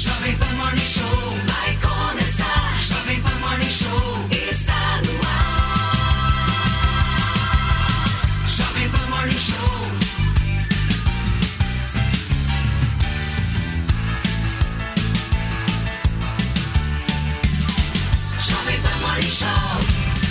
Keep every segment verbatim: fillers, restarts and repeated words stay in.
Jovem Pan Morning Show vai começar. Jovem Pan Morning Show está no ar. Jovem Pan Morning Show. Jovem Pan Morning Show.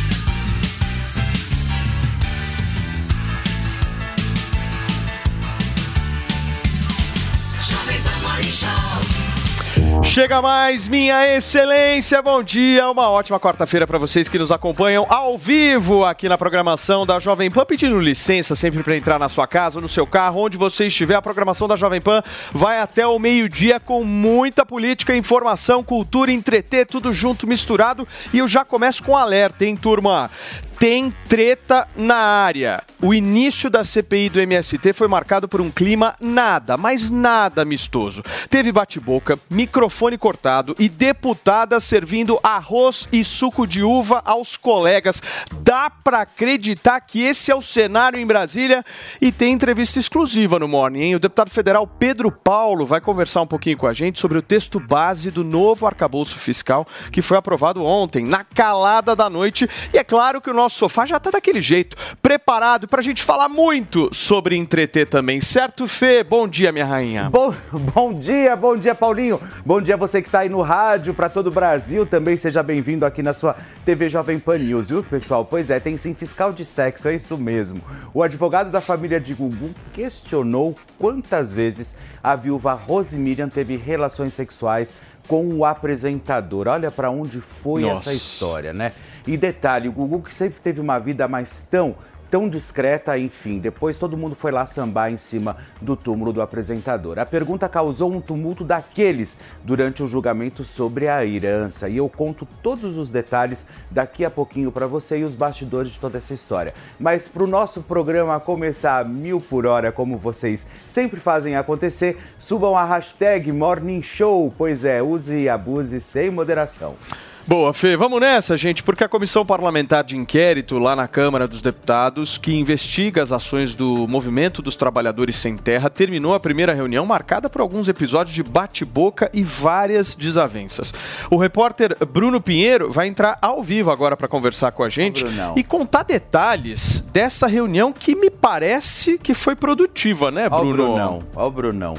Chega mais, minha excelência, bom dia, uma ótima quarta-feira para vocês que nos acompanham ao vivo aqui na programação da Jovem Pan, pedindo licença sempre para entrar na sua casa, no seu carro, onde você estiver. A programação da Jovem Pan vai até o meio-dia com muita política, informação, cultura, entreter, tudo junto, misturado, e eu já começo com alerta, hein, turma? Tem treta na área. O início da C P I do M S T foi marcado por um clima nada, mas nada amistoso. Teve bate-boca, microfone cortado e deputada servindo arroz e suco de uva aos colegas. Dá pra acreditar que esse é o cenário em Brasília? E tem entrevista exclusiva no Morning, hein? O deputado federal Pedro Paulo vai conversar um pouquinho com a gente sobre o texto base do novo arcabouço fiscal que foi aprovado ontem, na calada da noite. E é claro que o nosso sofá já tá daquele jeito, preparado pra gente falar muito sobre entreter também, certo, Fê? Bom dia, minha rainha. Bom, bom dia, bom dia, Paulinho. Bom dia você que tá aí no rádio pra todo o Brasil, também seja bem-vindo aqui na sua T V Jovem Pan News, viu, pessoal? Pois é, tem sim fiscal de sexo, é isso mesmo. O advogado da família de Gugu questionou quantas vezes a viúva Rose Miriam teve relações sexuais com o apresentador. Olha pra onde foi Nossa. essa história, né? E detalhe, o Gugu que sempre teve uma vida mais tão, tão discreta, enfim, depois todo mundo foi lá sambar em cima do túmulo do apresentador. A pergunta causou um tumulto daqueles durante o julgamento sobre a herança. E eu conto todos os detalhes daqui a pouquinho para você e os bastidores de toda essa história. Mas para o nosso programa começar a mil por hora, como vocês sempre fazem acontecer, subam a hashtag Morning Show, pois é, use e abuse sem moderação. Boa, Fê. Vamos nessa, gente, porque a Comissão Parlamentar de Inquérito lá na Câmara dos Deputados, que investiga as ações do Movimento dos Trabalhadores Sem Terra, terminou a primeira reunião marcada por alguns episódios de bate-boca e várias desavenças. O repórter Bruno Pinheiro vai entrar ao vivo agora para conversar com a gente e contar detalhes dessa reunião que me parece que foi produtiva, né, Bruno? Ó o Brunão, ó o Brunão.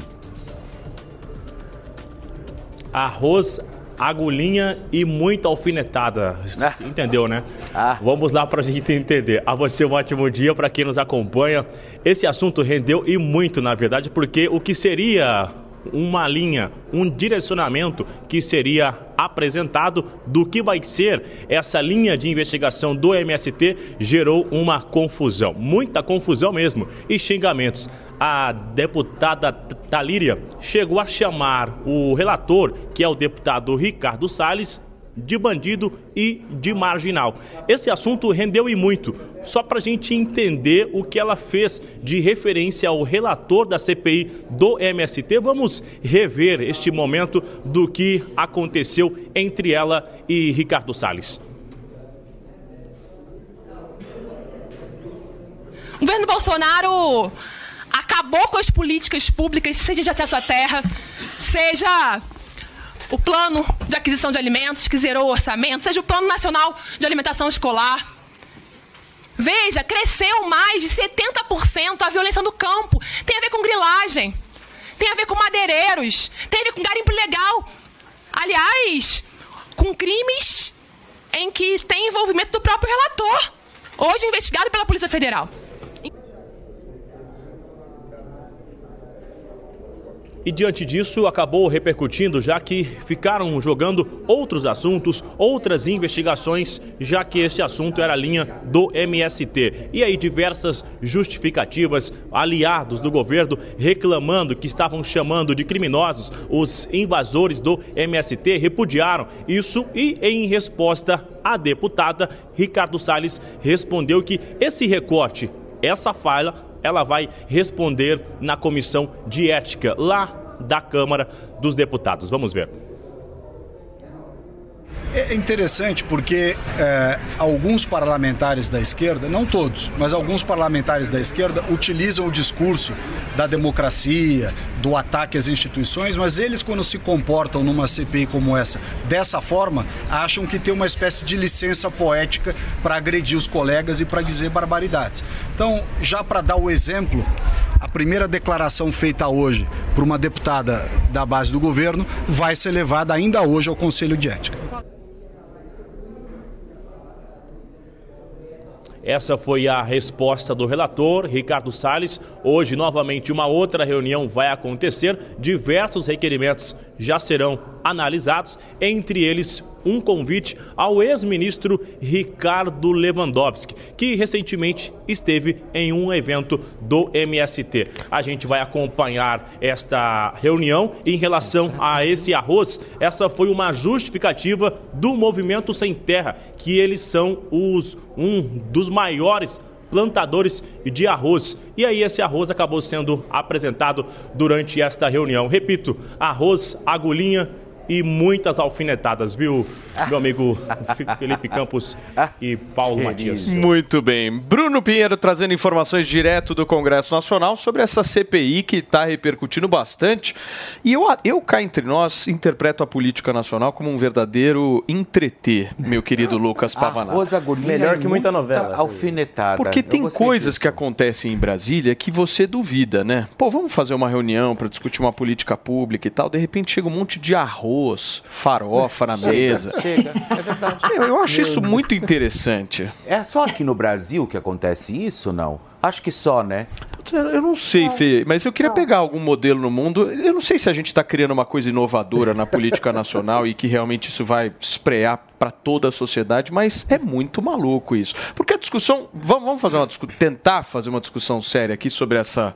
Arroz, agulhinha e muita alfinetada. Entendeu, né? Ah. Vamos lá pra gente entender. A você um ótimo dia para quem nos acompanha. Esse assunto rendeu e muito, na verdade, porque o que seria uma linha, um direcionamento que seria apresentado do que vai ser essa linha de investigação do M S T gerou uma confusão, muita confusão mesmo, e xingamentos. A deputada Talíria chegou a chamar o relator, que é o deputado Ricardo Salles, de bandido e de marginal. Esse assunto rendeu e muito. Só para a gente entender o que ela fez de referência ao relator da C P I do M S T, vamos rever este momento do que aconteceu entre ela e Ricardo Salles. O governo Bolsonaro acabou com as políticas públicas, seja de acesso à terra, seja o plano de aquisição de alimentos, que zerou o orçamento, seja o Plano Nacional de Alimentação Escolar. Veja, cresceu mais de setenta por cento a violência no campo. Tem a ver com grilagem, tem a ver com madeireiros, tem a ver com garimpo ilegal. Aliás, com crimes em que tem envolvimento do próprio relator, hoje investigado pela Polícia Federal. E diante disso, acabou repercutindo, já que ficaram jogando outros assuntos, outras investigações, já que este assunto era a linha do M S T. E aí diversas justificativas, aliados do governo reclamando que estavam chamando de criminosos os invasores do M S T, repudiaram isso e, em resposta, a deputada Ricardo Salles respondeu que esse recorte, essa falha, ela vai responder na comissão de ética lá da Câmara dos Deputados. Vamos ver. É interessante porque é, alguns parlamentares da esquerda, não todos, mas alguns parlamentares da esquerda utilizam o discurso da democracia, do ataque às instituições, mas eles, quando se comportam numa C P I como essa, dessa forma, acham que tem uma espécie de licença poética para agredir os colegas e para dizer barbaridades. Então, já para dar o exemplo, a primeira declaração feita hoje por uma deputada da base do governo vai ser levada ainda hoje ao Conselho de Ética. Essa foi a resposta do relator, Ricardo Salles. Hoje, novamente, uma outra reunião vai acontecer. Diversos requerimentos já serão analisados, entre eles um convite ao ex-ministro Ricardo Lewandowski, que recentemente esteve em um evento do M S T. A gente vai acompanhar esta reunião. Em relação a esse arroz, essa foi uma justificativa do Movimento Sem Terra, que eles são os, um dos maiores plantadores de arroz. E aí esse arroz acabou sendo apresentado durante esta reunião. Repito, arroz, agulhinha e muitas alfinetadas, viu, meu amigo Felipe Campos e Paulo Matias. Muito bem. Bruno Pinheiro trazendo informações direto do Congresso Nacional sobre essa C P I que está repercutindo bastante. E eu, eu, cá entre nós, interpreto a política nacional como um verdadeiro entreter, meu querido Lucas Pavanato. Arroz, agulhinha, melhor que muita novela. Alfinetada. Porque tem coisas que acontecem em Brasília que você duvida, né? Pô, vamos fazer uma reunião para discutir uma política pública e tal. De repente chega um monte de arroz, farofa na mesa. Chega, é verdade. Eu, eu acho isso muito interessante. É só aqui no Brasil que acontece isso, não? Acho que só, né? Eu não sei, Fê, mas eu queria pegar algum modelo no mundo. Eu não sei se a gente está criando uma coisa inovadora na política nacional e que realmente isso vai esprear para toda a sociedade, mas é muito maluco isso. Porque a discussão... Vamos, vamos fazer uma discussão, tentar fazer uma discussão séria aqui sobre essa,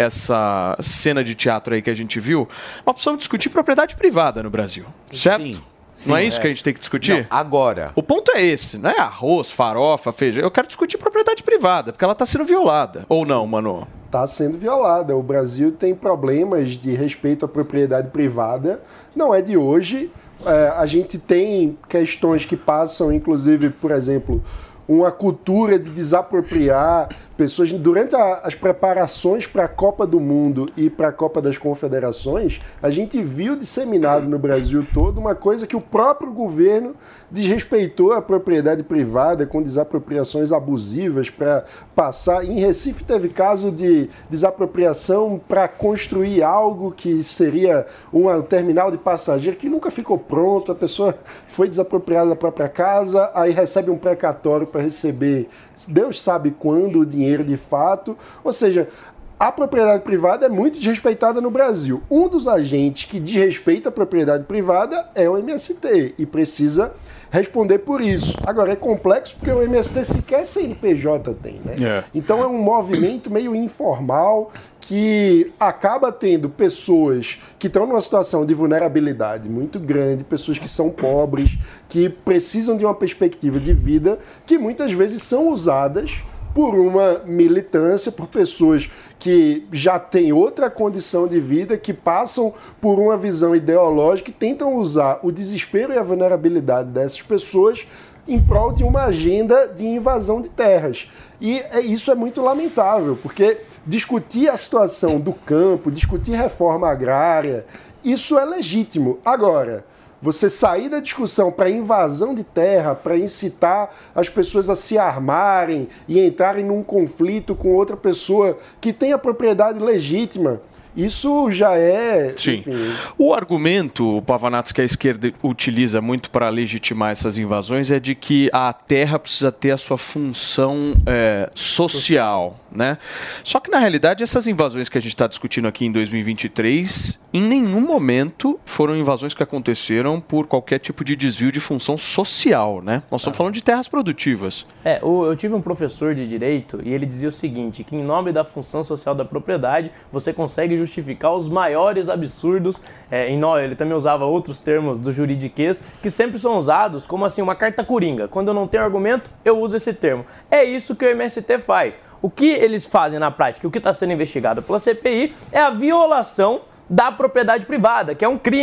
essa cena de teatro aí que a gente viu. Nós precisamos discutir propriedade privada no Brasil, certo? Sim. Não Sim, é isso é. que a gente tem que discutir? Não, agora. O ponto é esse, não é arroz, farofa, feijão. Eu quero discutir propriedade privada, porque ela está sendo violada. Ou não, Mano? Está sendo violada. O Brasil tem problemas de respeito à propriedade privada. Não é de hoje. É, a gente tem questões que passam, inclusive, por exemplo, uma cultura de desapropriar pessoas. Durante a, as preparações para a Copa do Mundo e para a Copa das Confederações, a gente viu disseminado no Brasil todo uma coisa que o próprio governo desrespeitou a propriedade privada com desapropriações abusivas para passar. Em Recife teve caso de desapropriação para construir algo que seria um terminal de passageiro que nunca ficou pronto, a pessoa foi desapropriada da própria casa, aí recebe um precatório para receber Deus sabe quando o dinheiro de fato. Ou seja, a propriedade privada é muito desrespeitada no Brasil. Um dos agentes que desrespeita a propriedade privada é o M S T e precisa responder por isso. Agora, é complexo porque o M S T sequer C N P J tem, né? É. Então é um movimento meio informal que acaba tendo pessoas que estão numa situação de vulnerabilidade muito grande, pessoas que são pobres, que precisam de uma perspectiva de vida, que muitas vezes são usadas por uma militância, por pessoas que já têm outra condição de vida, que passam por uma visão ideológica e tentam usar o desespero e a vulnerabilidade dessas pessoas em prol de uma agenda de invasão de terras. E é, isso é muito lamentável, porque discutir a situação do campo, discutir reforma agrária, isso é legítimo. Agora, você sair da discussão para invasão de terra, para incitar as pessoas a se armarem e entrarem num conflito com outra pessoa que tem a propriedade legítima, isso já é... Sim. Enfim. O argumento, o Pavanato, que a esquerda utiliza muito para legitimar essas invasões é de que a terra precisa ter a sua função é, social, né? Só que, na realidade, essas invasões que a gente está discutindo aqui em dois mil e vinte e três, em nenhum momento foram invasões que aconteceram por qualquer tipo de desvio de função social, né? Nós estamos ah. falando de terras produtivas. É, eu tive um professor de direito e ele dizia o seguinte, que em nome da função social da propriedade, você consegue justificar os maiores absurdos. É, em nós, ele também usava outros termos do juridiquês, que sempre são usados como assim, uma carta coringa. Quando eu não tenho argumento, eu uso esse termo. É isso que o M S T faz. O que eles fazem na prática, o que está sendo investigado pela C P I, é a violação da propriedade privada, que é um crime.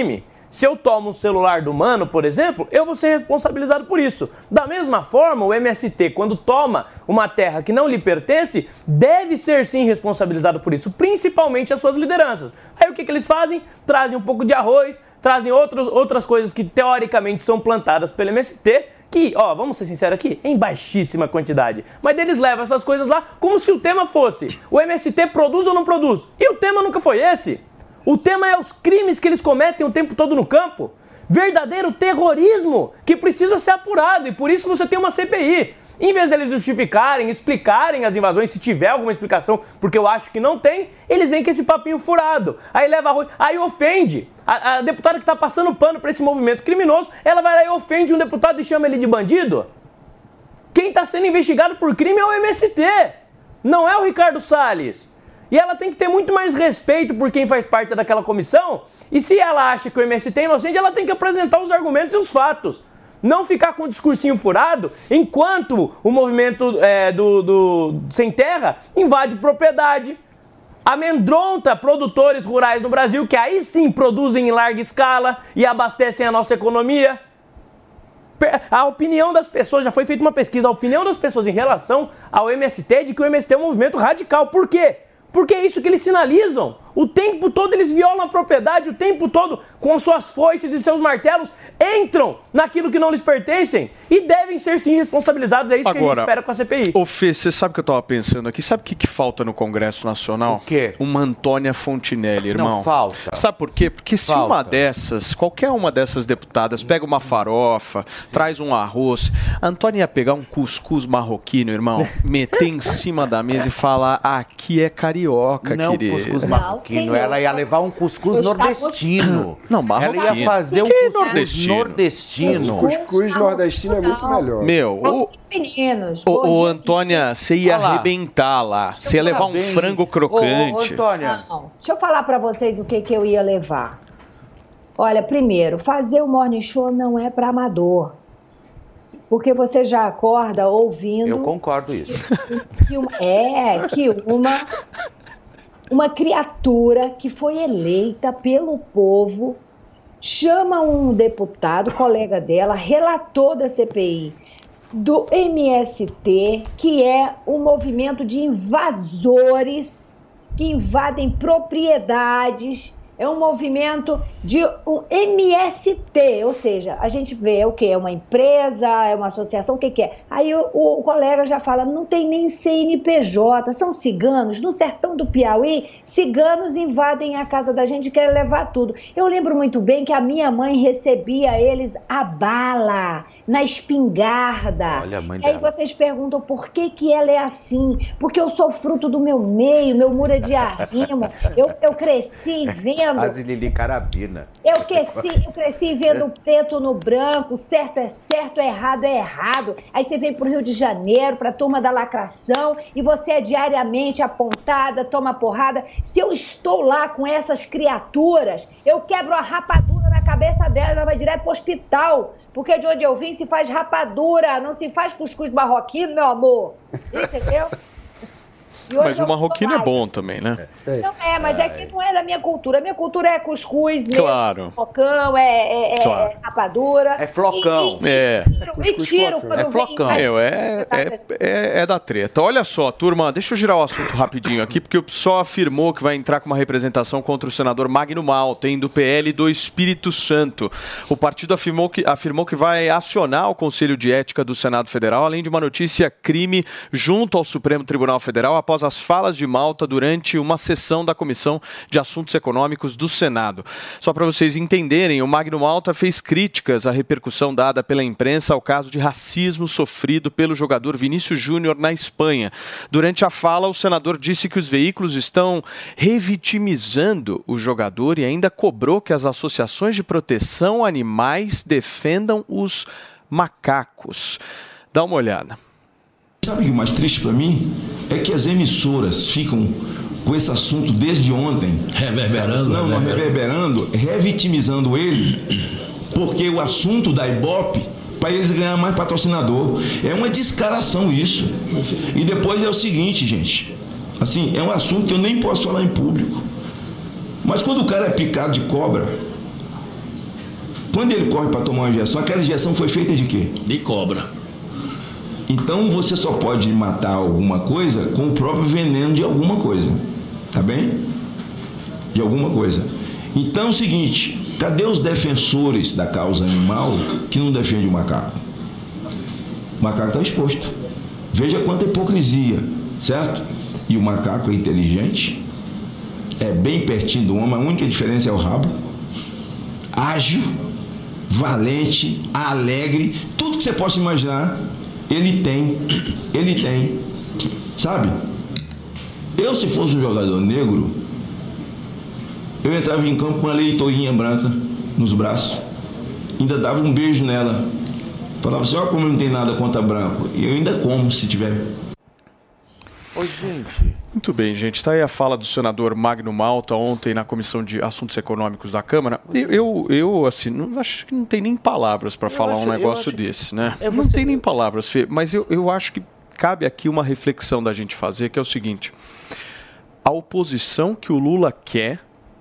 Se eu tomo um celular do mano, por exemplo, eu vou ser responsabilizado por isso. Da mesma forma, o M S T, quando toma uma terra que não lhe pertence, deve ser sim responsabilizado por isso, principalmente as suas lideranças. Aí o que, que eles fazem? Trazem um pouco de arroz, trazem outros, outras coisas que teoricamente são plantadas pelo M S T, que, ó, vamos ser sinceros aqui, em baixíssima quantidade. Mas eles levam essas coisas lá como se o tema fosse: o M S T produz ou não produz? E o tema nunca foi esse. O tema é os crimes que eles cometem o tempo todo no campo. Verdadeiro terrorismo que precisa ser apurado, e por isso você tem uma C P I. Em vez deles justificarem, explicarem as invasões, se tiver alguma explicação, porque eu acho que não tem, eles vêm com esse papinho furado. Aí leva arroz, aí ofende. A, a deputada que está passando pano para esse movimento criminoso, ela vai lá e ofende um deputado e chama ele de bandido? Quem está sendo investigado por crime é o M S T, não é o Ricardo Salles. E ela tem que ter muito mais respeito por quem faz parte daquela comissão. E se ela acha que o M S T é inocente, ela tem que apresentar os argumentos e os fatos. Não ficar com um discursinho furado enquanto o movimento é, do, do Sem Terra invade propriedade, amedronta produtores rurais no Brasil, que aí sim produzem em larga escala e abastecem a nossa economia. A opinião das pessoas, já foi feita uma pesquisa, a opinião das pessoas em relação ao M S T é de que o M S T é um movimento radical. Por quê? Porque é isso que eles sinalizam. O tempo todo eles violam a propriedade, o tempo todo, com suas foices e seus martelos, entram naquilo que não lhes pertencem e devem ser sim responsabilizados. É isso Agora, que a gente espera com a C P I. Ô Fê, você sabe o que eu tava pensando aqui? Sabe o que, que falta no Congresso Nacional? O quê? Uma Antônia Fontinelli, irmão. Não falta. Sabe por quê? Porque se falta. uma dessas, qualquer uma dessas deputadas, pega uma farofa, traz um arroz, a Antônia ia pegar um cuscuz marroquino, irmão, meter em cima da mesa e falar: aqui é carioca, não, querido. Cuscuz marroquino, ela ia levar um cuscuz nordestino. Não, marroquino. Ela ia fazer um que cuscuz nordestino. nordestino. O cuscuz nordestino é muito melhor. Meu, o, Meninos, ô, ô, Antônia, você ia Olha lá. arrebentar lá. Você ia levar um bem. frango crocante. Ô, ô, Antônia. Não, deixa eu falar pra vocês o que, que eu ia levar. Olha, primeiro, fazer o morning show não é pra amador. Porque você já acorda ouvindo... Eu concordo isso. Que uma, é, que uma, uma criatura que foi eleita pelo povo chama um deputado, colega dela, relator da C P I do M S T, que é um movimento de invasores que invadem propriedades. É um movimento de um M S T, ou seja, a gente vê o que? É uma empresa, é uma associação, o que, que é? Aí o, o colega já fala, não tem nem C N P J, são ciganos. No sertão do Piauí, ciganos invadem a casa da gente e querem levar tudo. Eu lembro muito bem que a minha mãe recebia eles a bala, na espingarda. Olha a mãe e aí dela. vocês perguntam por que, que ela é assim? Porque eu sou fruto do meu meio, meu muro é de arrimo. Eu, eu cresci vendo... Azilili Carabina. Eu cresci, eu cresci vendo preto no branco, certo é certo, errado é errado. Aí você vem pro Rio de Janeiro, pra turma da lacração, e você é diariamente apontada, toma porrada. Se eu estou lá com essas criaturas, eu quebro a rapadura na cabeça dela, ela vai direto pro hospital. Porque de onde eu vim se faz rapadura, não se faz cuscuz marroquino, meu amor. Entendeu? Mas o marroquino é bom também, né? É. Não é, mas é que não é da minha cultura. A minha cultura é cuscuz, mesmo, Claro. flocão, é, é, Claro. é rapadura. É flocão. E, e, É. e tiro, É e tiro flocão. quando É vem- flocão. Ai, Meu, é, é, é, é da treta. Olha só, turma, deixa eu girar o assunto rapidinho aqui, porque o P SOL afirmou que vai entrar com uma representação contra o senador Magno Malta, hein, do P L do Espírito Santo. O partido afirmou que, afirmou que vai acionar o Conselho de Ética do Senado Federal, além de uma notícia crime junto ao Supremo Tribunal Federal, após as falas de Malta durante uma sessão da Comissão de Assuntos Econômicos do Senado. Só para vocês entenderem, o Magno Malta fez críticas à repercussão dada pela imprensa ao caso de racismo sofrido pelo jogador Vinícius Júnior na Espanha. Durante a fala, o senador disse que os veículos estão revitimizando o jogador e ainda cobrou que as associações de proteção a animais defendam os macacos. Dá uma olhada. Sabe o que é mais triste para mim? É que as emissoras ficam com esse assunto desde ontem. Reverberando. Não, não, reverberando, revitimizando ele, porque o assunto da Ibope, para eles ganhar mais patrocinador. É uma descaração isso. E depois é o seguinte, gente. Assim, é um assunto que eu nem posso falar em público. Mas quando o cara é picado de cobra, Quando ele corre para tomar uma injeção, aquela injeção foi feita de quê? De cobra. Então você só pode matar alguma coisa com o próprio veneno de alguma coisa. Tá bem? De alguma coisa. Então é o seguinte, cadê os defensores da causa animal que não defendem o macaco? O macaco está exposto. Veja quanta hipocrisia, certo? E o macaco é inteligente, é bem pertinho do homem, a única diferença é o rabo. Ágil, valente, alegre, tudo que você possa imaginar, ele tem, ele tem, sabe? Eu, se fosse um jogador negro, eu entrava em campo com uma leitoinha branca nos braços, ainda dava um beijo nela, falava assim, olha como não tem nada contra branco, e eu ainda como se tiver. Ô, gente. Muito bem, gente. Está aí a fala do senador Magno Malta ontem na Comissão de Assuntos Econômicos da Câmara. Eu, eu, eu assim, não, acho que não tem nem palavras para falar acho, um negócio acho, desse, né? É não você... tem nem palavras, Fê, mas eu, eu acho que cabe aqui uma reflexão da gente fazer, que é o seguinte. A oposição que o Lula quer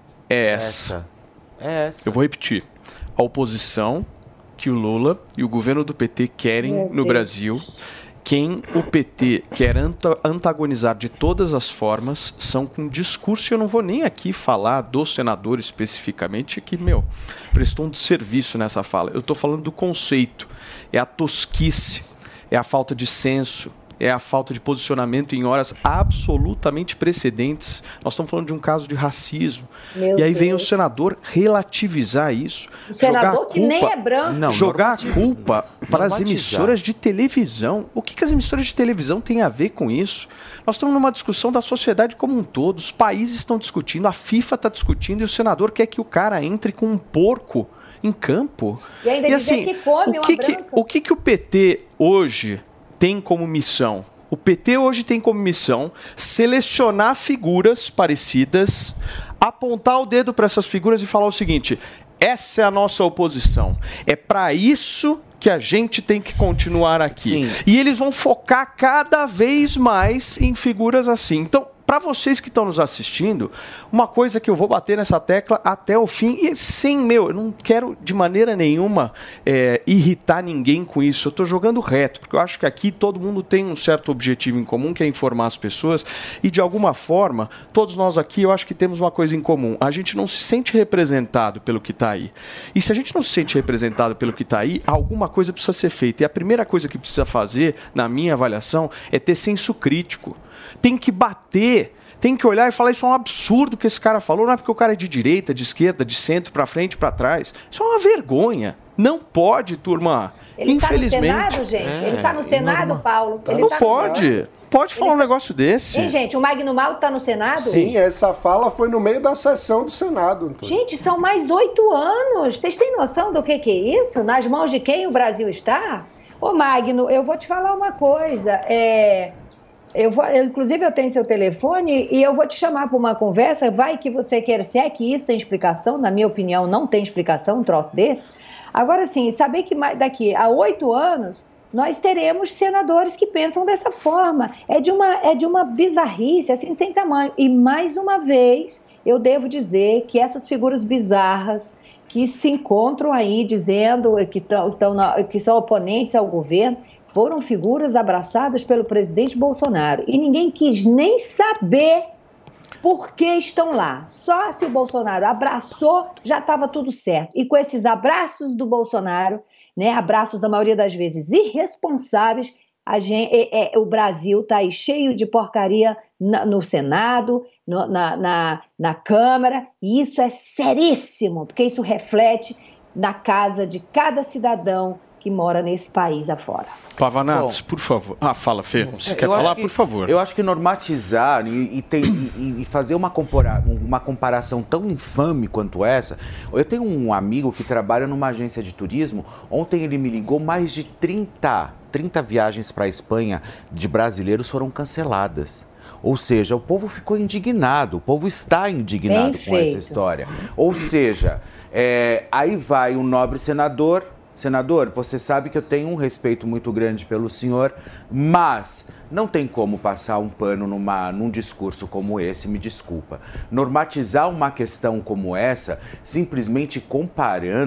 é essa. essa. É essa. Eu vou repetir. A oposição que o Lula e o governo do P T querem no Brasil... Quem o P T quer antagonizar de todas as formas são com discurso, e eu não vou nem aqui falar do senador especificamente, que, meu, prestou um desserviço nessa fala. Eu estou falando do conceito, é a tosquice, é a falta de senso, é a falta de posicionamento em horas absolutamente precedentes. Nós estamos falando de um caso de racismo. Meu e aí vem Deus. o senador relativizar isso. O senador jogar que culpa, nem é branco. Não, jogar a culpa para as normatizar. emissoras de televisão. O que, que as emissoras de televisão têm a ver com isso? Nós estamos numa discussão da sociedade como um todo. Os países estão discutindo, a FIFA está discutindo, e o senador quer que o cara entre com um porco em campo. E ainda e dizer assim, que come o que uma que, branca. o que que o P T hoje tem como missão? O P T hoje tem como missão selecionar figuras parecidas, apontar o dedo para essas figuras e falar o seguinte: essa é a nossa oposição. É para isso que a gente tem que continuar aqui. Sim. E eles vão focar cada vez mais em figuras assim. Então, para vocês que estão nos assistindo, uma coisa que eu vou bater nessa tecla até o fim, e sem, meu, eu não quero de maneira nenhuma é, irritar ninguém com isso, eu estou jogando reto, porque eu acho que aqui todo mundo tem um certo objetivo em comum, que é informar as pessoas, e de alguma forma, todos nós aqui, eu acho que temos uma coisa em comum, a gente não se sente representado pelo que está aí. E se a gente não se sente representado pelo que está aí, alguma coisa precisa ser feita, e a primeira coisa que precisa fazer, na minha avaliação, é ter senso crítico. Tem que bater, tem que olhar e falar, isso é um absurdo que esse cara falou, não é porque o cara é de direita, de esquerda, de centro, para frente, para trás. Isso é uma vergonha. Não pode, turma. Ele Infelizmente. está no Senado, gente? É, Ele está no Senado, não, Paulo? Ele não tá pode. No... Pode falar um negócio desse. Hein, gente, o Magno Malta está no Senado? Sim, essa fala foi no meio da sessão do Senado, Antônio. Gente, são mais oito anos. Vocês têm noção do que, que é isso? Nas mãos de quem o Brasil está? Ô, Magno, eu vou te falar uma coisa. É... Eu vou, eu, inclusive, eu tenho seu telefone e eu vou te chamar para uma conversa. Vai que você quer, se é que isso tem explicação, na minha opinião, não tem explicação um troço desse. Agora, sim, saber que daqui a oito anos nós teremos senadores que pensam dessa forma. É de uma, é de uma bizarrice, assim, sem tamanho. E, mais uma vez, eu devo dizer que essas figuras bizarras que se encontram aí dizendo que, tão, tão na, que são oponentes ao governo, foram figuras abraçadas pelo presidente Bolsonaro. E ninguém quis nem saber por que estão lá. Só se o Bolsonaro abraçou, já estava tudo certo. E com esses abraços do Bolsonaro, né, abraços da maioria das vezes irresponsáveis, a gente, é, é, o Brasil está aí cheio de porcaria na, no Senado, no, na, na, na Câmara, e isso é seríssimo, porque isso reflete na casa de cada cidadão que mora nesse país afora. Pavanatos, Bom, por favor. Ah, fala, Fê. Você é, quer falar, que, por favor? Eu acho que normatizar e, e, tem, e, e fazer uma, compara, uma comparação tão infame quanto essa... Eu tenho um amigo que trabalha numa agência de turismo. Ontem ele me ligou, mais de trinta, trinta viagens para a Espanha de brasileiros foram canceladas. Ou seja, o povo ficou indignado, o povo está indignado Bem com feito. essa história. Ou seja, é, aí vai um nobre senador... Senador, você sabe que eu tenho um respeito muito grande pelo senhor, mas não tem como passar um pano numa, num discurso como esse, me desculpa. Normatizar uma questão como essa, simplesmente comparando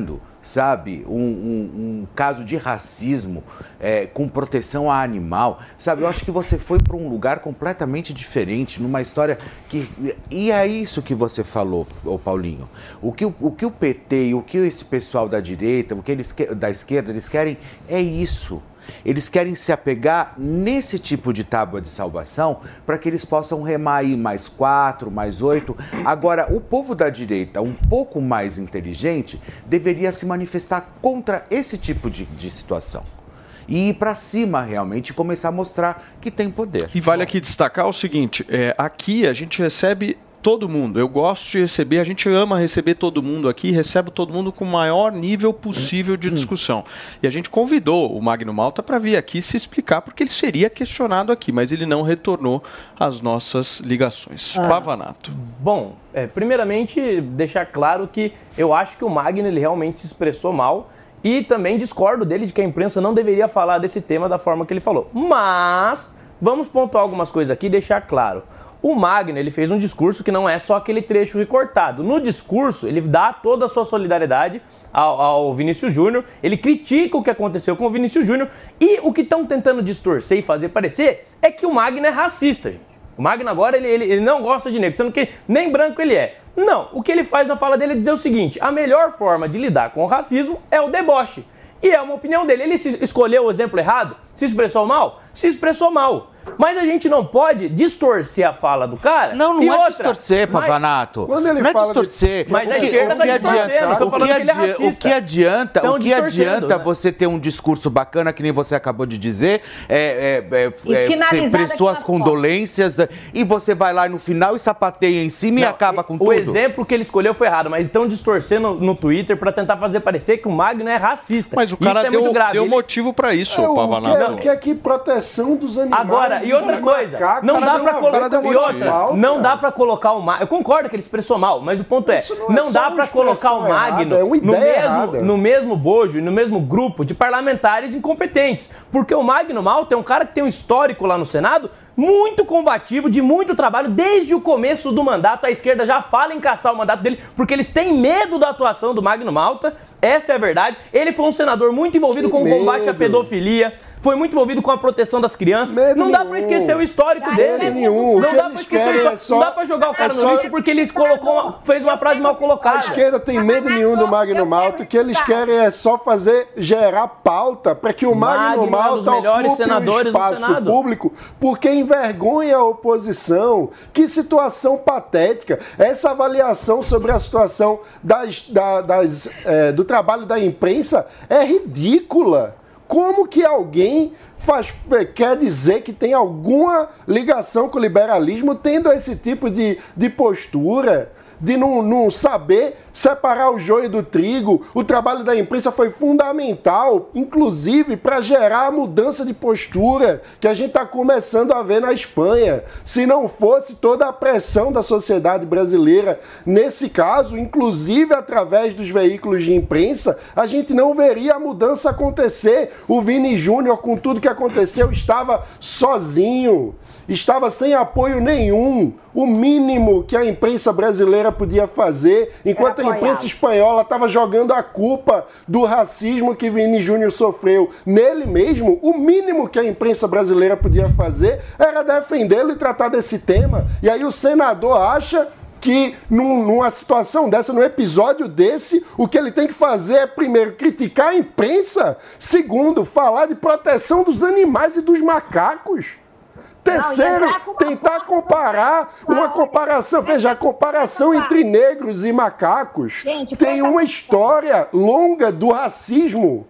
sabe, um, um, um caso de racismo é, com proteção a animal, sabe, eu acho que você foi para um lugar completamente diferente, numa história que... E é isso que você falou, ô Paulinho, o que o, o que o P T e o que esse pessoal da direita, o que eles da esquerda, eles querem é isso. Eles querem se apegar nesse tipo de tábua de salvação para que eles possam remar aí mais quatro, mais oito. Agora, o povo da direita, um pouco mais inteligente, deveria se manifestar contra esse tipo de, de situação. E ir para cima realmente e começar a mostrar que tem poder. E vale aqui destacar o seguinte, é, aqui a gente recebe... todo mundo, eu gosto de receber, a gente ama receber todo mundo aqui, recebe todo mundo com o maior nível possível de discussão. E a gente convidou o Magno Malta para vir aqui se explicar, porque ele seria questionado aqui, mas ele não retornou às nossas ligações. Ah. Pavanato. Bom, é, primeiramente, deixar claro que eu acho que o Magno ele realmente se expressou mal e também discordo dele de que a imprensa não deveria falar desse tema da forma que ele falou. Mas, vamos pontuar algumas coisas aqui e deixar claro. O Magno, ele fez um discurso que não é só aquele trecho recortado. No discurso, ele dá toda a sua solidariedade ao, ao Vinícius Júnior, ele critica o que aconteceu com o Vinícius Júnior e o que estão tentando distorcer e fazer parecer é que o Magno é racista, gente. O Magno agora, ele, ele, ele não gosta de negro, sendo que nem branco ele é. Não, o que ele faz na fala dele é dizer o seguinte, a melhor forma de lidar com o racismo é o deboche. E é uma opinião dele. Ele se escolheu o exemplo errado? Se expressou mal? Se expressou mal. Mas a gente não pode distorcer a fala do cara. Não, não e é outra, distorcer, Pavanato. Quando ele não é fala distorcer. De... Mas o a que, esquerda está distorcendo. Estou falando que ele é racista. O que adianta, Tão o que adianta né? você ter um discurso bacana, que nem você acabou de dizer, é, é, é, e é, você prestou as condolências foto. E você vai lá no final e sapateia em cima não, e acaba com o tudo. O exemplo que ele escolheu foi errado, mas estão distorcendo no Twitter para tentar fazer parecer que o Magno é racista. Mas o cara isso deu, é muito grave. deu ele... motivo para isso, é, Pavanato. O que é aqui proteção dos animais. Agora, e outra coisa, macacos, não dá pra colocar e outra, mal, não dá para colocar o Magno. Eu concordo que ele expressou mal, mas o ponto é, não, não é dá para colocar o Magno errada, é no mesmo no mesmo bojo, no mesmo grupo de parlamentares incompetentes, porque o Magno Malta é um cara que tem um histórico lá no Senado muito combativo, de muito trabalho, desde o começo do mandato. A esquerda já fala em caçar o mandato dele, porque eles têm medo da atuação do Magno Malta, essa é a verdade. Ele foi um senador muito envolvido que com o combate medo. à pedofilia, foi muito envolvido com a proteção das crianças. Medo não dá nenhum. pra esquecer o histórico Medo dele. nenhum. Não O dá que pra eles esquecer o querem histórico. é só- Não dá pra jogar o cara é no só- lixo porque ele colocou uma- fez uma frase mal A colocada. esquerda tem medo nenhum do Magno Malta. O que eles querem é só fazer gerar pauta para que o Magno, Magno é um dos Malta melhores ocupe o senadores do espaço Senado. público porque envergonha a oposição. Que situação patética. Essa avaliação sobre a situação das, da- das, é, do trabalho da imprensa é ridícula. Como que alguém faz, quer dizer que tem alguma ligação com o liberalismo tendo esse tipo de, de postura? De não, não saber separar o joio do trigo. O trabalho da imprensa foi fundamental, inclusive para gerar a mudança de postura que a gente está começando a ver na Espanha. Se não fosse toda a pressão da sociedade brasileira, nesse caso, inclusive através dos veículos de imprensa, a gente não veria a mudança acontecer. O Vini Júnior, com tudo que aconteceu, estava sozinho, estava sem apoio nenhum. O mínimo que a imprensa brasileira podia fazer, enquanto a imprensa espanhola estava jogando a culpa do racismo que Vini Júnior sofreu nele mesmo, o mínimo que a imprensa brasileira podia fazer era defendê-lo e tratar desse tema. E aí o senador acha que num, numa situação dessa, num episódio desse, o que ele tem que fazer é, primeiro, criticar a imprensa, segundo, falar de proteção dos animais e dos macacos. Terceiro, tentar comparar uma comparação, veja, a comparação entre negros e macacos tem uma história longa do racismo,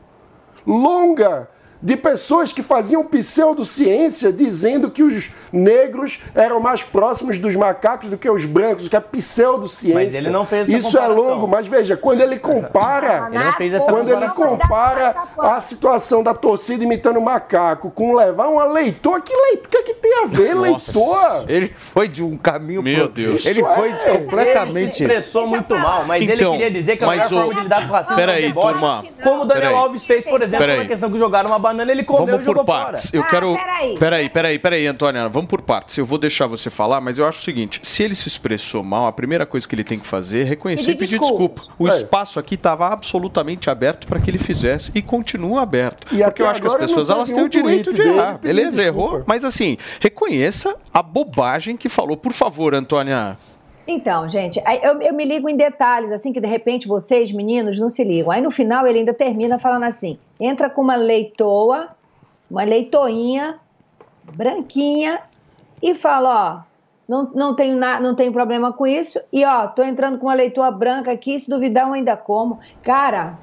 longa, de pessoas que faziam pseudociência dizendo que os negros eram mais próximos dos macacos do que os brancos, que é pseudociência. Mas ele não fez essa Isso é comparação. longo, mas veja, quando ele compara, Ele não fez essa quando ele comparação. compara a situação da torcida imitando macaco com levar uma leitor, que leitor, o que, é que tem a ver, Nossa. leitor? Ele foi de um caminho... Meu pro... Deus. Ele Isso foi é- completamente... Ele se expressou muito mal, mas ele Então, queria dizer que a mas melhor o- forma de lidar com o racismo Peraí, é o deboche, turma. como o Daniel Peraí. Alves fez, por exemplo, Peraí. na questão que jogaram uma banana, ele comeu Vamos e jogou por partes. fora. Eu quero... Ah, peraí. Peraí, peraí, peraí, Antônia. Vamos por partes. Eu vou deixar você falar, mas eu acho o seguinte. Se ele se expressou mal, a primeira coisa que ele tem que fazer é reconhecer e pedir desculpa. O É. espaço aqui estava absolutamente aberto para que ele fizesse e continua aberto. E Porque eu até acho que as agora pessoas não elas teve têm um o direito tweet de dele errar. pedindo Beleza, desculpa. errou. Mas assim, reconheça a bobagem que falou. Por favor, Antônia. Então, gente, aí eu, eu me ligo em detalhes, assim, que de repente vocês, meninos, não se ligam. Aí no final ele ainda termina falando assim, entra com uma leitoa, uma leitoinha, branquinha, e fala, ó, não, não, tenho na, não tenho problema com isso, e ó, tô entrando com uma leitoa branca aqui, se duvidar eu ainda como. Cara...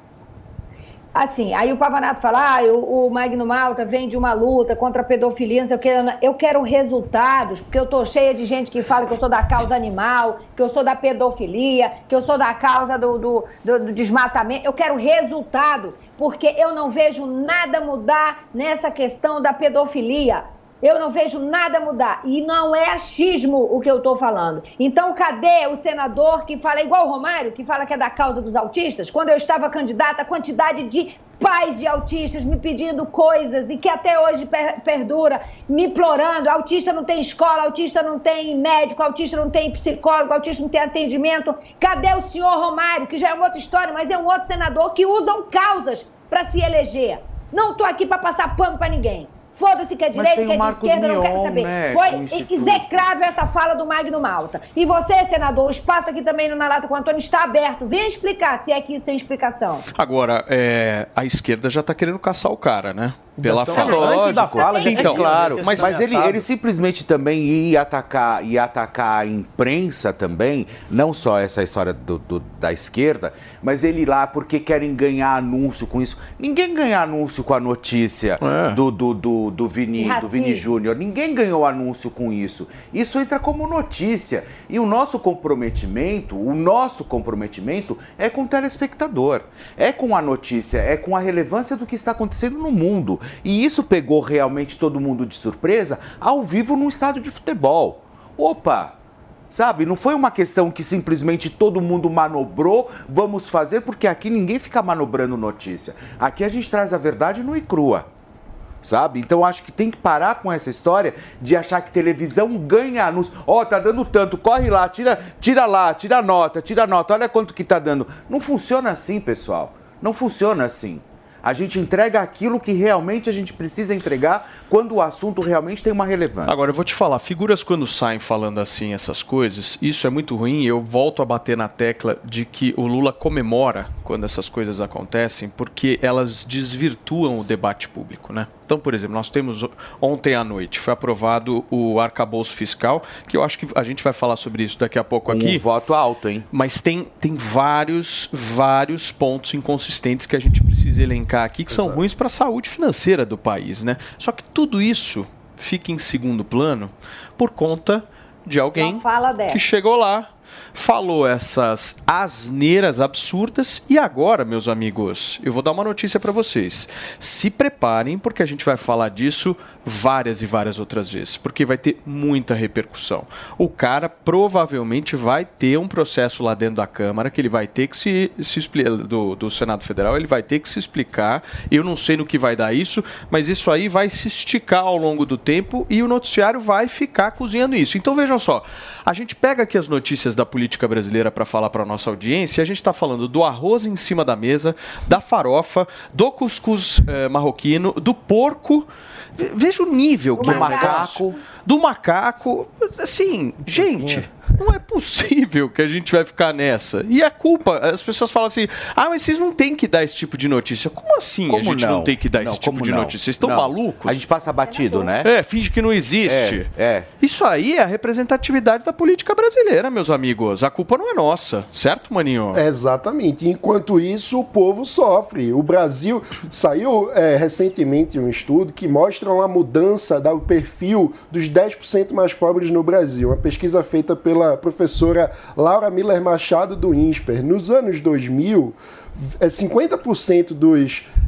Assim, aí o Pavanato fala, ah, o, o Magno Malta vem de uma luta contra a pedofilia, não sei o que, eu quero resultados, porque eu tô cheia de gente que fala que eu sou da causa animal, que eu sou da pedofilia, que eu sou da causa do, do, do, do desmatamento, eu quero resultado, porque eu não vejo nada mudar nessa questão da pedofilia. Eu não vejo nada mudar. E não é achismo o que eu estou falando. Então, cadê o senador que fala igual o Romário, que fala que é da causa dos autistas? Quando eu estava candidata, a quantidade de pais de autistas me pedindo coisas e que até hoje per- perdura, me implorando. Autista não tem escola, autista não tem médico, autista não tem psicólogo, autista não tem atendimento. Cadê o senhor Romário, que já é uma outra história, mas é um outro senador que usam causas para se eleger. Não estou aqui para passar pano para ninguém. Foda-se que é direita, que é de esquerda, não quero saber. né, Foi execrável essa fala do Magno Malta. E você, senador, o espaço aqui também no Na Lata com o Antônio está aberto. Venha explicar, se é que isso tem explicação. Agora, é, a esquerda já está querendo caçar o cara, né? Pela Então, fala. antes da fala, já então, é claro. mas, Mas ele, ele simplesmente também ia atacar, ia atacar a imprensa também, não só essa história do, do- da esquerda, mas ele ir lá porque querem ganhar anúncio com isso. Ninguém ganha anúncio com a notícia É. do, do, do, do Vini, do Racismo. Vini Júnior. Ninguém ganhou anúncio com isso. Isso entra como notícia. E o nosso comprometimento, o nosso comprometimento é com o telespectador, é com a notícia, é com a relevância do que está acontecendo no mundo. E isso pegou realmente todo mundo de surpresa ao vivo num estádio de futebol. Opa! Sabe, não foi uma questão que simplesmente todo mundo manobrou, vamos fazer, porque aqui ninguém fica manobrando notícia. Aqui a gente traz a verdade nua e crua. Sabe? Então acho que tem que parar com essa história de achar que televisão ganha anúncio. Ó, oh, tá dando tanto, corre lá, tira, tira lá, tira a nota, tira a nota, olha quanto que tá dando. Não funciona assim, pessoal. Não funciona assim. A gente entrega aquilo que realmente a gente precisa entregar quando o assunto realmente tem uma relevância. Agora, eu vou te falar, figuras quando saem falando assim essas coisas, isso é muito ruim. Eu volto a bater na tecla de que o Lula comemora quando essas coisas acontecem, porque elas desvirtuam o debate público, né? Então, por exemplo, nós temos ontem à noite, foi aprovado o arcabouço fiscal, que eu acho que a gente vai falar sobre isso daqui a pouco Com aqui. um voto alto, hein? Mas tem, tem vários, vários pontos inconsistentes que a gente precisa elencar aqui, que são ruins para a saúde financeira do país, né? Só que tudo isso fica em segundo plano por conta de alguém Uma fala dessa. que chegou lá, falou essas asneiras absurdas e agora, meus amigos, eu vou dar uma notícia para vocês. Se preparem, porque a gente vai falar disso várias e várias outras vezes, porque vai ter muita repercussão. O cara provavelmente vai ter um processo lá dentro da Câmara que ele vai ter que se, se explicar, do, do Senado Federal, ele vai ter que se explicar. Eu não sei no que vai dar isso, mas isso aí vai se esticar ao longo do tempo e o noticiário vai ficar cozinhando isso. Então vejam só, a gente pega aqui as notícias da política brasileira para falar para a nossa audiência, e a gente está falando do arroz em cima da mesa, da farofa, do cuscuz eh, marroquino, do porco. Ve- Veja o nível Do que é o macaco. negócio. Do macaco. Assim, gente, não é possível que a gente vai ficar nessa. E a culpa, as pessoas falam assim, ah, mas vocês não têm que dar esse tipo de notícia. Como assim a gente não, tem que dar Não, esse tipo como de não? notícia? Vocês estão Não. malucos? A gente passa batido, né? É, finge que não existe. É, é. Isso aí é a representatividade da política brasileira, meus amigos. A culpa não é nossa, certo, Maninho? Exatamente. Enquanto isso, o povo sofre. O Brasil saiu é, recentemente um estudo que mostra uma mudança do perfil dos dez por cento mais pobres no Brasil. Uma pesquisa feita pela professora Laura Miller Machado do INSPER. Nos anos dois mil, é, cinquenta por cento dos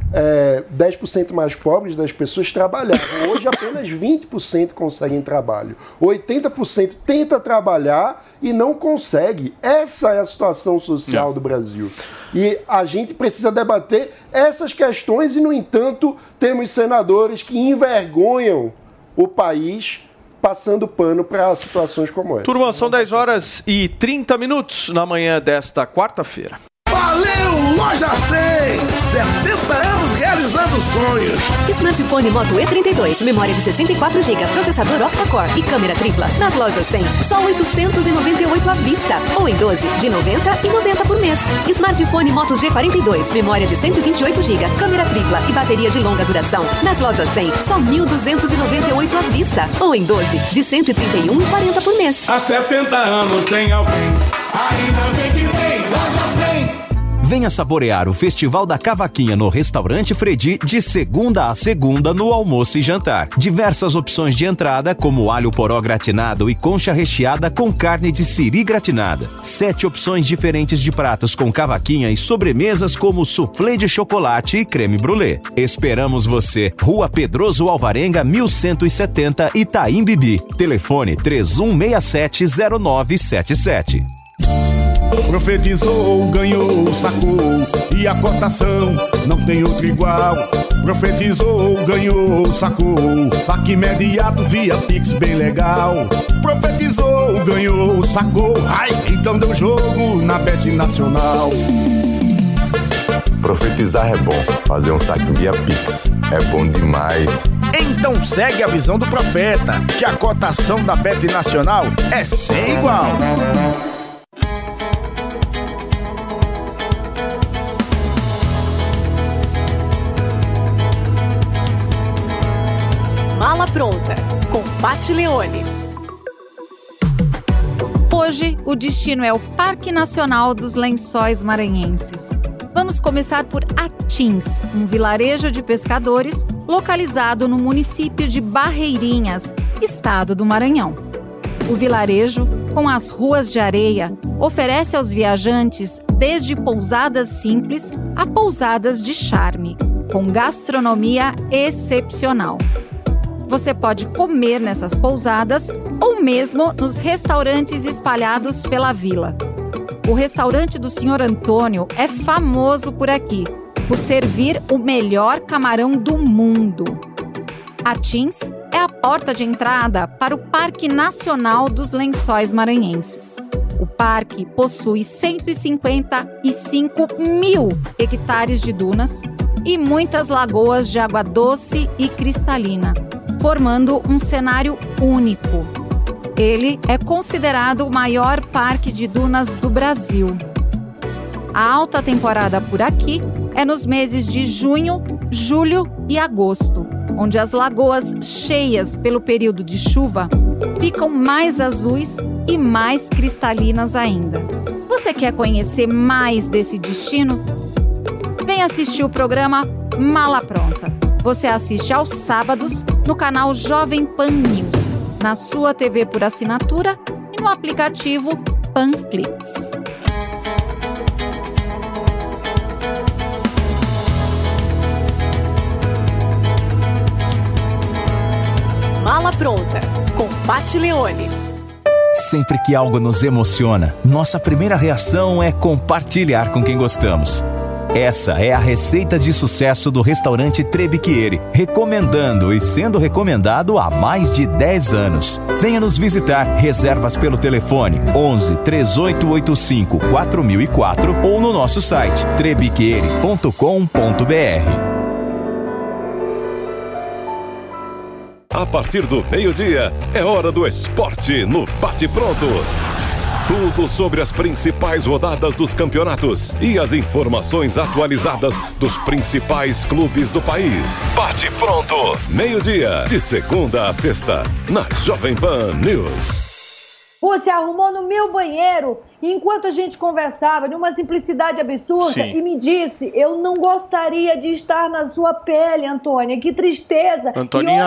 é, dez por cento mais pobres das pessoas trabalhavam. Hoje apenas vinte por cento conseguem trabalho. oitenta por cento tenta trabalhar e não consegue. Essa é a situação social do Brasil. E a gente precisa debater essas questões e, no entanto, temos senadores que envergonham o país passando pano para situações como essa. Turma, são dez horas e trinta minutos na manhã desta quarta-feira. Valeu, Loja cem! setenta anos realizando sonhos. Smartphone Moto E trinta e dois, memória de sessenta e quatro gigabytes, processador octa-core e câmera tripla. Nas lojas cem, só oitocentos e noventa e oito à vista. Ou em doze, de noventa e noventa por mês. Smartphone Moto G quarenta e dois, memória de cento e vinte e oito gigabytes, câmera tripla e bateria de longa duração. Nas lojas cem, só mil duzentos e noventa e oito à vista. Ou em doze, de cento e trinta e um e quarenta por mês. Há setenta anos tem alguém, ainda bem que tem Loja cem. Venha saborear o Festival da Cavaquinha no Restaurante Fredi de segunda a segunda no almoço e jantar. Diversas opções de entrada, como alho poró gratinado e concha recheada com carne de siri gratinada. Sete opções diferentes de pratos com cavaquinha e sobremesas como soufflé de chocolate e creme brulee. Esperamos você. Rua Pedroso Alvarenga, mil cento e setenta, Itaim Bibi. Telefone três um seis sete zero nove sete sete. Profetizou, ganhou, sacou, e a cotação não tem outro igual. Profetizou, ganhou, sacou, saque imediato via Pix bem legal. Profetizou, ganhou, sacou, ai, então deu jogo na Bet Nacional. Profetizar é bom, fazer um saque via Pix é bom demais. Então segue a visão do profeta, que a cotação da Bet Nacional é sem igual. Mala Pronta, com Paty Leone. Hoje, o destino é o Parque Nacional dos Lençóis Maranhenses. Vamos começar por Atins, um vilarejo de pescadores localizado no município de Barreirinhas, estado do Maranhão. O vilarejo, com as ruas de areia, oferece aos viajantes desde pousadas simples a pousadas de charme, com gastronomia excepcional. Você pode comer nessas pousadas ou mesmo nos restaurantes espalhados pela vila. O restaurante do senhor Antônio é famoso por aqui, por servir o melhor camarão do mundo. Atins é a porta de entrada para o Parque Nacional dos Lençóis Maranhenses. O parque possui cento e cinquenta e cinco mil hectares de dunas e muitas lagoas de água doce e cristalina, formando um cenário único. Ele é considerado o maior parque de dunas do Brasil. A alta temporada por aqui é nos meses de junho, julho e agosto, onde as lagoas cheias pelo período de chuva ficam mais azuis e mais cristalinas ainda. Você quer conhecer mais desse destino? Vem assistir o programa Mala Pronta. Você assiste aos sábados no canal Jovem Pan News, na sua T V por assinatura e no aplicativo Panflix. Mala Pronta, com Paty Leone. Sempre que algo nos emociona, nossa primeira reação é compartilhar com quem gostamos. Essa é a receita de sucesso do restaurante Trebicchieri, recomendando e sendo recomendado há mais de dez anos. Venha nos visitar. Reservas pelo telefone onze, três oito oito cinco, quatro mil e quatro ou no nosso site trebicchieri ponto com ponto b r. A partir do meio-dia, é hora do esporte no Bate Pronto. Tudo sobre as principais rodadas dos campeonatos e as informações atualizadas dos principais clubes do país. Bate Pronto, meio-dia, de segunda a sexta, na Jovem Pan News. Você arrumou no meu banheiro enquanto a gente conversava, de uma simplicidade absurda, Sim. e me disse, eu não gostaria de estar na sua pele, Antônia, que tristeza. Antoninha...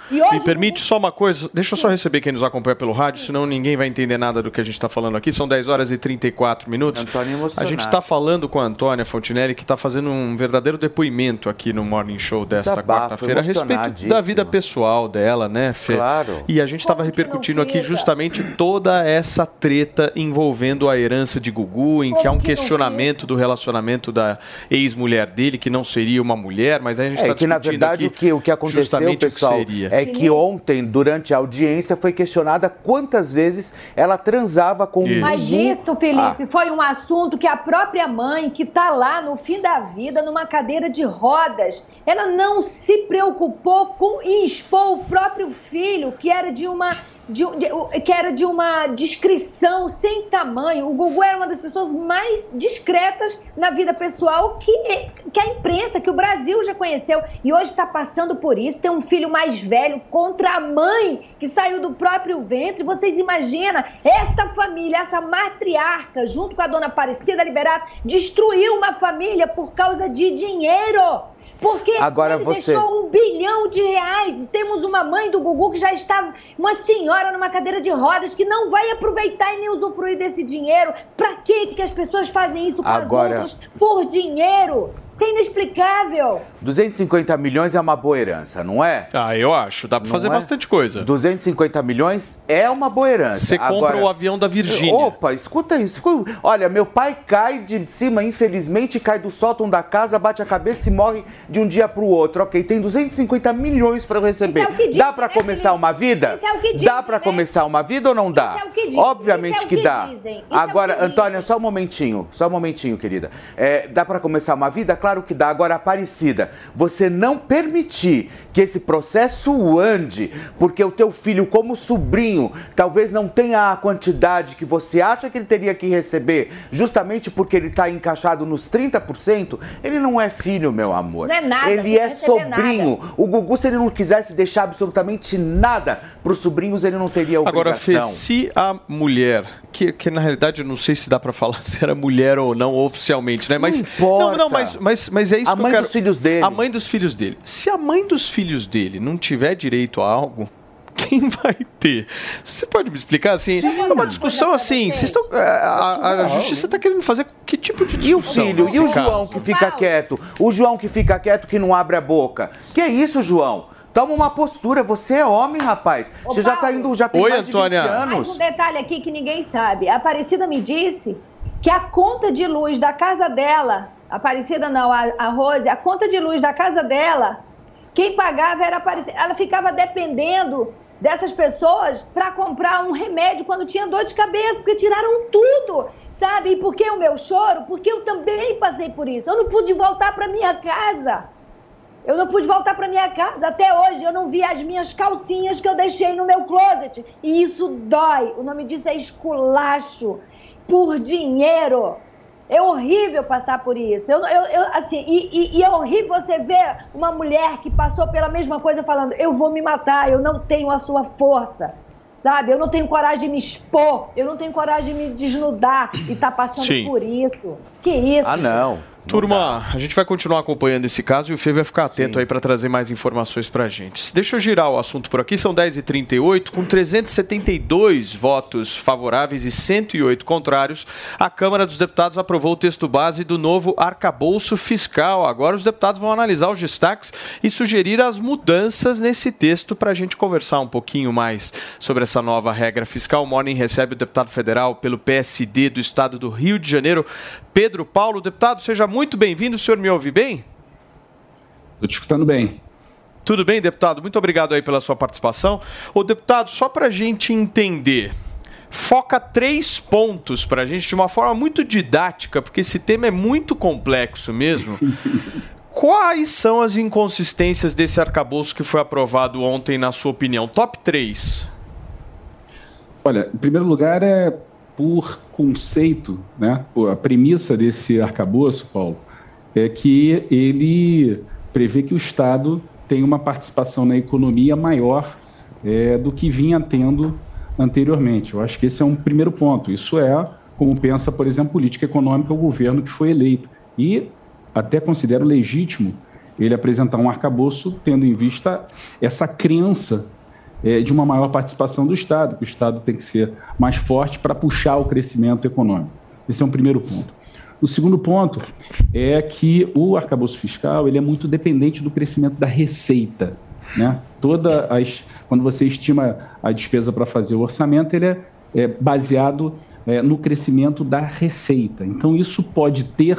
E hoje Me permite só uma coisa, deixa eu só receber quem nos acompanha pelo rádio, senão ninguém vai entender nada do que a gente está falando aqui. São dez horas e trinta e quatro minutos. Antônio emocionado. A gente está falando com a Antônia Fontinelli, que está fazendo um verdadeiro depoimento aqui no Morning Show desta quarta-feira a respeito da vida pessoal dela, né, Fê? Claro. E a gente estava repercutindo aqui justamente toda essa treta envolvendo a herança de Gugu, em que há um questionamento do relacionamento da ex-mulher dele, que não seria uma mulher, mas aí a gente está É que, na verdade, o que, o que aconteceu, pessoal, o que seria. é que ontem, durante a audiência, foi questionada quantas vezes ela transava com o Mas isso, Felipe, ah. foi um assunto que a própria mãe, que está lá no fim da vida, numa cadeira de rodas, ela não se preocupou com expor o próprio filho, que era de uma... De, de, que era de uma discrição sem tamanho. O Gugu era uma das pessoas mais discretas na vida pessoal que, que a imprensa, que o Brasil já conheceu. E hoje está passando por isso. Tem um filho mais velho contra a mãe que saiu do próprio ventre. Vocês imaginam? Essa família, essa matriarca, junto com a dona Aparecida Liberato, destruiu uma família por causa de dinheiro. Porque Agora ele você... deixou um bilhão de reais. Temos uma mãe do Gugu que já está, uma senhora numa cadeira de rodas, que não vai aproveitar e nem usufruir desse dinheiro. Pra que que as pessoas fazem isso com Agora... as outras por dinheiro? Isso é inexplicável. duzentos e cinquenta milhões é uma boa herança, não é? Ah, eu acho. Dá pra Não fazer é? bastante coisa. duzentos e cinquenta milhões é uma boa herança. Você compra Agora, o avião da Virgínia. Opa, escuta isso. Olha, meu pai cai de cima, infelizmente, cai do sótão da casa, bate a cabeça e morre de um dia pro outro. Ok, tem duzentos e cinquenta milhões para eu receber. Isso é o que diz, dá para né, começar Felipe? uma vida? Isso é o que diz, dá para né? começar uma vida ou não dá? Isso é o que diz, Obviamente isso é o que, que dá. dizem, isso Agora, é o que Antônia, só um momentinho. Só um momentinho, querida. É, dá para começar uma vida? Claro que dá. Agora, Aparecida, você não permitir que esse processo ande, porque o teu filho, como sobrinho, talvez não tenha a quantidade que você acha que ele teria que receber, justamente porque ele está encaixado nos trinta por cento, ele não é filho, meu amor. Não é nada, ele não é receber sobrinho. nada. O Gugu, se ele não quisesse deixar absolutamente nada para os sobrinhos, ele não teria obrigação. Agora, Fê, se a mulher, que, que na realidade eu não sei se dá pra falar se era mulher ou não oficialmente, né? Mas, não importa. Não, não, mas, mas, mas é isso a que eu mãe quero... dos filhos dele. A mãe dos filhos dele. Se a mãe dos filhos dele não tiver direito a algo, quem vai ter? Você pode me explicar assim? Sim, é uma discussão assim. Vocês estão, a, a, a justiça está querendo fazer que tipo de discussão? E o filho? E o caso? João que fica quieto? O João que fica quieto, que não abre a boca? Que é isso, João? Toma uma postura, você é homem, rapaz. Ô, você já tá indo, já tem Oi, mais Antônia. de vinte anos. Mais um detalhe aqui que ninguém sabe. A Aparecida me disse que a conta de luz da casa dela, a Aparecida não, a, a Rose, a conta de luz da casa dela, quem pagava era a Aparecida. Ela ficava dependendo dessas pessoas para comprar um remédio quando tinha dor de cabeça, porque tiraram tudo, sabe? E por que o meu choro? Porque eu também passei por isso. Eu não pude voltar para minha casa. Eu não pude voltar para minha casa. Até hoje eu não vi as minhas calcinhas que eu deixei no meu closet. E isso dói. O nome disso é esculacho. Por dinheiro. É horrível passar por isso. Eu, eu, eu, assim, e, e, e é horrível você ver uma mulher que passou pela mesma coisa falando: eu vou me matar, eu não tenho a sua força. Sabe? Eu não tenho coragem de me expor. Eu não tenho coragem de me desnudar. E tá passando Sim. por isso. Que isso? Ah, não. Turma, a gente vai continuar acompanhando esse caso e o Fê vai ficar atento Sim. aí para trazer mais informações para a gente. Deixa eu girar o assunto por aqui, são dez e trinta e oito, com trezentos e setenta e dois votos favoráveis e cento e oito contrários, a Câmara dos Deputados aprovou o texto base do novo arcabouço fiscal. Agora os deputados vão analisar os destaques e sugerir as mudanças nesse texto para a gente conversar um pouquinho mais sobre essa nova regra fiscal. O Morning recebe o deputado federal pelo P S D do estado do Rio de Janeiro, Pedro Paulo. Deputado, seja muito bem-vindo. O senhor me ouve bem? Estou te escutando bem. Tudo bem, deputado? Muito obrigado aí pela sua participação. Ô, deputado, só para a gente entender, foca três pontos para a gente de uma forma muito didática, porque esse tema é muito complexo mesmo. Quais são as inconsistências desse arcabouço que foi aprovado ontem, na sua opinião? Top três. Olha, em primeiro lugar, é por conceito, né? A premissa desse arcabouço, Paulo, é que ele prevê que o Estado tem uma participação na economia maior é, do que vinha tendo anteriormente. Eu acho que esse é um primeiro ponto. Isso é como pensa, por exemplo, política econômica o governo que foi eleito. E até considero legítimo ele apresentar um arcabouço tendo em vista essa crença é, de uma maior participação do Estado, que o Estado tem que ser mais forte para puxar o crescimento econômico. Esse é um primeiro ponto. O segundo ponto é que o arcabouço fiscal ele é muito dependente do crescimento da receita, né? Toda as, quando você estima a despesa para fazer o orçamento, ele é, é baseado é, no crescimento da receita. Então, isso pode ter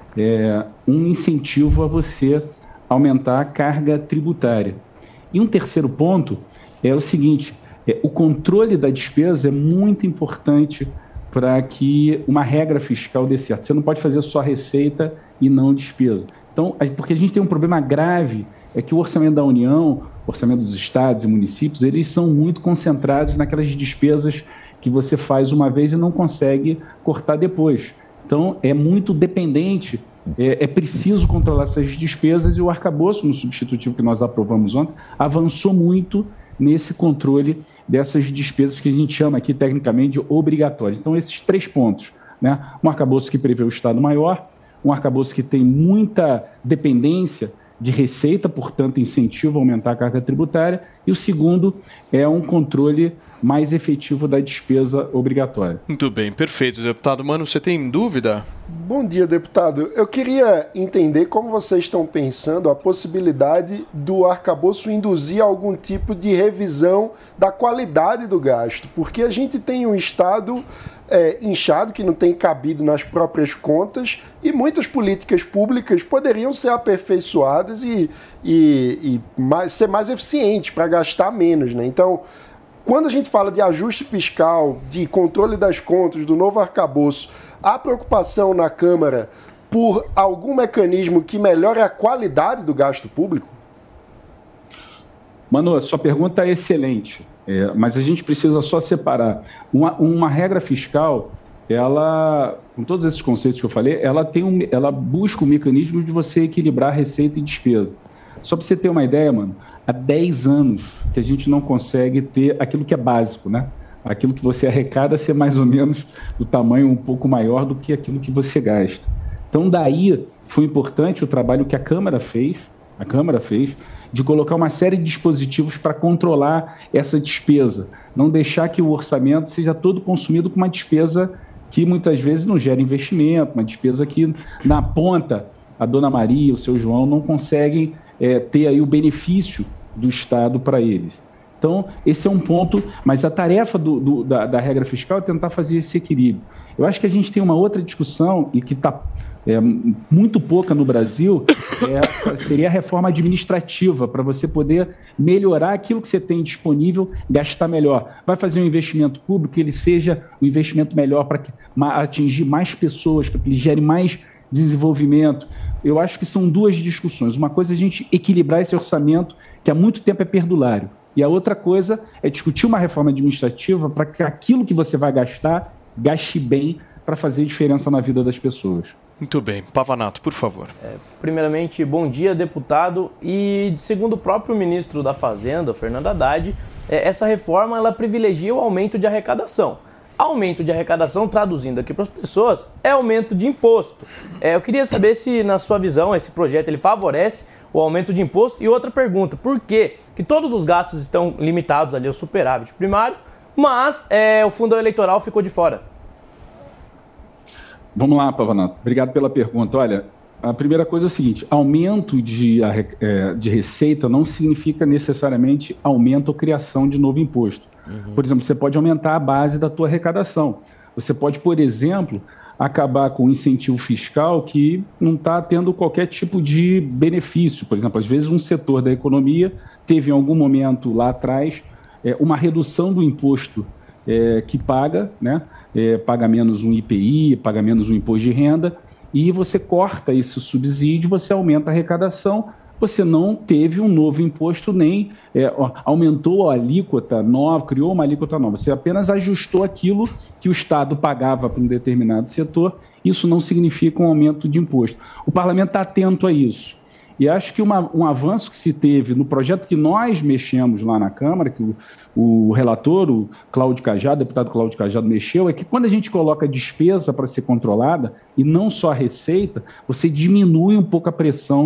é, um incentivo a você aumentar a carga tributária. E um terceiro ponto é o seguinte, é, o controle da despesa é muito importante para que uma regra fiscal dê certo. Você não pode fazer só receita e não despesa. Então, porque a gente tem um problema grave, é que o orçamento da União, o orçamento dos estados e municípios, eles são muito concentrados naquelas despesas que você faz uma vez e não consegue cortar depois. Então, é muito dependente, é, é preciso controlar essas despesas, e o arcabouço, no substitutivo que nós aprovamos ontem, avançou muito nesse controle dessas despesas que a gente chama aqui tecnicamente de obrigatórias. Então, esses três pontos, né? Um arcabouço que prevê o Estado maior, um arcabouço que tem muita dependência de receita, portanto, incentivo a aumentar a carga tributária, e o segundo é um controle mais efetivo da despesa obrigatória. Muito bem, perfeito, deputado. Mano, você tem dúvida? Bom dia, deputado. Eu queria entender como vocês estão pensando a possibilidade do arcabouço induzir algum tipo de revisão da qualidade do gasto, porque a gente tem um Estado é, inchado, que não tem cabido nas próprias contas, e muitas políticas públicas poderiam ser aperfeiçoadas e, e, e mais, ser mais eficientes para gastar menos, né? Então, quando a gente fala de ajuste fiscal, de controle das contas, do novo arcabouço, há preocupação na Câmara por algum mecanismo que melhore a qualidade do gasto público? Manu, a sua pergunta é excelente, é, mas a gente precisa só separar. Uma, uma regra fiscal, ela, com todos esses conceitos que eu falei, ela, tem um, ela busca um mecanismo de você equilibrar receita e despesa. Só para você ter uma ideia, mano, há dez anos que a gente não consegue ter aquilo que é básico, né? Aquilo que você arrecada ser mais ou menos do tamanho um pouco maior do que aquilo que você gasta. Então, daí foi importante o trabalho que a Câmara fez, a Câmara fez, de colocar uma série de dispositivos para controlar essa despesa, não deixar que o orçamento seja todo consumido com uma despesa que muitas vezes não gera investimento, uma despesa que na ponta a Dona Maria, o seu João não conseguem é, ter aí o benefício do Estado para eles. Então, esse é um ponto, mas a tarefa do, do, da, da regra fiscal é tentar fazer esse equilíbrio. Eu acho que a gente tem uma outra discussão, e que está é, muito pouca no Brasil, é, seria a reforma administrativa, para você poder melhorar aquilo que você tem disponível, gastar melhor. Vai fazer um investimento público, que ele seja um investimento melhor para atingir mais pessoas, para que ele gere mais desenvolvimento. Eu acho que são duas discussões. Uma coisa é a gente equilibrar esse orçamento, que há muito tempo é perdulário. E a outra coisa é discutir uma reforma administrativa para que aquilo que você vai gastar, gaste bem para fazer diferença na vida das pessoas. Muito bem. Pavanato, por favor. É, primeiramente, bom dia, deputado. E segundo o próprio ministro da Fazenda, Fernando Haddad, é, essa reforma ela privilegia o aumento de arrecadação. Aumento de arrecadação, traduzindo aqui para as pessoas, é aumento de imposto. É, eu queria saber se, na sua visão, esse projeto ele favorece o aumento de imposto. E outra pergunta, por que que todos os gastos estão limitados ali ao superávit primário, mas é, o fundo eleitoral ficou de fora? Vamos lá, Pavanato. Obrigado pela pergunta. Olha, a primeira coisa é o seguinte, aumento de, de receita não significa necessariamente aumento ou criação de novo imposto. Uhum. Por exemplo, você pode aumentar a base da tua arrecadação. Você pode, por exemplo, acabar com um incentivo fiscal que não está tendo qualquer tipo de benefício. Por exemplo, às vezes um setor da economia teve em algum momento lá atrás é, uma redução do imposto é, que paga, né? É, paga menos um I P I, paga menos um imposto de renda, e você corta esse subsídio, você aumenta a arrecadação, você não teve um novo imposto, nem é, aumentou a alíquota nova, criou uma alíquota nova, você apenas ajustou aquilo que o Estado pagava para um determinado setor. Isso não significa um aumento de imposto. O parlamento está atento a isso. E acho que uma, um avanço que se teve no projeto que nós mexemos lá na Câmara, que o, o relator, o Cláudio Cajado, o deputado Cláudio Cajado mexeu, é que quando a gente coloca a despesa para ser controlada, e não só a receita, você diminui um pouco a pressão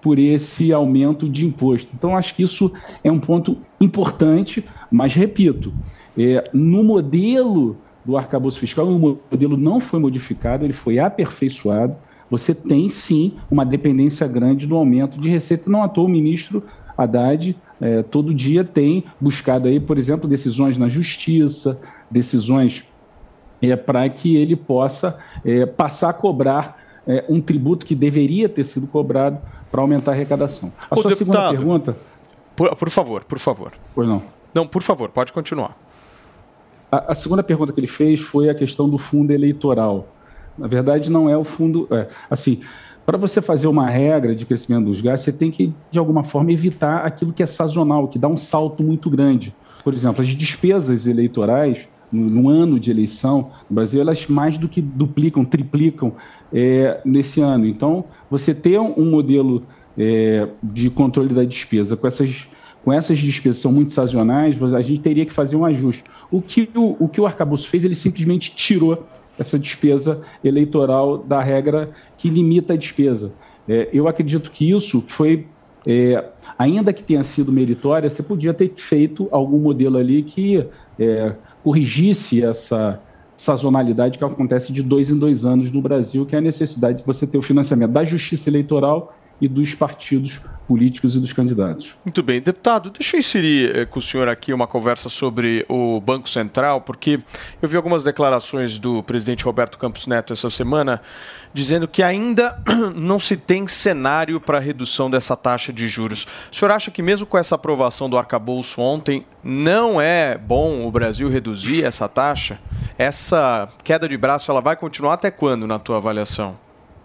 por esse aumento de imposto. Então, acho que isso é um ponto importante, mas, repito, é, no modelo do arcabouço fiscal, o modelo não foi modificado, ele foi aperfeiçoado. Você tem, sim, uma dependência grande do aumento de receita. Não à toa o ministro Haddad é, todo dia tem buscado, aí, por exemplo, decisões na justiça, decisões é, para que ele possa é, passar a cobrar é, um tributo que deveria ter sido cobrado para aumentar a arrecadação. A Ô, sua deputado, segunda pergunta... Por, por favor, por favor. Pois não. Não, por favor, pode continuar. A, a segunda pergunta que ele fez foi a questão do fundo eleitoral. Na verdade, não é o fundo... É, assim, para você fazer uma regra de crescimento dos gastos, você tem que, de alguma forma, evitar aquilo que é sazonal, que dá um salto muito grande. Por exemplo, as despesas eleitorais, no, no ano de eleição no Brasil, elas mais do que duplicam, triplicam é, nesse ano. Então, você ter um, um modelo é, de controle da despesa com essas... Com essas despesas que são muito sazonais, a gente teria que fazer um ajuste. O que o, o, que o arcabouço fez, ele simplesmente tirou essa despesa eleitoral da regra que limita a despesa. É, eu acredito que isso foi, é, ainda que tenha sido meritória, você podia ter feito algum modelo ali que é, corrigisse essa sazonalidade que acontece de dois em dois anos no Brasil, que é a necessidade de você ter o financiamento da justiça eleitoral e dos partidos políticos e dos candidatos. Muito bem. Deputado, deixa eu inserir eh, com o senhor aqui uma conversa sobre o Banco Central, porque eu vi algumas declarações do presidente Roberto Campos Neto essa semana, dizendo que ainda não se tem cenário para a redução dessa taxa de juros. O senhor acha que mesmo com essa aprovação do arcabouço ontem, não é bom o Brasil reduzir essa taxa? Essa queda de braço, ela vai continuar até quando, na tua avaliação?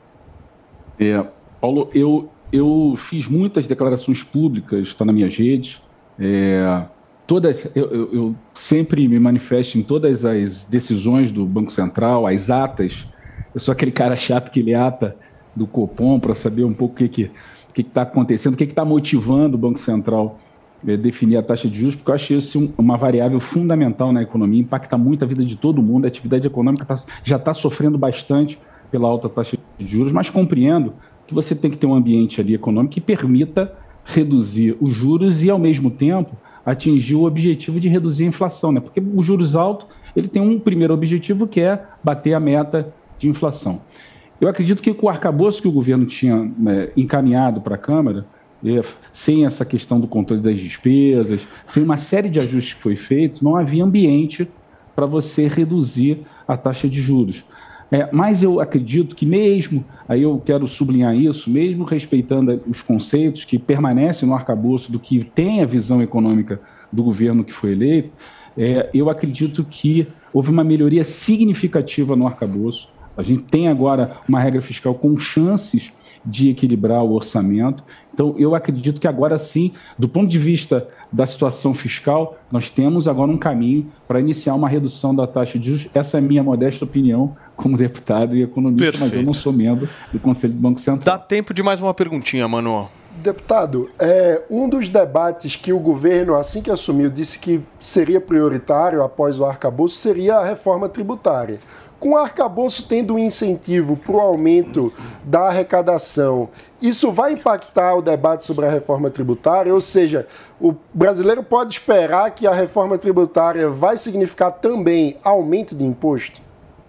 É, Paulo, eu... Eu fiz muitas declarações públicas, está nas minhas redes. É, todas, eu, eu, eu sempre me manifesto em todas as decisões do Banco Central, as atas. Eu sou aquele cara chato que lê ata do Copom para saber um pouco o que está que, que que acontecendo, o que está motivando o Banco Central a é, definir a taxa de juros, porque eu acho isso uma variável fundamental na economia, impacta muito a vida de todo mundo. A atividade econômica tá, já está sofrendo bastante pela alta taxa de juros, mas compreendo que você tem que ter um ambiente ali econômico que permita reduzir os juros e, ao mesmo tempo, atingir o objetivo de reduzir a inflação, né? Porque os juros altos, ele tem um primeiro objetivo que é bater a meta de inflação. Eu acredito que com o arcabouço que o governo tinha né, encaminhado para a Câmara, é, sem essa questão do controle das despesas, sem uma série de ajustes que foi feito, não havia ambiente para você reduzir a taxa de juros. É, mas eu acredito que mesmo, aí eu quero sublinhar isso, mesmo respeitando os conceitos que permanecem no arcabouço do que tem a visão econômica do governo que foi eleito, é, eu acredito que houve uma melhoria significativa no arcabouço. A gente tem agora uma regra fiscal com chances de equilibrar o orçamento. Então, eu acredito que agora sim, do ponto de vista da situação fiscal, nós temos agora um caminho para iniciar uma redução da taxa de juros. Essa é a minha modesta opinião como deputado e economista, Perfeito. Mas eu não sou membro do Conselho do Banco Central. Dá tempo de mais uma perguntinha, Manu. Deputado, é, um dos debates que o governo, assim que assumiu, disse que seria prioritário após o arcabouço seria a reforma tributária. Com o arcabouço tendo um incentivo para o aumento da arrecadação, isso vai impactar o debate sobre a reforma tributária? Ou seja, o brasileiro pode esperar que a reforma tributária vai significar também aumento de imposto?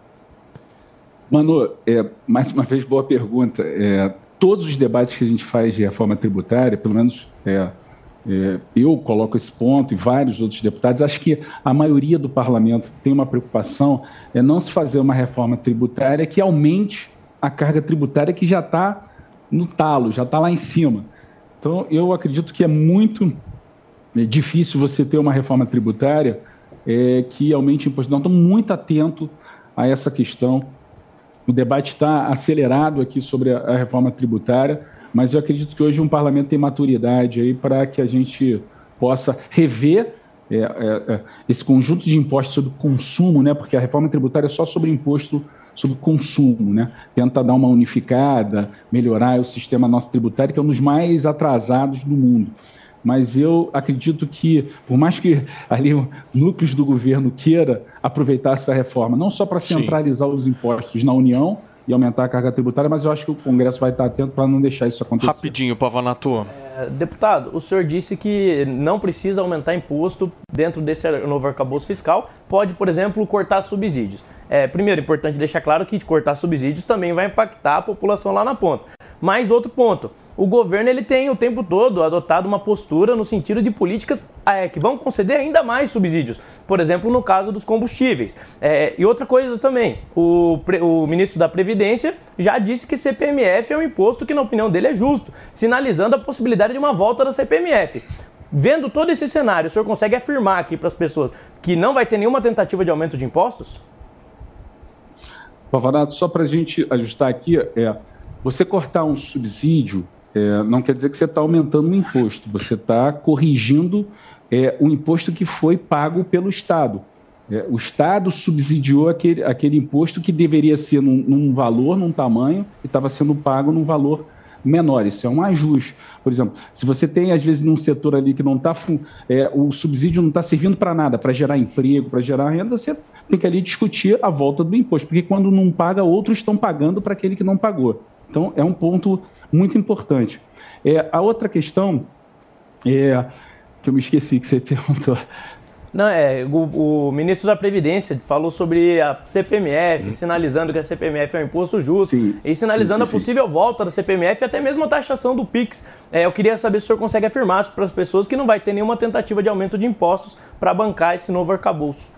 Manu, é, mais uma vez, boa pergunta. É, todos os debates que a gente faz de reforma tributária, pelo menos é, é, eu coloco esse ponto e vários outros deputados, acho que a maioria do parlamento tem uma preocupação, é não se fazer uma reforma tributária que aumente a carga tributária que já está no talo, já está lá em cima. Então, eu acredito que é muito é, difícil você ter uma reforma tributária é, que aumente o imposto. Então, estou muito atento a essa questão. O debate está acelerado aqui sobre a, a reforma tributária, mas eu acredito que hoje um parlamento tem maturidade aí para que a gente possa rever é, é, é, esse conjunto de impostos sobre consumo, né? Porque a reforma tributária é só sobre imposto sobre consumo, né? Tenta dar uma unificada, melhorar o sistema nosso tributário, que é um dos mais atrasados do mundo. Mas eu acredito que, por mais que ali núcleos do governo queira aproveitar essa reforma, não só para centralizar Sim. os impostos na União, e aumentar a carga tributária, mas eu acho que o Congresso vai estar atento para não deixar isso acontecer. Rapidinho, Pavanato. É, deputado, o senhor disse que não precisa aumentar imposto dentro desse novo arcabouço fiscal, pode, por exemplo, cortar subsídios. É, primeiro, é importante deixar claro que cortar subsídios também vai impactar a população lá na ponta. Mas outro ponto, o governo ele tem o tempo todo adotado uma postura no sentido de políticas é, que vão conceder ainda mais subsídios. Por exemplo, no caso dos combustíveis. É, e outra coisa também, o, o ministro da Previdência já disse que C P M F é um imposto que, na opinião dele, é justo, sinalizando a possibilidade de uma volta da C P M F. Vendo todo esse cenário, o senhor consegue afirmar aqui para as pessoas que não vai ter nenhuma tentativa de aumento de impostos? Pavanato, só para a gente ajustar aqui, é, você cortar um subsídio é, não quer dizer que você está aumentando o imposto, você está corrigindo é, o imposto que foi pago pelo Estado. É, o Estado subsidiou aquele, aquele imposto que deveria ser num, num valor, num tamanho, e estava sendo pago num valor menor. Isso é um ajuste. Por exemplo, se você tem, às vezes, num setor ali que não está... É, o subsídio não está servindo para nada, para gerar emprego, para gerar renda, você tem que ali discutir a volta do imposto, porque quando não paga, outros estão pagando para aquele que não pagou. Então, é um ponto muito importante. É, a outra questão, é, que eu me esqueci que você perguntou... Não, é, o, o ministro da Previdência falou sobre a C P M F, hum. sinalizando que a C P M F é um imposto justo, sim, e sinalizando sim, sim, a possível sim. volta da C P M F e até mesmo a taxação do Pix. É, eu queria saber se o senhor consegue afirmar para as pessoas que não vai ter nenhuma tentativa de aumento de impostos para bancar esse novo arcabouço.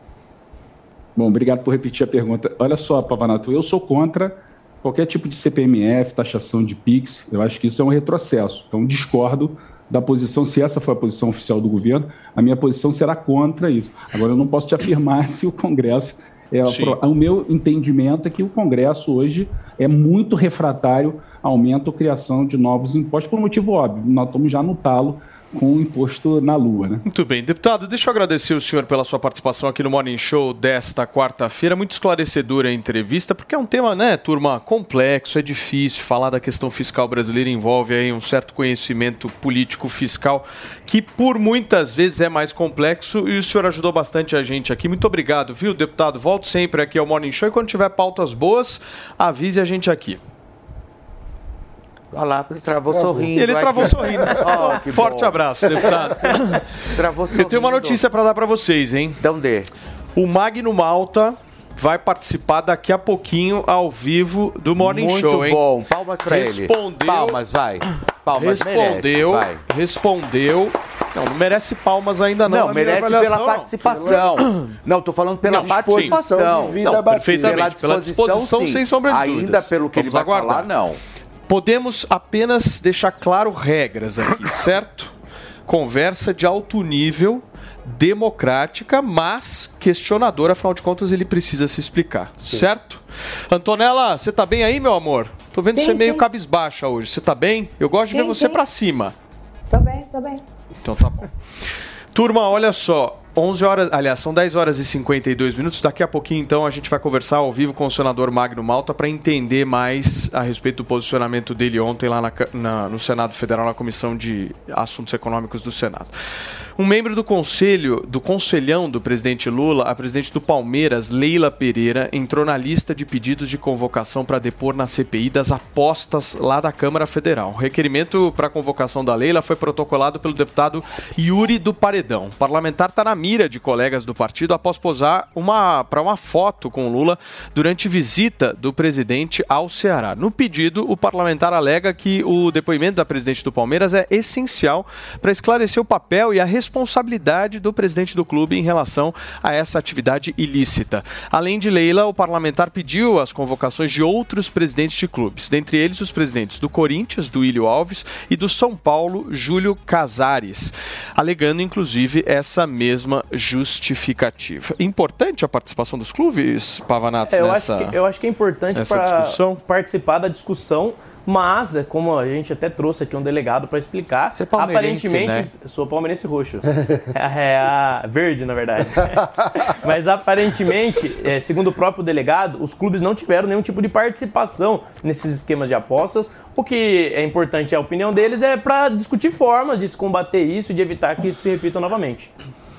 Bom, obrigado por repetir a pergunta. Olha só, Pavanato, eu sou contra qualquer tipo de C P M F, taxação de Pix. Eu acho que isso é um retrocesso. Então, discordo da posição, se essa for a posição oficial do governo, a minha posição será contra isso. Agora, eu não posso te afirmar se o Congresso... É, o meu entendimento é que o Congresso hoje é muito refratário a aumento ou criação de novos impostos, por um motivo óbvio. Nós estamos já no talo com o imposto na lua, né? Muito bem. Deputado, deixa eu agradecer o senhor pela sua participação aqui no Morning Show desta quarta-feira. Muito esclarecedora a entrevista, porque é um tema, né, turma, complexo, é difícil. Falar da questão fiscal brasileira envolve aí um certo conhecimento político fiscal que, por muitas vezes, é mais complexo, e o senhor ajudou bastante a gente aqui. Muito obrigado, viu, deputado? Volto sempre aqui ao Morning Show e quando tiver pautas boas, avise a gente aqui. Olha lá, ele travou travou. sorrindo. Ele travou que... sorrindo. Oh, Forte bom. abraço, deputado. Travou sorrindo. Eu tenho uma notícia para dar para vocês, hein? Então dê. O Magno Malta vai participar daqui a pouquinho ao vivo do Morning Muito Show, hein? Muito bom. Palmas para ele. Respondeu. Palmas, vai. Palmas, respondeu. Merece, vai. Respondeu. Não, não merece palmas ainda não. Não, merece pela participação. Não, não tô falando pela não, participação. Não, perfeitamente. Pela disposição, pela disposição sem sombra de dúvidas. Ainda pelo que Vamos ele vai aguardar. falar, não. Podemos apenas deixar claro regras aqui, certo? Conversa de alto nível, democrática, mas questionadora, afinal de contas ele precisa se explicar, sim. certo? Antonella, você tá bem aí, meu amor? Tô vendo sim, você sim. meio cabisbaixa hoje, você tá bem? Eu gosto de sim, ver você sim. pra cima. Tô bem, tô bem. Então tá bom. Turma, olha só, onze horas, aliás, são dez horas e cinquenta e dois minutos. Daqui a pouquinho, então, a gente vai conversar ao vivo com o senador Magno Malta para entender mais a respeito do posicionamento dele ontem lá na, na, no Senado Federal, na Comissão de Assuntos Econômicos do Senado. Um membro do conselho, do conselhão do presidente Lula, a presidente do Palmeiras, Leila Pereira, entrou na lista de pedidos de convocação para depor na C P I das apostas lá da Câmara Federal. O requerimento para a convocação da Leila foi protocolado pelo deputado Yuri do Paredão. O parlamentar está na mira de colegas do partido após posar uma, para uma foto com Lula durante visita do presidente ao Ceará. No pedido, o parlamentar alega que o depoimento da presidente do Palmeiras é essencial para esclarecer o papel e a responsabilidade do presidente do clube em relação a essa atividade ilícita. Além de Leila, o parlamentar pediu as convocações de outros presidentes de clubes, dentre eles os presidentes do Corinthians, do Duílio Alves, e do São Paulo, Júlio Casares, alegando inclusive essa mesma justificativa. Importante a participação dos clubes, Pavanato, é, eu nessa acho que, Eu acho que é importante para participar da discussão, mas, como a gente até trouxe aqui um delegado para explicar, você é palmeirense, aparentemente, né? Eu sou palmeirense roxo, é a verde, na verdade. Mas aparentemente, é, segundo o próprio delegado, os clubes não tiveram nenhum tipo de participação nesses esquemas de apostas. O que é importante, a opinião deles, é para discutir formas de se combater isso e de evitar que isso se repita novamente.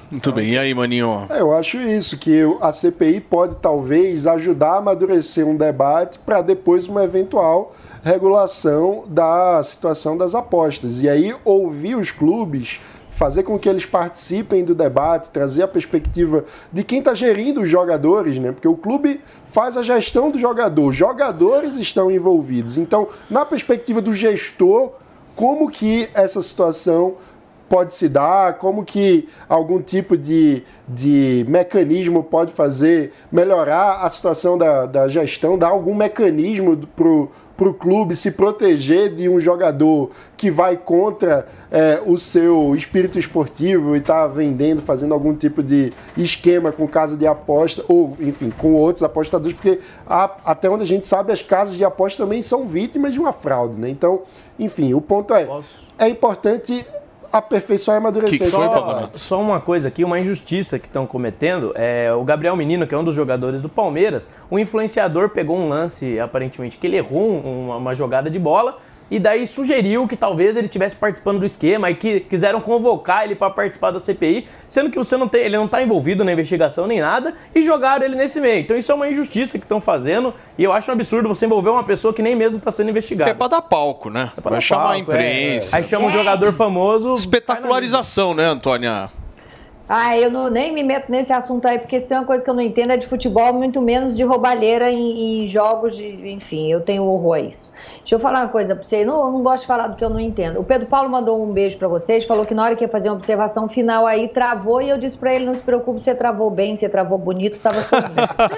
Muito bem, e aí, Maninho? É, eu acho isso, que a C P I pode talvez ajudar a amadurecer um debate para depois uma eventual regulação da situação das apostas. E aí ouvir os clubes, fazer com que eles participem do debate, trazer a perspectiva de quem está gerindo os jogadores, né? Porque o clube faz a gestão do jogador, os jogadores estão envolvidos. Então, na perspectiva do gestor, como que essa situação pode se dar, como que algum tipo de, de mecanismo pode fazer melhorar a situação da, da gestão, dar algum mecanismo para o clube se proteger de um jogador que vai contra é, o seu espírito esportivo e está vendendo, fazendo algum tipo de esquema com casa de aposta, ou enfim, com outros apostadores, porque há, até onde a gente sabe, as casas de aposta também são vítimas de uma fraude, né? Então, enfim, o ponto é, é importante aperfeiçoar e amadurecer. Que que foi, só, só uma coisa aqui, uma injustiça que estão cometendo, é o Gabriel Menino, que é um dos jogadores do Palmeiras, o influenciador pegou um lance, aparentemente, que ele errou uma, uma jogada de bola, e daí sugeriu que talvez ele estivesse participando do esquema e que quiseram convocar ele para participar da C P I, sendo que você não tem, ele não está envolvido na investigação nem nada, e jogaram ele nesse meio. Então isso é uma injustiça que estão fazendo, e eu acho um absurdo você envolver uma pessoa que nem mesmo está sendo investigada. É para dar palco, né? É pra Vai dar chamar palco, a imprensa. É. Aí chama um jogador famoso... Espetacularização, né, Antônia? Ah, eu não, nem me meto nesse assunto aí, porque se tem uma coisa que eu não entendo é de futebol, muito menos de roubalheira em, em jogos, de, enfim, eu tenho horror a isso. Deixa eu falar uma coisa pra você, não, eu não gosto de falar do que eu não entendo. O Pedro Paulo mandou um beijo pra vocês, falou que na hora que ia fazer uma observação final aí, travou, e eu disse pra ele, não se preocupe, você travou bem, você travou bonito, tava sorrindo.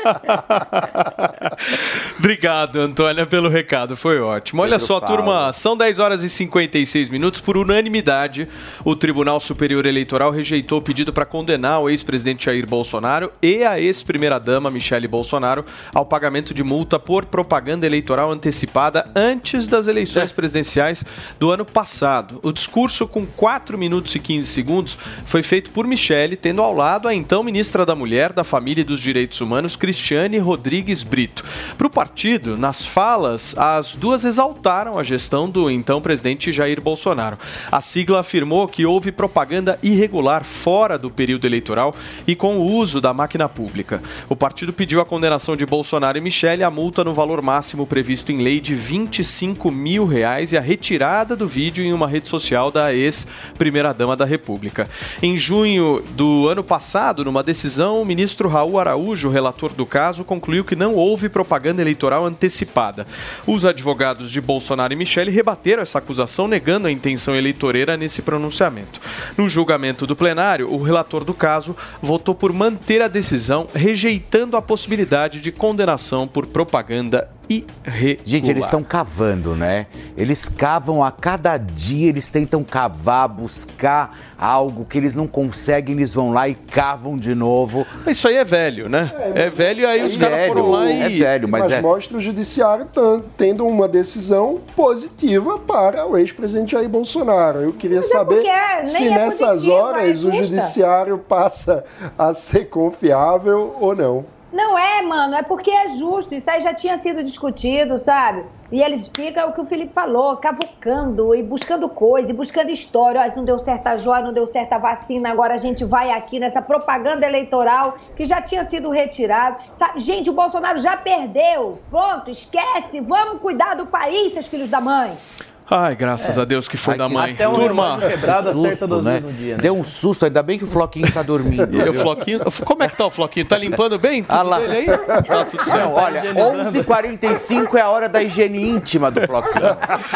Obrigado, Antônia, pelo recado, foi ótimo. Olha Pedro só, Paulo. turma, são dez horas e cinquenta e seis minutos, por unanimidade, o Tribunal Superior Eleitoral rejeitou o pedido para condenar o ex-presidente Jair Bolsonaro e a ex-primeira-dama Michele Bolsonaro ao pagamento de multa por propaganda eleitoral antecipada antes das eleições presidenciais do ano passado. O discurso, com quatro minutos e quinze segundos, foi feito por Michele, tendo ao lado a então ministra da Mulher, da Família e dos Direitos Humanos, Cristiane Rodrigues Brito. Para o partido, nas falas, as duas exaltaram a gestão do então presidente Jair Bolsonaro. A sigla afirmou que houve propaganda irregular fora do período eleitoral e com o uso da máquina pública. O partido pediu a condenação de Bolsonaro e Michele, a multa no valor máximo previsto em lei de vinte e cinco mil reais e a retirada do vídeo em uma rede social da ex-primeira-dama da República. Em junho do ano passado, numa decisão, o ministro Raul Araújo, relator do caso, concluiu que não houve propaganda eleitoral antecipada. Os advogados de Bolsonaro e Michele rebateram essa acusação, negando a intenção eleitoreira nesse pronunciamento. No julgamento do plenário, o relator do caso votou por manter a decisão, rejeitando a possibilidade de condenação por propaganda irregular. Gente, eles estão cavando, né? Eles cavam a cada dia, eles tentam cavar, buscar algo que eles não conseguem, eles vão lá e cavam de novo. Mas isso aí é velho, né? É, é velho e aí é os caras velho, foram lá e... É velho, mas, mas é... mostra o judiciário tan- tendo uma decisão positiva para o ex-presidente Jair Bolsonaro. Eu queria Mas é saber porque é- se nem é nessas positiva, horas é o justa. judiciário passa a ser confiável ou não. Não é, mano, é porque é justo, isso aí já tinha sido discutido, sabe? E eles ficam, o que o Felipe falou, cavucando e buscando coisa, e buscando história. Ó, isso não deu certo a joia, não deu certo a vacina, agora a gente vai aqui nessa propaganda eleitoral que já tinha sido retirado. Sabe? Gente, o Bolsonaro já perdeu, pronto, esquece, vamos cuidar do país, seus filhos da mãe. Ai, graças É. a Deus que foi Ai, da que mãe. até um Turma, quebrado susto, acerta duas né? vezes no dia, né? Deu um susto, ainda bem que o Floquinho tá dormindo. E o Floquinho, como é que tá o Floquinho? Tá limpando bem tudo Ah lá. dele aí? Tá tudo certo. Não, olha, onze e quarenta e cinco é a hora da higiene íntima do Floquinho.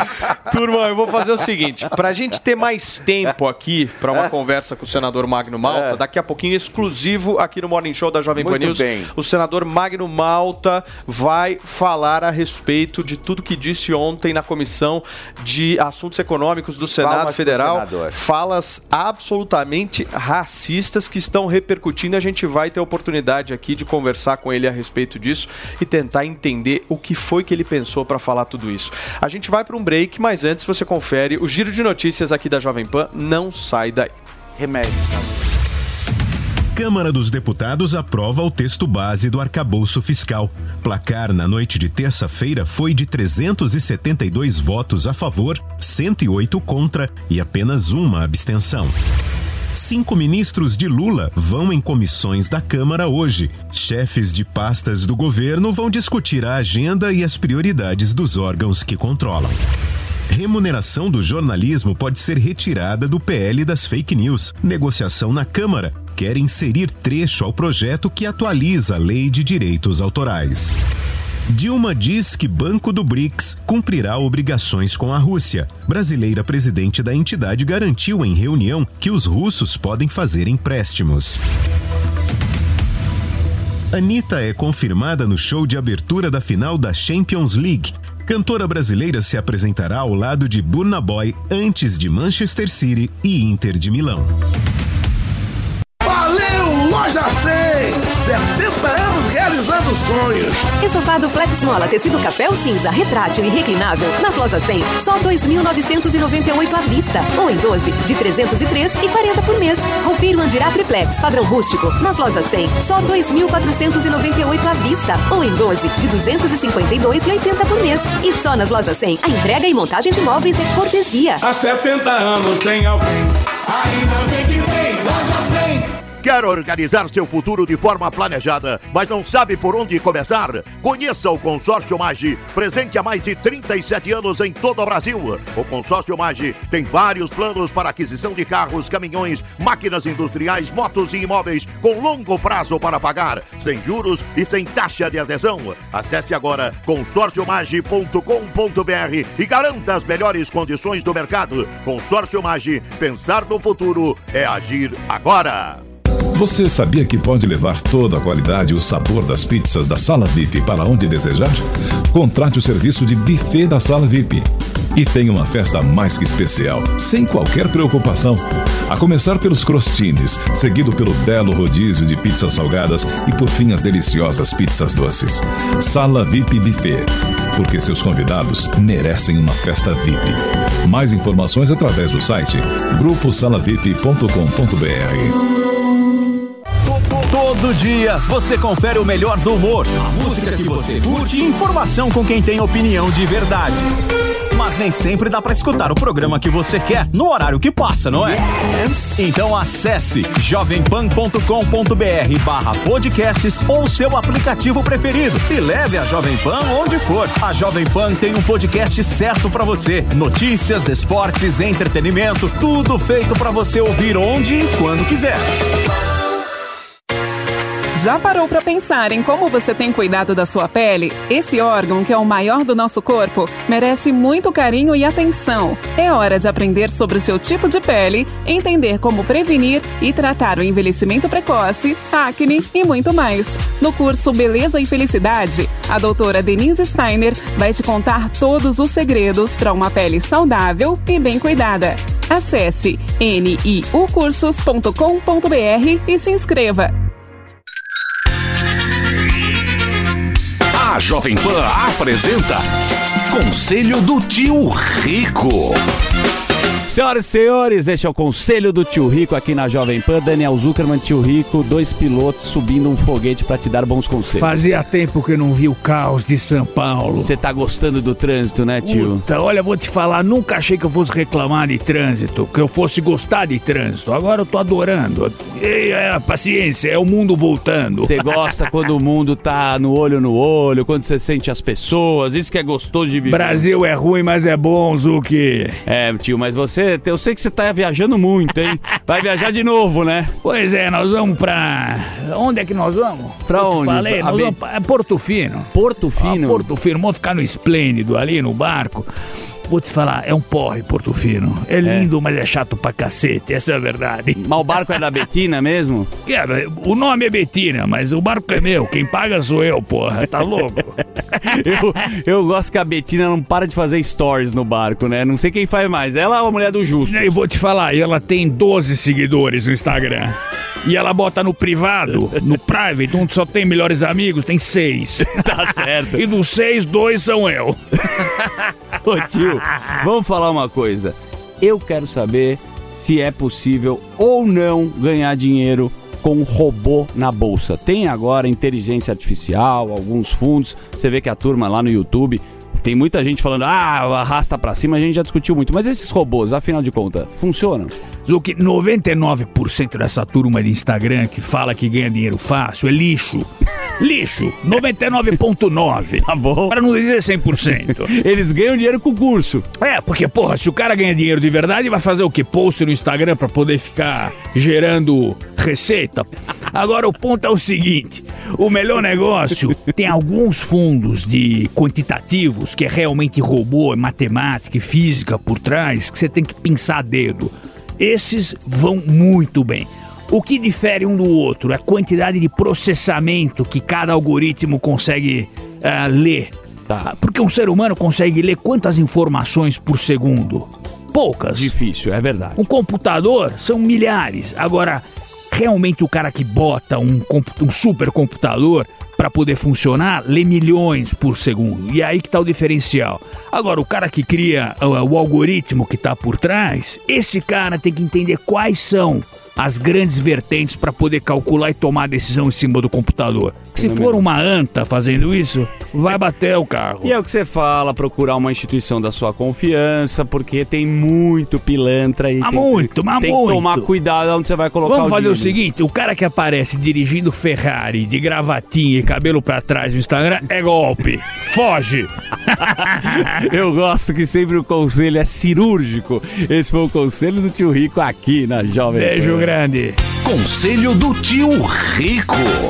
Turma, eu vou fazer o seguinte, pra gente ter mais tempo aqui pra uma conversa com o senador Magno Malta, É. daqui a pouquinho exclusivo aqui no Morning Show da Jovem Pan Muito News, bem. o senador Magno Malta vai falar a respeito de tudo que disse ontem na Comissão de Assuntos Econômicos do Senado Palmas pro Federal. senador. Falas absolutamente racistas que estão repercutindo. A gente vai ter a oportunidade aqui de conversar com ele a respeito disso e tentar entender o que foi que ele pensou para falar tudo isso. A gente vai para um break, mas antes você confere o giro de notícias aqui da Jovem Pan. Não sai daí. Remédio. Câmara dos Deputados aprova o texto base do arcabouço fiscal. Placar na noite de terça-feira foi de trezentos e setenta e dois votos a favor, cento e oito contra e apenas uma abstenção. Cinco ministros de Lula vão em comissões da Câmara hoje. Chefes de pastas do governo vão discutir a agenda e as prioridades dos órgãos que controlam. Remuneração do jornalismo pode ser retirada do P L das fake news. Negociação na Câmara quer inserir trecho ao projeto que atualiza a Lei de Direitos Autorais. Dilma diz que Banco do BRICS cumprirá obrigações com a Rússia. Brasileira presidente da entidade garantiu em reunião que os russos podem fazer empréstimos. Anitta é confirmada no show de abertura da final da Champions League. Cantora brasileira se apresentará ao lado de Burna Boy antes de Manchester City e Inter de Milão. Valeu, Loja cem! setenta anos realizando sonhos. Estofado Flex Mola, tecido café ou cinza, retrátil e reclinável. Nas lojas cem, só dois mil novecentos e noventa e oito à vista. Ou em doze, de trezentos e três e quarenta por mês. Roupeiro Andirá Triplex, padrão rústico. Nas lojas cem, só dois mil quatrocentos e noventa e oito à vista. Ou em doze, de duzentos e cinquenta e dois e oitenta por mês. E só nas lojas cem, a entrega e montagem de móveis é cortesia. Há setenta anos tem alguém, ainda bem que tem Loja cem. Quer organizar seu futuro de forma planejada, mas não sabe por onde começar? Conheça o Consórcio Maggi, presente há mais de trinta e sete anos em todo o Brasil. O Consórcio Maggi tem vários planos para aquisição de carros, caminhões, máquinas industriais, motos e imóveis com longo prazo para pagar, sem juros e sem taxa de adesão. Acesse agora consórcio maggi ponto com ponto b r e garanta as melhores condições do mercado. Consórcio Maggi, pensar no futuro é agir agora. Você sabia que pode levar toda a qualidade e o sabor das pizzas da Sala V I P para onde desejar? Contrate o serviço de buffet da Sala V I P e tenha uma festa mais que especial, sem qualquer preocupação. A começar pelos crostines, seguido pelo belo rodízio de pizzas salgadas e por fim as deliciosas pizzas doces. Sala V I P Buffet, porque seus convidados merecem uma festa V I P. Mais informações através do site grupo sala v i p ponto com ponto b r. Todo dia você confere o melhor do humor, a música que você curte e informação com quem tem opinião de verdade. Mas nem sempre dá pra escutar o programa que você quer no horário que passa, não é? Yes. Então acesse jovem pan ponto com ponto b r barra podcasts ou seu aplicativo preferido e leve a Jovem Pan onde for. A Jovem Pan tem um podcast certo pra você. Notícias, esportes, entretenimento, tudo feito pra você ouvir onde e quando quiser. Já parou para pensar em como você tem cuidado da sua pele? Esse órgão, que é o maior do nosso corpo, merece muito carinho e atenção. É hora de aprender sobre o seu tipo de pele, entender como prevenir e tratar o envelhecimento precoce, acne e muito mais. No curso Beleza e Felicidade, a doutora Denise Steiner vai te contar todos os segredos para uma pele saudável e bem cuidada. Acesse n i u cursos ponto com ponto b r e se inscreva. A Jovem Pan apresenta Conselho do Tio Rico. Senhoras e senhores, este é o Conselho do Tio Rico aqui na Jovem Pan. Daniel Zuckerman, Tio Rico, dois pilotos subindo um foguete para te dar bons conselhos. Fazia tempo que eu não vi o caos de São Paulo. Você tá gostando do trânsito, né, tio? Puta, olha, vou te falar, nunca achei que eu fosse reclamar de trânsito, que eu fosse gostar de trânsito. Agora eu tô adorando. E, é, paciência, é o mundo voltando. Você gosta quando o mundo tá no olho no olho, quando você sente as pessoas, isso que é gostoso de viver. Brasil é ruim, mas é bom, Zuki. É, tio, mas você... Eu sei que você tá viajando muito, hein? Vai viajar de novo, né? Pois é, nós vamos pra... Onde é que nós vamos? Pra eu onde? Falei, nós Be... vamos pra Porto Fino. Porto Fino? Ah, Porto Fino. Vamos ficar no Esplêndido ali, no barco. Vou te falar, é um porre Porto Fino. É lindo, é. mas é chato pra cacete, essa é a verdade. Mas o barco é da Betina mesmo? É, o nome é Betina, mas o barco é meu. Quem paga sou eu, porra. Tá louco? eu, eu gosto que a Betina não para de fazer stories no barco, né? Não sei quem faz mais, ela ou a mulher do Justo? Eu vou te falar, ela tem doze seguidores no Instagram. E ela bota no privado, no private, onde só tem melhores amigos, tem seis. Tá certo. E dos seis, dois são eu. Ô tio, vamos falar uma coisa. Eu quero saber se é possível ou não ganhar dinheiro com robô na bolsa. Tem agora inteligência artificial, alguns fundos. Você vê que a turma lá no YouTube tem muita gente falando, ah, arrasta pra cima, a gente já discutiu muito. Mas esses robôs, afinal de contas, funcionam? Zuki, noventa e nove por cento dessa turma de Instagram que fala que ganha dinheiro fácil é lixo. Lixo, noventa e nove vírgula nove. Tá bom. Para não dizer cem por cento. Eles ganham dinheiro com o curso. É, porque, porra, se o cara ganha dinheiro de verdade, vai fazer o quê? Post no Instagram pra poder ficar gerando receita? Agora, o ponto é o seguinte. O melhor negócio, tem alguns fundos de quantitativos, que é realmente robô, é matemática e física por trás, que você tem que pensar a dedo. Esses vão muito bem. O que difere um do outro é a quantidade de processamento que cada algoritmo consegue uh, ler. Tá? Porque um ser humano consegue ler quantas informações por segundo? Poucas. Difícil, é verdade. Um computador são milhares. Agora, realmente o cara que bota um, um supercomputador para poder funcionar, lê milhões por segundo. E é aí que tá o diferencial. Agora, o cara que cria uh, o algoritmo que tá por trás, esse cara tem que entender quais são as grandes vertentes para poder calcular e tomar a decisão em cima do computador. Se for uma anta fazendo isso, vai bater o carro. E é o que você fala, procurar uma instituição da sua confiança, porque tem muito pilantra aí. Mas tem, muito, mas tem muito. que tomar cuidado onde você vai colocar Vamos o fazer dinheiro. o seguinte, o cara que aparece dirigindo Ferrari, de gravatinha e cabelo pra trás no Instagram, é golpe. Foge. Eu gosto que sempre o conselho é cirúrgico. Esse foi o conselho do tio Rico aqui na Jovem Pan. Beijo grande. Conselho do tio Rico.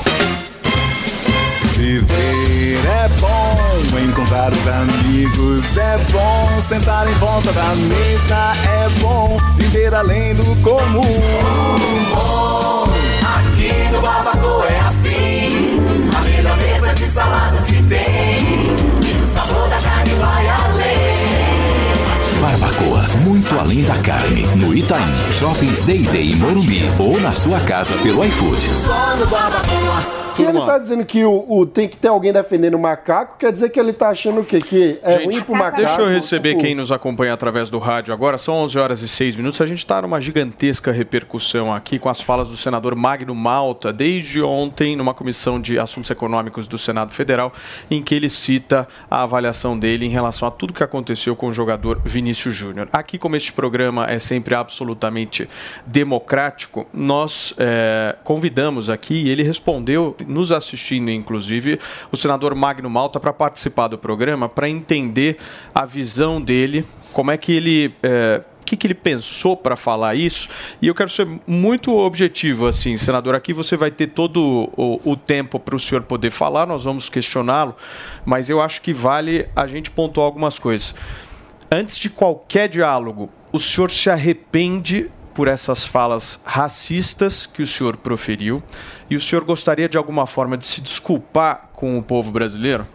Viver é bom, encontrar os amigos é bom, sentar em volta da mesa é bom, viver além do comum. Bom, aqui no Barbacoa é assim, a melhor mesa de saladas que tem, e o sabor da carne vai além. Barbacoa, muito além da carne. No Itaim, Shoppings Day Day em Morumbi ou na sua casa pelo iFood. Só no Barbacoa. Se ele tá dizendo que o, o- tem que ter alguém defendendo o macaco, quer dizer que ele tá achando o quê? Que é ruim pro macaco. Deixa eu receber tipo, quem nos acompanha através do rádio agora. São onze horas e seis minutos. A gente está numa gigantesca repercussão aqui com as falas do senador Magno Malta, desde ontem, numa comissão de assuntos econômicos do Senado Federal, em que ele cita a avaliação dele em relação a tudo que aconteceu com o jogador Vinícius Júnior. Aqui, como este programa é sempre absolutamente democrático, nós eh, convidamos aqui, e ele respondeu, nos assistindo inclusive, o senador Magno Malta para participar do programa, para entender a visão dele, como é que ele... eh, o que, que ele pensou para falar isso? E eu quero ser muito objetivo, assim, senador. Aqui você vai ter todo o, o tempo para o senhor poder falar, nós vamos questioná-lo, mas eu acho que vale a gente pontuar algumas coisas. Antes de qualquer diálogo, o senhor se arrepende por essas falas racistas que o senhor proferiu e o senhor gostaria de alguma forma de se desculpar com o povo brasileiro?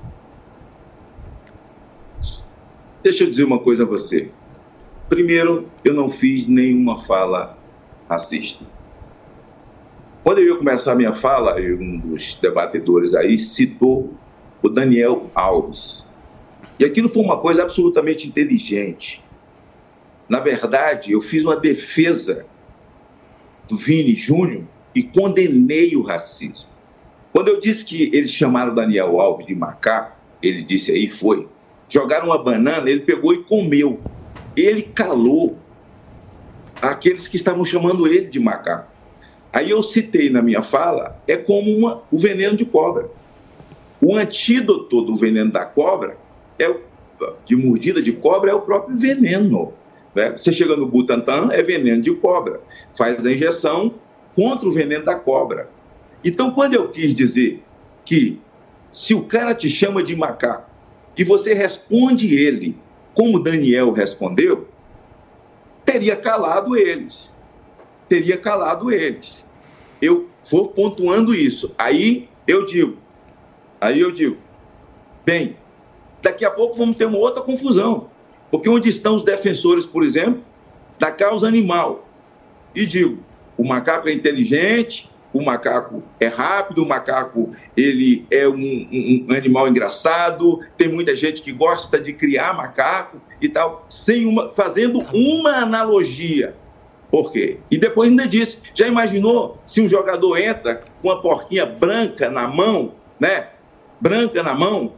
Deixa eu dizer uma coisa a você. Primeiro, eu não fiz nenhuma fala racista. Quando eu ia começar a minha fala, um dos debatedores aí citou o Daniel Alves. E aquilo foi uma coisa absolutamente inteligente. Na verdade, eu fiz uma defesa do Vini Júnior e condenei o racismo. Quando eu disse que eles chamaram o Daniel Alves de macaco, ele disse aí, foi, jogaram uma banana, ele pegou e comeu. Ele calou aqueles que estavam chamando ele de macaco. Aí eu citei na minha fala, é como uma, o veneno de cobra. O antídoto do veneno da cobra, é o, de mordida de cobra, é o próprio veneno. Né? Você chega no Butantan, é veneno de cobra. Faz a injeção contra o veneno da cobra. Então, quando eu quis dizer que se o cara te chama de macaco e você responde ele como Daniel respondeu, teria calado eles. Teria calado eles. Eu vou pontuando isso. Aí eu digo, aí eu digo, bem, daqui a pouco vamos ter uma outra confusão. Porque onde estão os defensores, por exemplo, da causa animal? E digo, o macaco é inteligente, o macaco é rápido, o macaco ele é um, um, um animal engraçado, tem muita gente que gosta de criar macaco e tal, sem uma, fazendo uma analogia. Por quê? E depois ainda disse, já imaginou se um jogador entra com uma porquinha branca na mão, né? Branca na mão,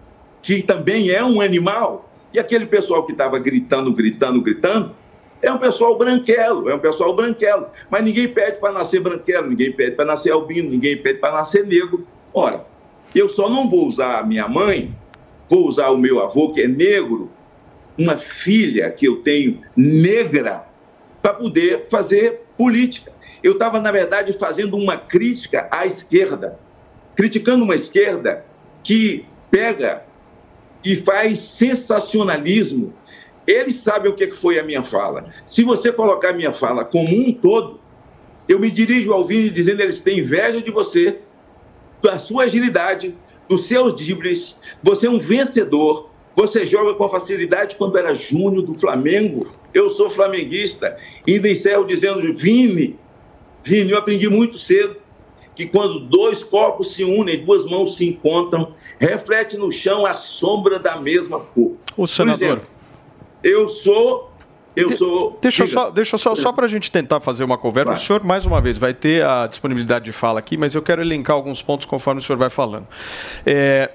que também é um animal, e aquele pessoal que estava gritando, gritando, gritando, é um pessoal branquelo, é um pessoal branquelo. Mas ninguém pede para nascer branquelo, ninguém pede para nascer albino, ninguém pede para nascer negro. Ora, eu só não vou usar a minha mãe, vou usar o meu avô, que é negro, uma filha que eu tenho negra, para poder fazer política. Eu estava, na verdade, fazendo uma crítica à esquerda, criticando uma esquerda que pega e faz sensacionalismo. Eles sabem o que foi a minha fala. Se você colocar a minha fala como um todo, eu me dirijo ao Vini dizendo que eles têm inveja de você, da sua agilidade, dos seus dribles. Você é um vencedor. Você joga com facilidade quando era Júnior do Flamengo. Eu sou flamenguista. E ainda encerro dizendo, Vini, Vini, eu aprendi muito cedo que quando dois corpos se unem, duas mãos se encontram, reflete no chão a sombra da mesma cor. O senador... Por exemplo, eu sou... Eu de, sou... Deixa eu só, deixa só, só para a gente tentar fazer uma conversa. Vai. O senhor, mais uma vez, vai ter a disponibilidade de fala aqui, mas eu quero elencar alguns pontos conforme o senhor vai falando. É...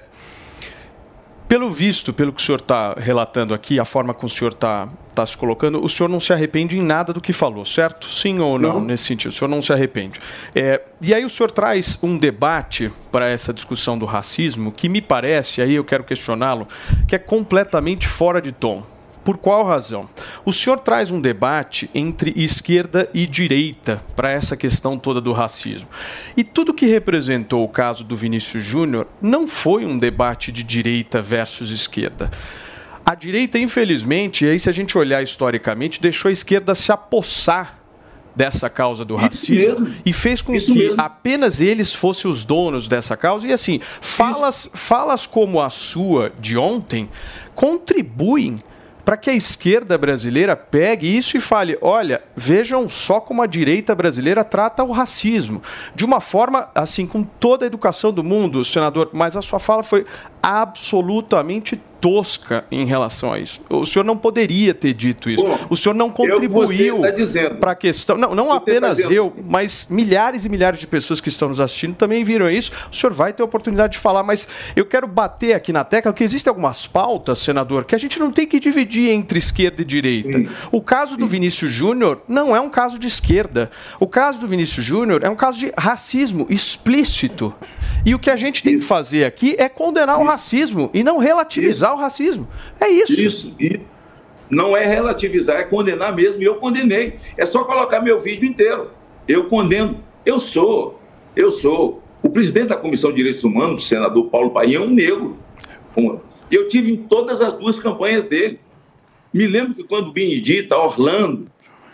Pelo visto, pelo que o senhor está relatando aqui, a forma como o senhor está tá se colocando, o senhor não se arrepende em nada do que falou, certo? Sim ou não, não. Nesse sentido? O senhor não se arrepende. É, e aí o senhor traz um debate para essa discussão do racismo que me parece, aí eu quero questioná-lo, que é completamente fora de tom. Por qual razão? O senhor traz um debate entre esquerda e direita para essa questão toda do racismo. E tudo que representou o caso do Vinícius Júnior não foi um debate de direita versus esquerda. A direita, infelizmente, e aí se a gente olhar historicamente, deixou a esquerda se apossar dessa causa do racismo e fez com Isso que mesmo. apenas eles fossem os donos dessa causa. E assim, falas, falas como a sua de ontem contribuem para que a esquerda brasileira pegue isso e fale, olha, vejam só como a direita brasileira trata o racismo. De uma forma, assim, com toda a educação do mundo, senador, mas a sua fala foi absolutamente tosca em relação a isso. O senhor não poderia ter dito isso. Pô, o senhor não contribuiu para a questão. Não, não apenas tá eu, mas milhares e milhares de pessoas que estão nos assistindo também viram isso. O senhor vai ter a oportunidade de falar, mas eu quero bater aqui na tecla que existem algumas pautas, senador, que a gente não tem que dividir entre esquerda e direita. Hum. O caso do Vinícius Júnior não é um caso de esquerda. O caso do Vinícius Júnior é um caso de racismo explícito. E o que a gente tem que fazer aqui é condenar o racismo e não relativizar isso. o racismo. É isso. Isso. E não é relativizar, é condenar mesmo. E eu condenei. É só colocar meu vídeo inteiro. Eu condeno. Eu sou, eu sou. O presidente da Comissão de Direitos Humanos, o senador Paulo Paim, é um negro. Eu tive em todas as duas campanhas dele. Me lembro que quando Benedita Orlando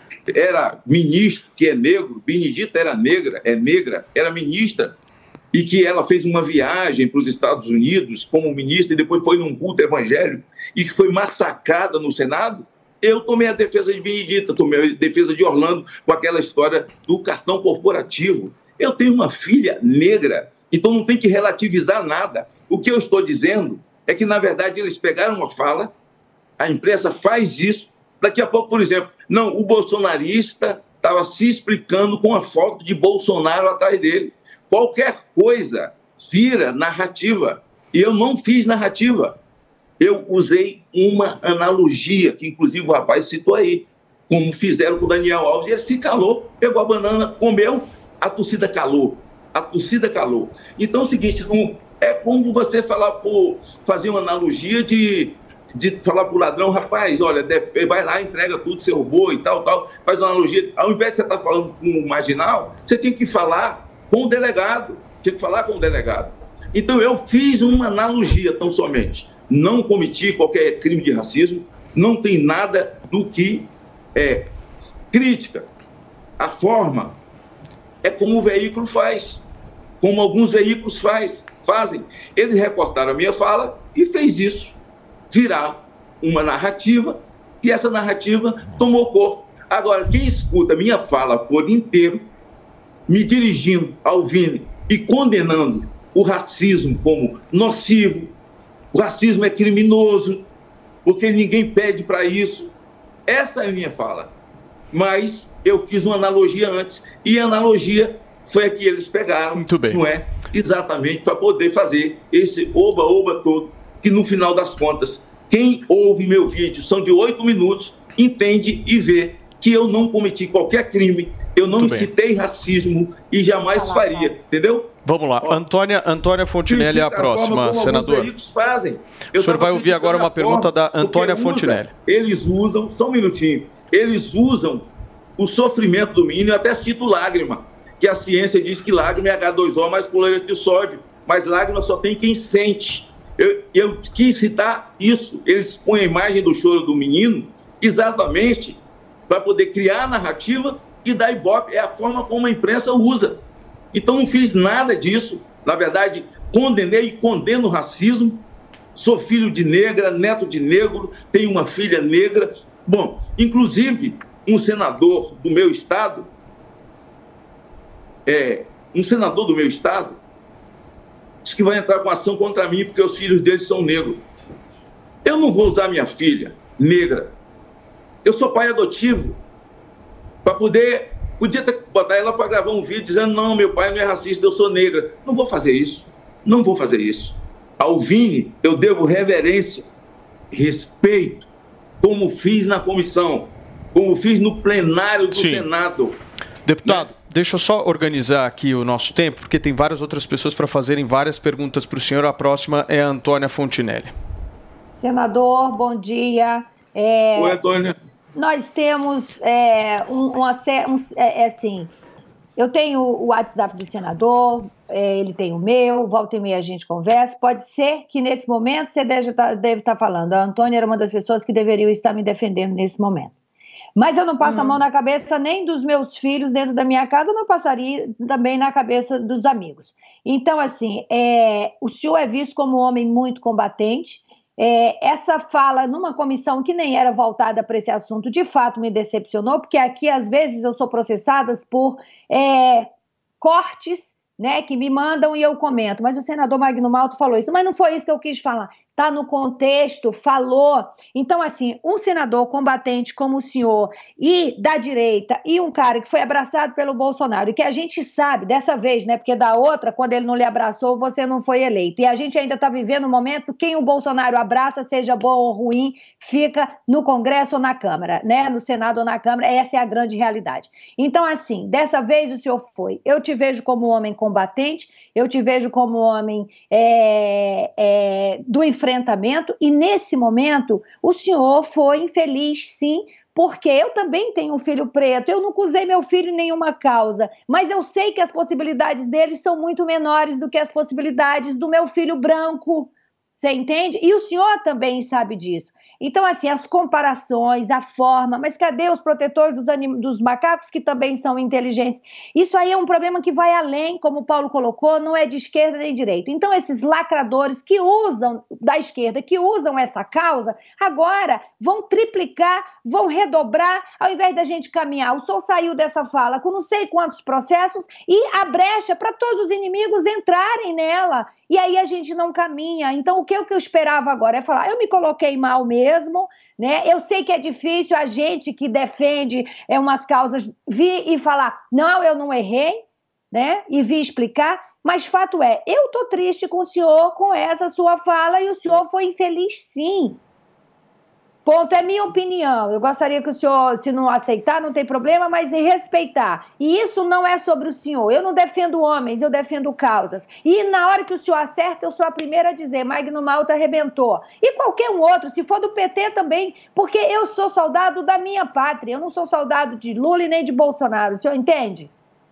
era ministro, que é negro, Benedita era negra, é negra, era ministra, e que ela fez uma viagem para os Estados Unidos como ministra e depois foi num culto evangélico e foi massacrada no Senado, eu tomei a defesa de Benedita, tomei a defesa de Orlando com aquela história do cartão corporativo. Eu tenho uma filha negra, então não tem que relativizar nada. O que eu estou dizendo é que, na verdade, eles pegaram uma fala, a imprensa faz isso, daqui a pouco, por exemplo, não, o bolsonarista estava se explicando com a foto de Bolsonaro atrás dele. Qualquer coisa vira narrativa. E eu não fiz narrativa. Eu usei uma analogia, que inclusive o rapaz citou aí, como fizeram com o Daniel Alves, e ele se calou, pegou a banana, comeu, a torcida calou. A torcida calou. Então é o seguinte, não, é como você falar por, fazer uma analogia de, de falar para o ladrão, rapaz, olha, deve, vai lá, entrega tudo, você roubou e tal, tal, faz uma analogia. Ao invés de você estar falando com o marginal, você tem que falar com o delegado, tinha que falar com o delegado. Então eu fiz uma analogia tão somente. Não cometi qualquer crime de racismo, não tem nada do que é crítica. A forma é como o veículo faz, como alguns veículos faz, fazem. Eles recortaram a minha fala e fez isso virar uma narrativa, e essa narrativa tomou corpo. Agora, quem escuta a minha fala por inteiro, me dirigindo ao Vini e condenando o racismo como nocivo, o racismo é criminoso, porque ninguém pede para isso. Essa é a minha fala. Mas eu fiz uma analogia antes, e a analogia foi a que eles pegaram, Muito bem. não é? Exatamente para poder fazer esse oba-oba todo que no final das contas, quem ouve meu vídeo, são de oito minutos, entende e vê que eu não cometi qualquer crime, eu não Muito bem. incitei racismo e jamais faria, entendeu? Vamos lá, Antônia, Antônia Fontinelli é a próxima, senador. Fazem. O senhor vai ouvir agora uma pergunta da Antônia Fontinelli. Eles usam, só um minutinho, eles usam o sofrimento do menino, eu até cito lágrima, que a ciência diz que lágrima é agá dois ó mais cloreto de sódio, mas lágrima só tem quem sente. Eu, eu quis citar isso, eles põem a imagem do choro do menino exatamente para poder criar a narrativa e dar ibope, é a forma como a imprensa usa. Então não fiz nada disso, na verdade condenei e condeno o racismo, sou filho de negra, neto de negro, tenho uma filha negra. Bom, inclusive um senador do meu estado, é, um senador do meu estado disse que vai entrar com ação contra mim porque os filhos dele são negros. Eu não vou usar minha filha negra, eu sou pai adotivo, para poder, podia ter botar ela para gravar um vídeo dizendo, não, meu pai não é racista, eu sou negra. Não vou fazer isso, não vou fazer isso. Ao Vini, eu devo reverência, respeito, como fiz na comissão, como fiz no plenário do Sim. Senado. Deputado, né? Deixa eu só organizar aqui o nosso tempo, porque tem várias outras pessoas para fazerem várias perguntas para o senhor. A próxima é a Antônia Fontinelli. Senador, bom dia. É... Oi, Antônia. Nós temos é, um, uma, um, é, é assim, eu tenho o WhatsApp do senador, é, ele tem o meu, volta e meia a gente conversa, pode ser que nesse momento você deve estar, deve estar falando, a Antônia era uma das pessoas que deveriam estar me defendendo nesse momento. Mas eu não passo uhum. a mão na cabeça nem dos meus filhos dentro da minha casa, não passaria também na cabeça dos amigos. Então, assim, é, o senhor é visto como um homem muito combatente. É, essa fala numa comissão que nem era voltada para esse assunto, de fato me decepcionou, porque aqui às vezes eu sou processada por é, cortes, né, que me mandam e eu comento, mas o senador Magno Malta falou isso, mas não foi isso que eu quis falar, está no contexto, falou. Então, assim, um senador combatente como o senhor e da direita e um cara que foi abraçado pelo Bolsonaro e que a gente sabe, dessa vez, né, porque da outra, quando ele não lhe abraçou, você não foi eleito. E a gente ainda está vivendo um momento, quem o Bolsonaro abraça, seja bom ou ruim, fica no Congresso ou na Câmara, né, no Senado ou na Câmara, essa é a grande realidade. Então, assim, dessa vez o senhor foi. Eu te vejo como um homem combatente, eu te vejo como um homem é, é, do enfrentamento, e nesse momento o senhor foi infeliz, sim, porque eu também tenho um filho preto, eu não acusei meu filho em nenhuma causa, mas eu sei que as possibilidades dele são muito menores do que as possibilidades do meu filho branco, você entende? E o senhor também sabe disso. Então, assim, as comparações, a forma, mas cadê os protetores dos, anim... dos macacos que também são inteligentes? Isso aí é um problema que vai além, como o Paulo colocou, não é de esquerda nem direita. Então, esses lacradores que usam, da esquerda, que usam essa causa, agora vão triplicar, vão redobrar, ao invés da gente caminhar. O senhor saiu dessa fala com não sei quantos processos e a brecha para todos os inimigos entrarem nela. E aí a gente não caminha. Então, o que eu, que eu esperava agora é falar, eu me coloquei mal mesmo, né? Eu sei que é difícil a gente que defende é, umas causas vir e falar, não, eu não errei, né? E vir explicar, mas fato é, eu tô triste com o senhor, com essa sua fala, e o senhor foi infeliz, sim. Ponto, é minha opinião. Eu gostaria que o senhor, se não aceitar, não tem problema, mas respeitar. E isso não é sobre o senhor. Eu não defendo homens, eu defendo causas. E na hora que o senhor acerta, eu sou a primeira a dizer, Magno Malta arrebentou. E qualquer um outro, se for do P T também, porque eu sou soldado da minha pátria. Eu não sou soldado de Lula e nem de Bolsonaro. O senhor entende?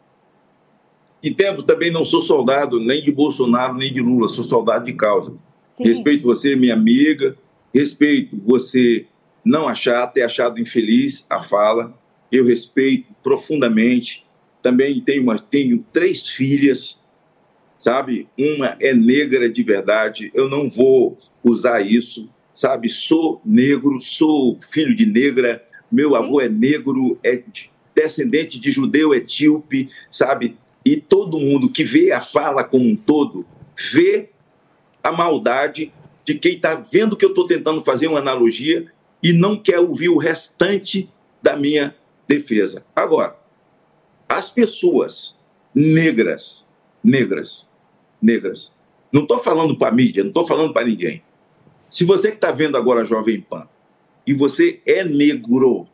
Entendo, também não sou soldado nem de Bolsonaro, nem de Lula. Sou soldado de causa. Sim. Respeito você, minha amiga. Respeito você não achar, ter achado infeliz a fala. Eu respeito profundamente. Também tenho, uma, tenho três filhas, sabe? Uma é negra de verdade. Eu não vou usar isso, sabe? Sou negro, sou filho de negra. Meu avô é negro, é descendente de judeu etíope, sabe? E todo mundo que vê a fala como um todo, vê a maldade de quem está vendo que eu estou tentando fazer uma analogia e não quer ouvir o restante da minha defesa. Agora, as pessoas negras, negras, negras, não estou falando para a mídia, não estou falando para ninguém, Se você que está vendo agora a Jovem Pan, e você é negro,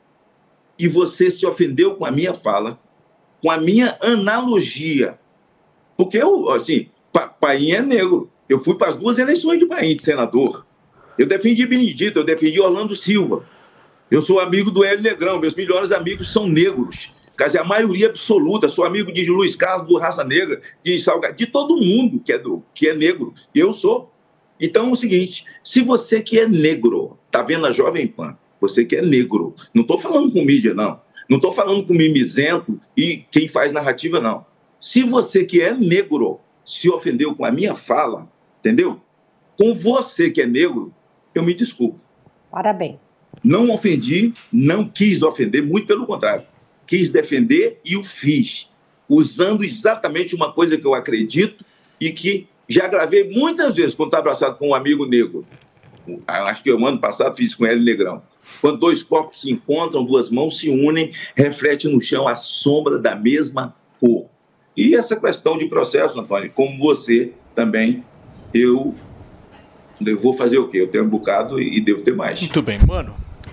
e você se ofendeu com a minha fala, com a minha analogia, porque eu, assim, pa, Painha é negro. Eu fui para as duas eleições de Painha, de senador. Eu defendi Benedito, eu defendi Orlando Silva. Eu sou amigo do Hélio Negrão, meus melhores amigos são negros. Quer dizer, a maioria absoluta. Sou amigo de Luiz Carlos, do Raça Negra, de Salgado, de todo mundo que é, do, que é negro. Eu sou. Então é o seguinte, se você que é negro, tá vendo a Jovem Pan, você que é negro, não estou falando com mídia, não. Não estou falando com mimizento e quem faz narrativa, não. Se você que é negro se ofendeu com a minha fala, entendeu? Com você que é negro, eu me desculpo. Parabéns. Não ofendi, não quis ofender, muito pelo contrário. Quis defender e o fiz, usando exatamente uma coisa que eu acredito e que já gravei muitas vezes quando estava abraçado com um amigo negro. Acho que o ano passado fiz com ele Negrão. Quando dois corpos se encontram, duas mãos se unem, reflete no chão a sombra da mesma cor. E essa questão de processo, Antônio, como você também, eu, eu vou fazer o quê? Eu tenho um bocado e devo ter mais. Muito bem, mano.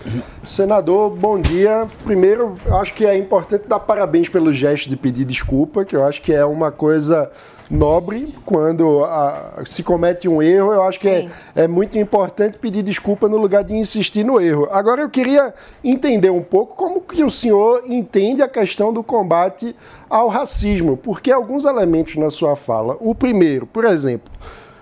Senador, bom dia. Primeiro, eu acho que é importante dar parabéns pelo gesto de pedir desculpa, que eu acho que é uma coisa nobre quando a, se comete um erro. Eu acho que é, é muito importante pedir desculpa no lugar de insistir no erro. Agora, eu queria entender um pouco como que o senhor entende a questão do combate ao racismo, porque alguns elementos na sua fala. O primeiro, por exemplo,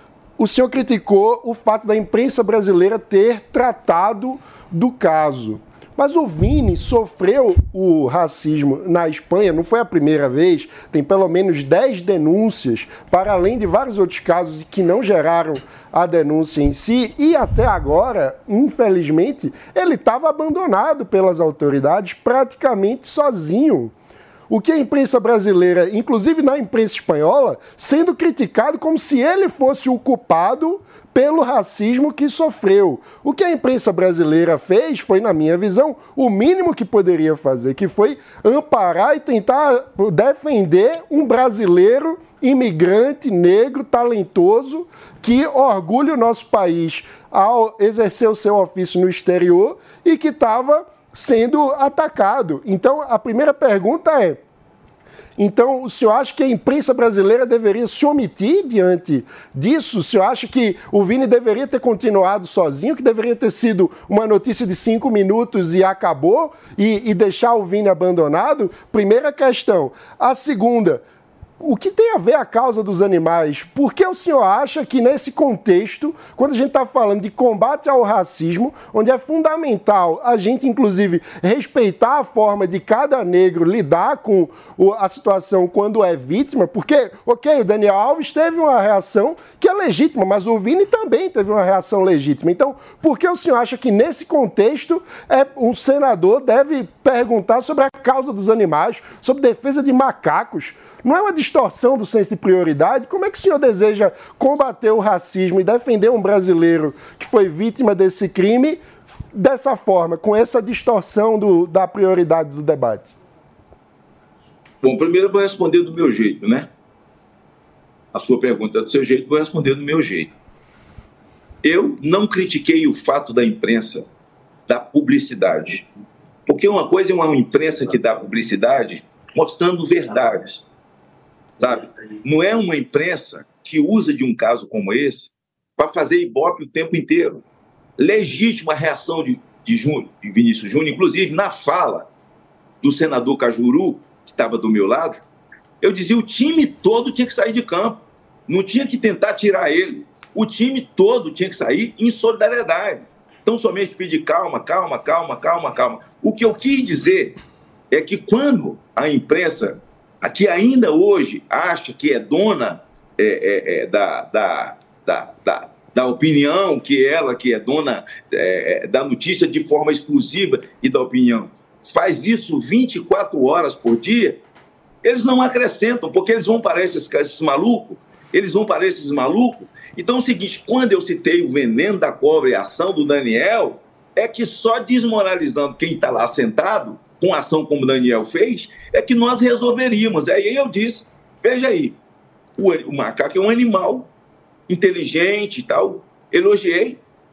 o senhor criticou o fato da imprensa brasileira ter tratado do caso. Mas o Vini sofreu o racismo na Espanha, não foi a primeira vez, tem pelo menos dez denúncias, para além de vários outros casos que não geraram a denúncia em si, e até agora, infelizmente, ele estava abandonado pelas autoridades praticamente sozinho. O que a imprensa brasileira, inclusive na imprensa espanhola, sendo criticado como se ele fosse o culpado pelo racismo que sofreu. O que a imprensa brasileira fez foi, na minha visão, o mínimo que poderia fazer, que foi amparar e tentar defender um brasileiro imigrante, negro, talentoso, que orgulha o nosso país ao exercer o seu ofício no exterior e que estava sendo atacado. Então, a primeira pergunta é: então, o senhor acha que a imprensa brasileira deveria se omitir diante disso? O senhor acha que o Vini deveria ter continuado sozinho, que deveria ter sido uma notícia de cinco minutos e acabou, e, e deixar o Vini abandonado? Primeira questão. A segunda: o que tem a ver a causa dos animais? Por que o senhor acha que nesse contexto, quando a gente está falando de combate ao racismo, onde é fundamental a gente, inclusive, respeitar a forma de cada negro lidar com a situação quando é vítima, porque, ok, o Daniel Alves teve uma reação que é legítima, mas o Vini também teve uma reação legítima. Então, por que o senhor acha que nesse contexto é, um senador deve perguntar sobre a causa dos animais, sobre defesa de macacos? Não é uma distorção do senso de prioridade? Como é que o senhor deseja combater o racismo e defender um brasileiro que foi vítima desse crime dessa forma, com essa distorção do, da prioridade do debate? Bom, primeiro eu vou responder do meu jeito, né? A sua pergunta é do seu jeito, vou responder do meu jeito. Eu não critiquei o fato da imprensa da publicidade. Porque uma coisa é uma imprensa que dá publicidade mostrando verdades. Sabe? Não é uma imprensa que usa de um caso como esse para fazer ibope o tempo inteiro. Legítima reação de, de, Júnior, de Vinícius Júnior, inclusive na fala do senador Cajuru, que estava do meu lado, eu dizia o time todo tinha que sair de campo. Não tinha que tentar tirar ele. O time todo tinha que sair em solidariedade. Então, somente pedir calma, calma, calma, calma, calma. O que eu quis dizer é que quando a imprensa, a que ainda hoje acha que é dona é, é, é, da, da, da, da, da opinião, que ela que é dona é, da notícia de forma exclusiva e da opinião, faz isso vinte e quatro horas por dia, eles não acrescentam, porque eles vão para esses, esses malucos, eles vão para esses malucos. Então é o seguinte, quando eu citei o veneno da cobra e a ação do Daniel, é que só desmoralizando quem está lá sentado, com ação como o Daniel fez, é que nós resolveríamos. Aí eu disse, veja aí, o, o macaco é um animal inteligente e tal, elogiei,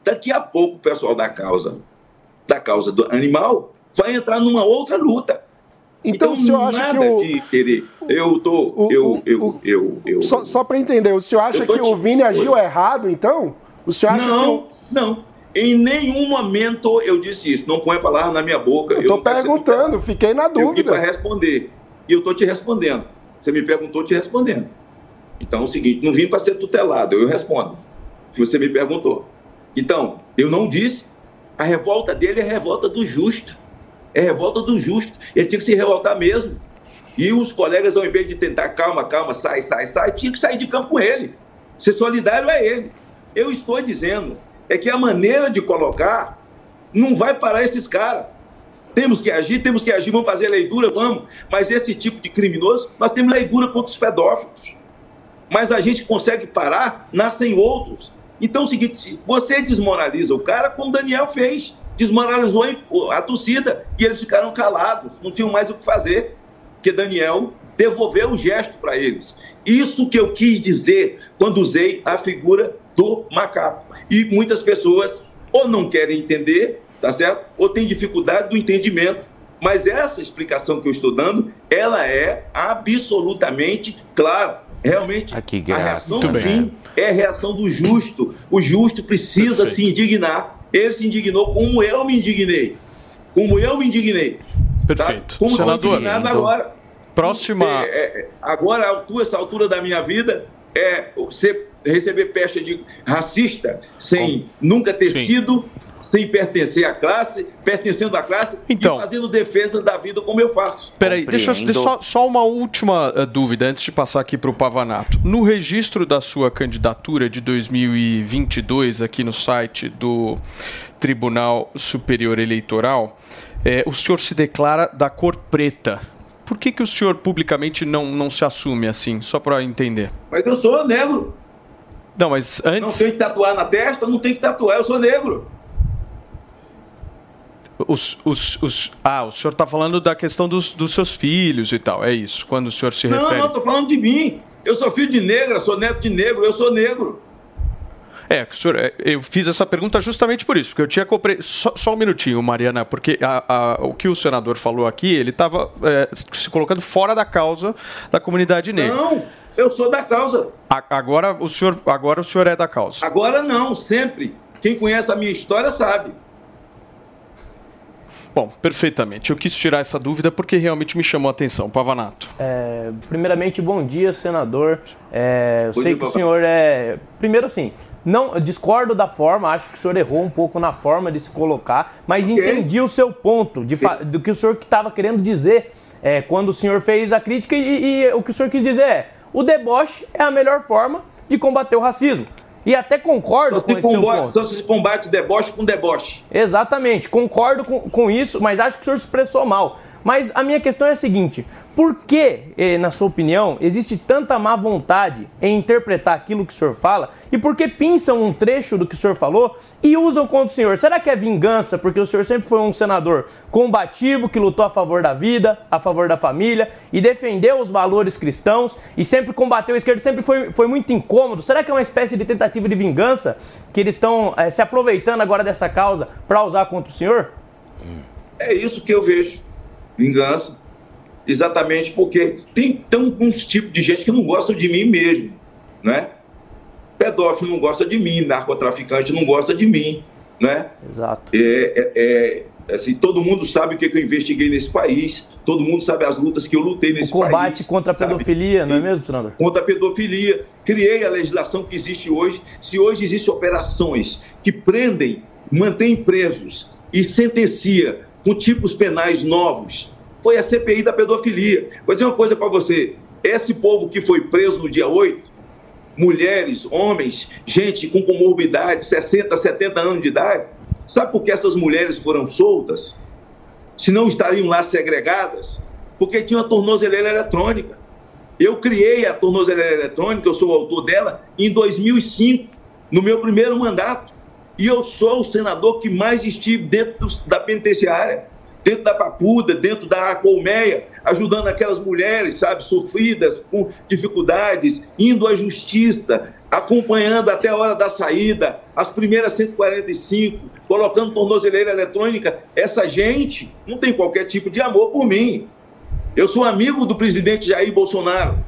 Daqui a pouco o pessoal da causa, da causa do animal vai entrar numa outra luta. Então, Então, o senhor acha nada que o... de querer. Eu tô. o- eu, o- eu, eu, eu, Só, só para entender, o senhor acha Eu tô que te- o Vini agiu errado, então? O senhor acha Não, que... não. Em nenhum momento eu disse isso. Não põe a palavra na minha boca. Eu tô não quero ser perguntando, tutelado. fiquei na Eu vim dúvida. para responder. E eu tô te respondendo. Você me perguntou, te respondendo. Então é o seguinte, não vim para ser tutelado, eu respondo. Se você me perguntou. Então, eu não disse. A revolta dele é a revolta do justo. É a revolta do justo. Ele tinha que se revoltar mesmo. E os colegas, ao invés de tentar, calma, calma, sai, sai, sai, tinha que sair de campo com ele. Ser solidário é ele. Eu estou dizendo é que a maneira de colocar não vai parar esses caras. Temos que agir, temos que agir, vamos fazer leitura, vamos. Mas esse tipo de criminoso, nós temos leitura contra os pedófilos. Mas a gente consegue parar, nascem outros. Então é o seguinte, se você desmoraliza o cara, como o Daniel fez, desmoralizou a torcida, e eles ficaram calados, não tinham mais o que fazer, porque Daniel devolveu o gesto para eles. Isso que eu quis dizer quando usei a figura do macaco. E muitas pessoas ou não querem entender, tá certo? Ou têm dificuldade do entendimento. Mas essa explicação que eu estou dando, ela é absolutamente clara. Realmente, Ah, que a graça, reação né? do fim é a reação do justo. O justo precisa Perfeito. se indignar. Ele se indignou como eu me indignei. Como eu me indignei. Perfeito. Tá? Como estou Senador, indignado agora. próxima... É, é, agora, a altura, essa altura da minha vida, é você receber pecha de racista sem nunca ter Sim. sido, sem pertencer à classe, pertencendo à classe Então. e fazendo defesa da vida como eu faço. Peraí, deixa eu deixa só, só uma última eh, dúvida antes de passar aqui para o Pavanato. No registro da sua candidatura de dois mil e vinte e dois, aqui no site do Tribunal Superior Eleitoral, eh, o senhor se declara da cor preta. Por que, que o senhor publicamente não, não se assume assim? Só para entender. Mas eu sou negro. Não, mas antes... Não tem que tatuar na testa, não tem que tatuar, eu sou negro. Os, os, os, ah, o senhor está falando da questão dos, dos seus filhos e tal, é isso, quando o senhor se Não, refere... não, estou falando de mim. Eu sou filho de negra, sou neto de negro, eu sou negro. É, que o senhor, é, eu fiz essa pergunta justamente por isso, porque eu tinha comprei... Só, só um minutinho, Mariana, porque a, a, o que o senador falou aqui, ele estava é, se colocando fora da causa da comunidade negra. Não, eu sou da causa. A, agora, o senhor, agora o senhor é da causa. Agora não, sempre. Quem conhece a minha história sabe. Bom, perfeitamente. Eu quis tirar essa dúvida porque realmente me chamou a atenção. Pavanato. É, primeiramente, bom dia, senador. É, eu Bom sei dia, que o Pavanato. senhor é... Primeiro, assim, não, eu discordo da forma, acho que o senhor errou um pouco na forma de se colocar, mas entendi o seu ponto, de fa- do que o senhor estava querendo dizer é, quando o senhor fez a crítica e, e o que o senhor quis dizer é o deboche é a melhor forma de combater o racismo. E até concordo Só com se, esse seu combate, ponto. só se combate deboche com deboche. Exatamente, concordo com, com isso, mas acho que o senhor se expressou mal. Mas a minha questão é a seguinte: por que, eh, na sua opinião, existe tanta má vontade em interpretar aquilo que o senhor fala? E por que pinçam um trecho do que o senhor falou e usam contra o senhor? Será que é vingança porque o senhor sempre foi um senador combativo, que lutou a favor da vida, a favor da família e defendeu os valores cristãos e sempre combateu a esquerda, sempre foi, foi muito incômodo? Será que é uma espécie de tentativa de vingança que eles estão eh, se aproveitando agora dessa causa para usar contra o senhor? É isso que eu vejo. Vingança. Exatamente porque tem tão uns tipos de gente que não gostam de mim mesmo, né? Pedófilo não gosta de mim, narcotraficante não gosta de mim, né? Exato. É, é, é, assim, todo mundo sabe o que eu investiguei nesse país, todo mundo sabe as lutas que eu lutei nesse O combate país. contra a pedofilia, não é mesmo, senador? Contra a pedofilia. Criei a legislação que existe hoje. Se hoje existem operações que prendem, mantêm presos e sentencia com tipos penais novos, foi a C P I da pedofilia. Vou dizer uma coisa para você. Esse povo que foi preso no dia oito, mulheres, homens, gente com comorbidade, sessenta, setenta anos de idade, sabe por que essas mulheres foram soltas? Se não estariam lá segregadas? Porque tinha uma tornozeleira eletrônica. Eu criei a tornozeleira eletrônica, eu sou o autor dela, em dois mil e cinco, no meu primeiro mandato. E eu sou o senador que mais estive dentro dos, da penitenciária. dentro da Papuda, dentro da Colmeia, ajudando aquelas mulheres, sabe, sofridas, com dificuldades, indo à justiça, acompanhando até a hora da saída, as primeiras cento e quarenta e cinco, colocando tornozeleira eletrônica. Essa gente não tem qualquer tipo de amor por mim. Eu sou amigo do presidente Jair Bolsonaro.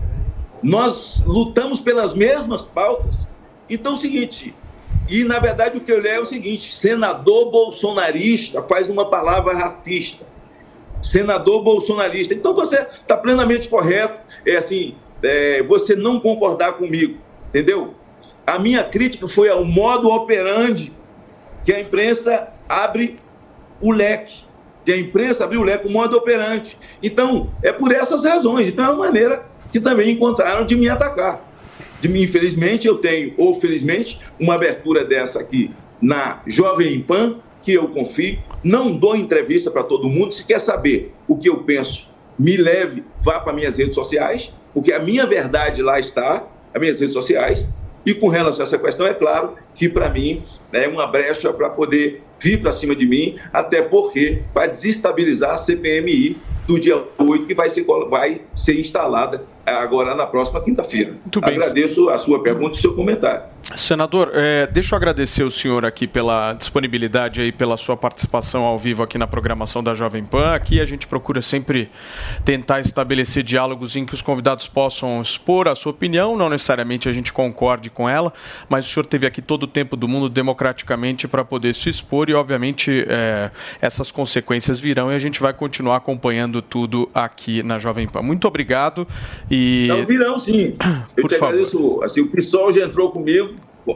Nós lutamos pelas mesmas pautas. Então é o seguinte, e na verdade o que eu leio é o seguinte, senador bolsonarista faz uma palavra racista. Senador bolsonarista. Então você está plenamente correto, é assim, é, você não concordar comigo, entendeu? A minha crítica foi ao modo operandi que a imprensa abre o leque. Que a imprensa abriu o leque, o modo operandi. Então, é por essas razões. Então, é uma maneira que também encontraram de me atacar. De mim, infelizmente, eu tenho, ou felizmente, uma abertura dessa aqui na Jovem Pan, que eu confio. Não dou entrevista para todo mundo. Se quer saber o que eu penso, me leve, vá para minhas redes sociais, porque a minha verdade lá está, as minhas redes sociais. E com relação a essa questão, é claro que, para mim, é uma brecha para poder vir para cima de mim, até porque vai desestabilizar a C P M I do dia oito, que vai ser, vai ser instalada agora na próxima quinta-feira. Muito bem. Agradeço a sua pergunta e o seu comentário. Senador, é, deixa eu agradecer o senhor aqui pela disponibilidade aí, pela sua participação ao vivo aqui na programação da Jovem Pan. Aqui a gente procura sempre tentar estabelecer diálogos em que os convidados possam expor a sua opinião, não necessariamente a gente concorde com ela, mas o senhor teve aqui todo o tempo do mundo democraticamente para poder se expor e, obviamente, é, essas consequências virão e a gente vai continuar acompanhando tudo aqui na Jovem Pan. Muito obrigado. E... Não, virão sim. Eu te agradeço. Assim, o PSOL já entrou comigo,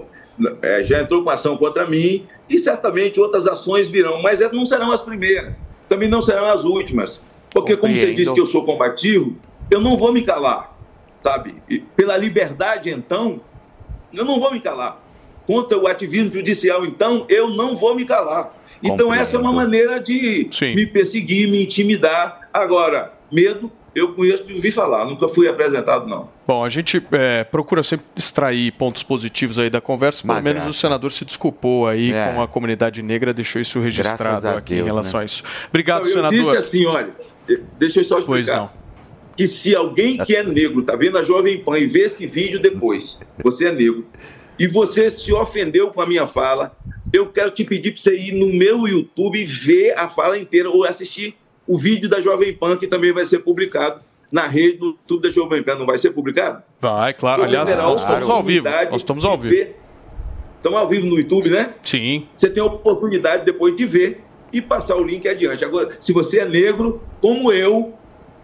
já entrou com ação contra mim e certamente outras ações virão, mas essas não serão as primeiras, também não serão as últimas, porque como você disse que eu sou combativo, eu não vou me calar, sabe? E pela liberdade, então, eu não vou me calar. Contra o ativismo judicial, então, eu não vou me calar. Então Compreendo. Essa é uma maneira de Sim. me perseguir, me intimidar. Agora, medo, eu conheço e ouvi falar, nunca fui apresentado, não. Bom, a gente é, procura sempre extrair pontos positivos aí da conversa, pelo Mas, menos graças. o senador se desculpou aí é. com a comunidade negra, deixou isso registrado aqui Deus, em relação né? a isso. Obrigado, não, eu senador. Eu disse assim, olha, deixa eu só explicar. Pois não. Que se alguém que é negro está vendo a Jovem Pan e vê esse vídeo depois, você é negro, e você se ofendeu com a minha fala, eu quero te pedir para você ir no meu YouTube e ver a fala inteira ou assistir o vídeo da Jovem Pan, que também vai ser publicado na rede do YouTube da Jovem Pan. Não vai ser publicado? Vai, claro. Você Aliás, nós estamos ao vivo. Nós estamos ao vivo. Estamos ao vivo no YouTube, né? Sim. Você tem a oportunidade depois de ver e passar o link adiante. Agora, se você é negro, como eu,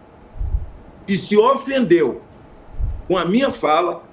e se ofendeu com a minha fala,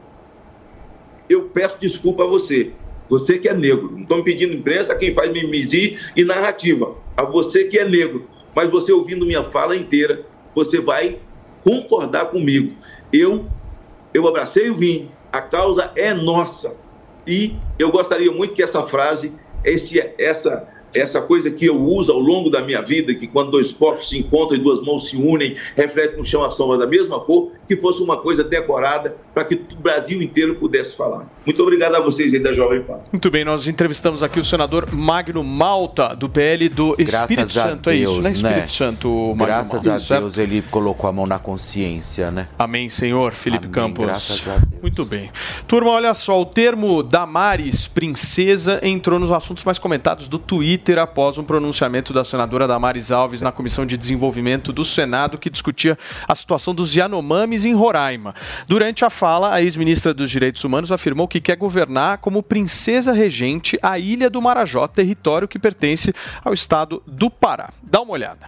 eu peço desculpa a você. Você que é negro. Não estou me pedindo imprensa, quem faz mimimi e narrativa. A você que é negro. Mas você ouvindo minha fala inteira, você vai concordar comigo. Eu, eu abracei o vinho, a causa é nossa. E eu gostaria muito que essa frase, esse, essa, essa coisa que eu uso ao longo da minha vida, que quando dois corpos se encontram e duas mãos se unem, reflete no chão a sombra da mesma cor, que fosse uma coisa decorada para que o Brasil inteiro pudesse falar. Muito obrigado a vocês aí da Jovem Pan. Muito bem, nós entrevistamos aqui o senador Magno Malta, do P L do Espírito Graças Santo. A Deus, é isso, né? Espírito né? Santo, Magno Graças Malta, a certo? Deus ele colocou a mão na consciência, né? Amém, Senhor. Felipe Amém, Campos. graças a Deus. Muito bem. Turma, olha só, o termo Damares Princesa entrou nos assuntos mais comentados do Twitter após um pronunciamento da senadora Damares Alves na Comissão de Desenvolvimento do Senado, que discutia a situação dos Yanomamis em Roraima. Durante a fala, a ex-ministra dos Direitos Humanos afirmou que quer governar como princesa regente a Ilha do Marajó, território que pertence ao estado do Pará. Dá uma olhada.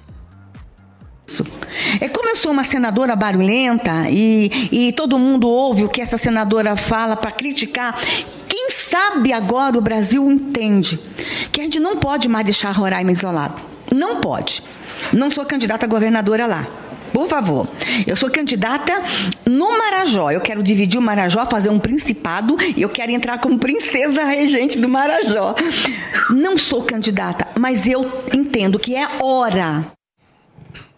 É como eu sou uma senadora barulhenta e, e todo mundo ouve o que essa senadora fala para criticar, quem sabe agora o Brasil entende que a gente não pode mais deixar Roraima isolado. Não pode. Não sou candidata a governadora lá. Por favor, eu sou candidata no Marajó. Eu quero dividir o Marajó, fazer um principado e eu quero entrar como princesa regente do Marajó. Não sou candidata, mas eu entendo que é hora.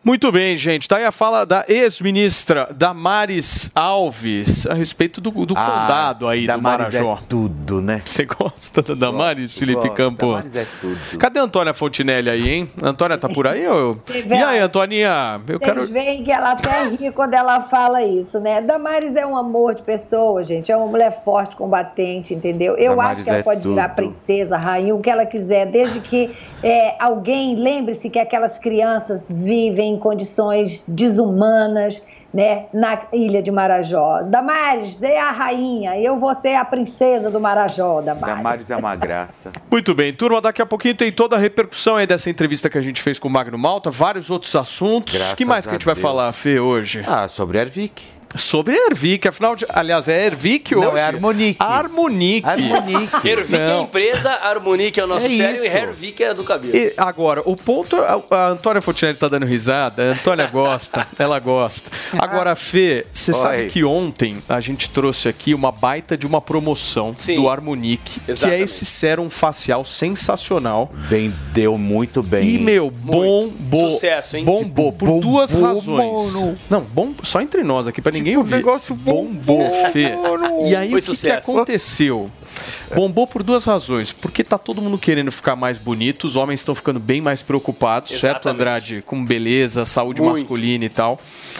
Muito bem, gente. Tá aí a fala da ex-ministra Damares Alves a respeito do, do ah, condado aí Damares do Marajó. É tudo, né? Você gosta da Damares, gosto, Felipe gosto. Campos? Damares é tudo. Cadê a Antônia Fontinelli aí, hein? A Antônia tá por aí? Ou... E aí, Antoninha? Eu Vocês quero... veem que ela até ri quando ela fala isso, né? Damares é um amor de pessoa, gente. É uma mulher forte, combatente, entendeu? Eu Damares acho que ela é pode tudo. virar princesa, rainha, o que ela quiser, desde que é, alguém lembre-se que aquelas crianças vivem em condições desumanas, né, na ilha de Marajó. Damares é a rainha, eu vou ser a princesa do Marajó, Damares. Damares é uma graça. Muito bem, turma, daqui a pouquinho tem toda a repercussão aí dessa entrevista que a gente fez com o Magno Malta, vários outros assuntos. O que mais que a gente vai falar, Fê, hoje? Ah, sobre a Ervic. Sobre a Ervic, afinal de... Aliás, é Ervic hoje? Não, é Harmonique. Harmonique. Harmonique. Ervic é a empresa, Harmonique é o nosso É sério isso. e Hervic é do cabelo. E agora, o ponto... A, a Antônia Fontinelli tá dando risada, a Antônia gosta, ela gosta. Agora, Fê, você sabe que ontem a gente trouxe aqui uma baita de uma promoção Sim. do Harmonique, Exatamente. que é esse sérum facial sensacional. Vendeu muito bem. E, meu, bombou. Sucesso, hein? Bombou por Bombou, duas razões. mano. Não, bom, só entre nós aqui, pra ninguém ouvir. negócio bombou, Fê. E aí, Foi o que, que sucesso. aconteceu? Bombou por duas razões. Porque tá todo mundo querendo ficar mais bonito, os homens estão ficando bem mais preocupados, Exatamente. certo, Andrade? Com beleza, saúde Muito. masculina e tal.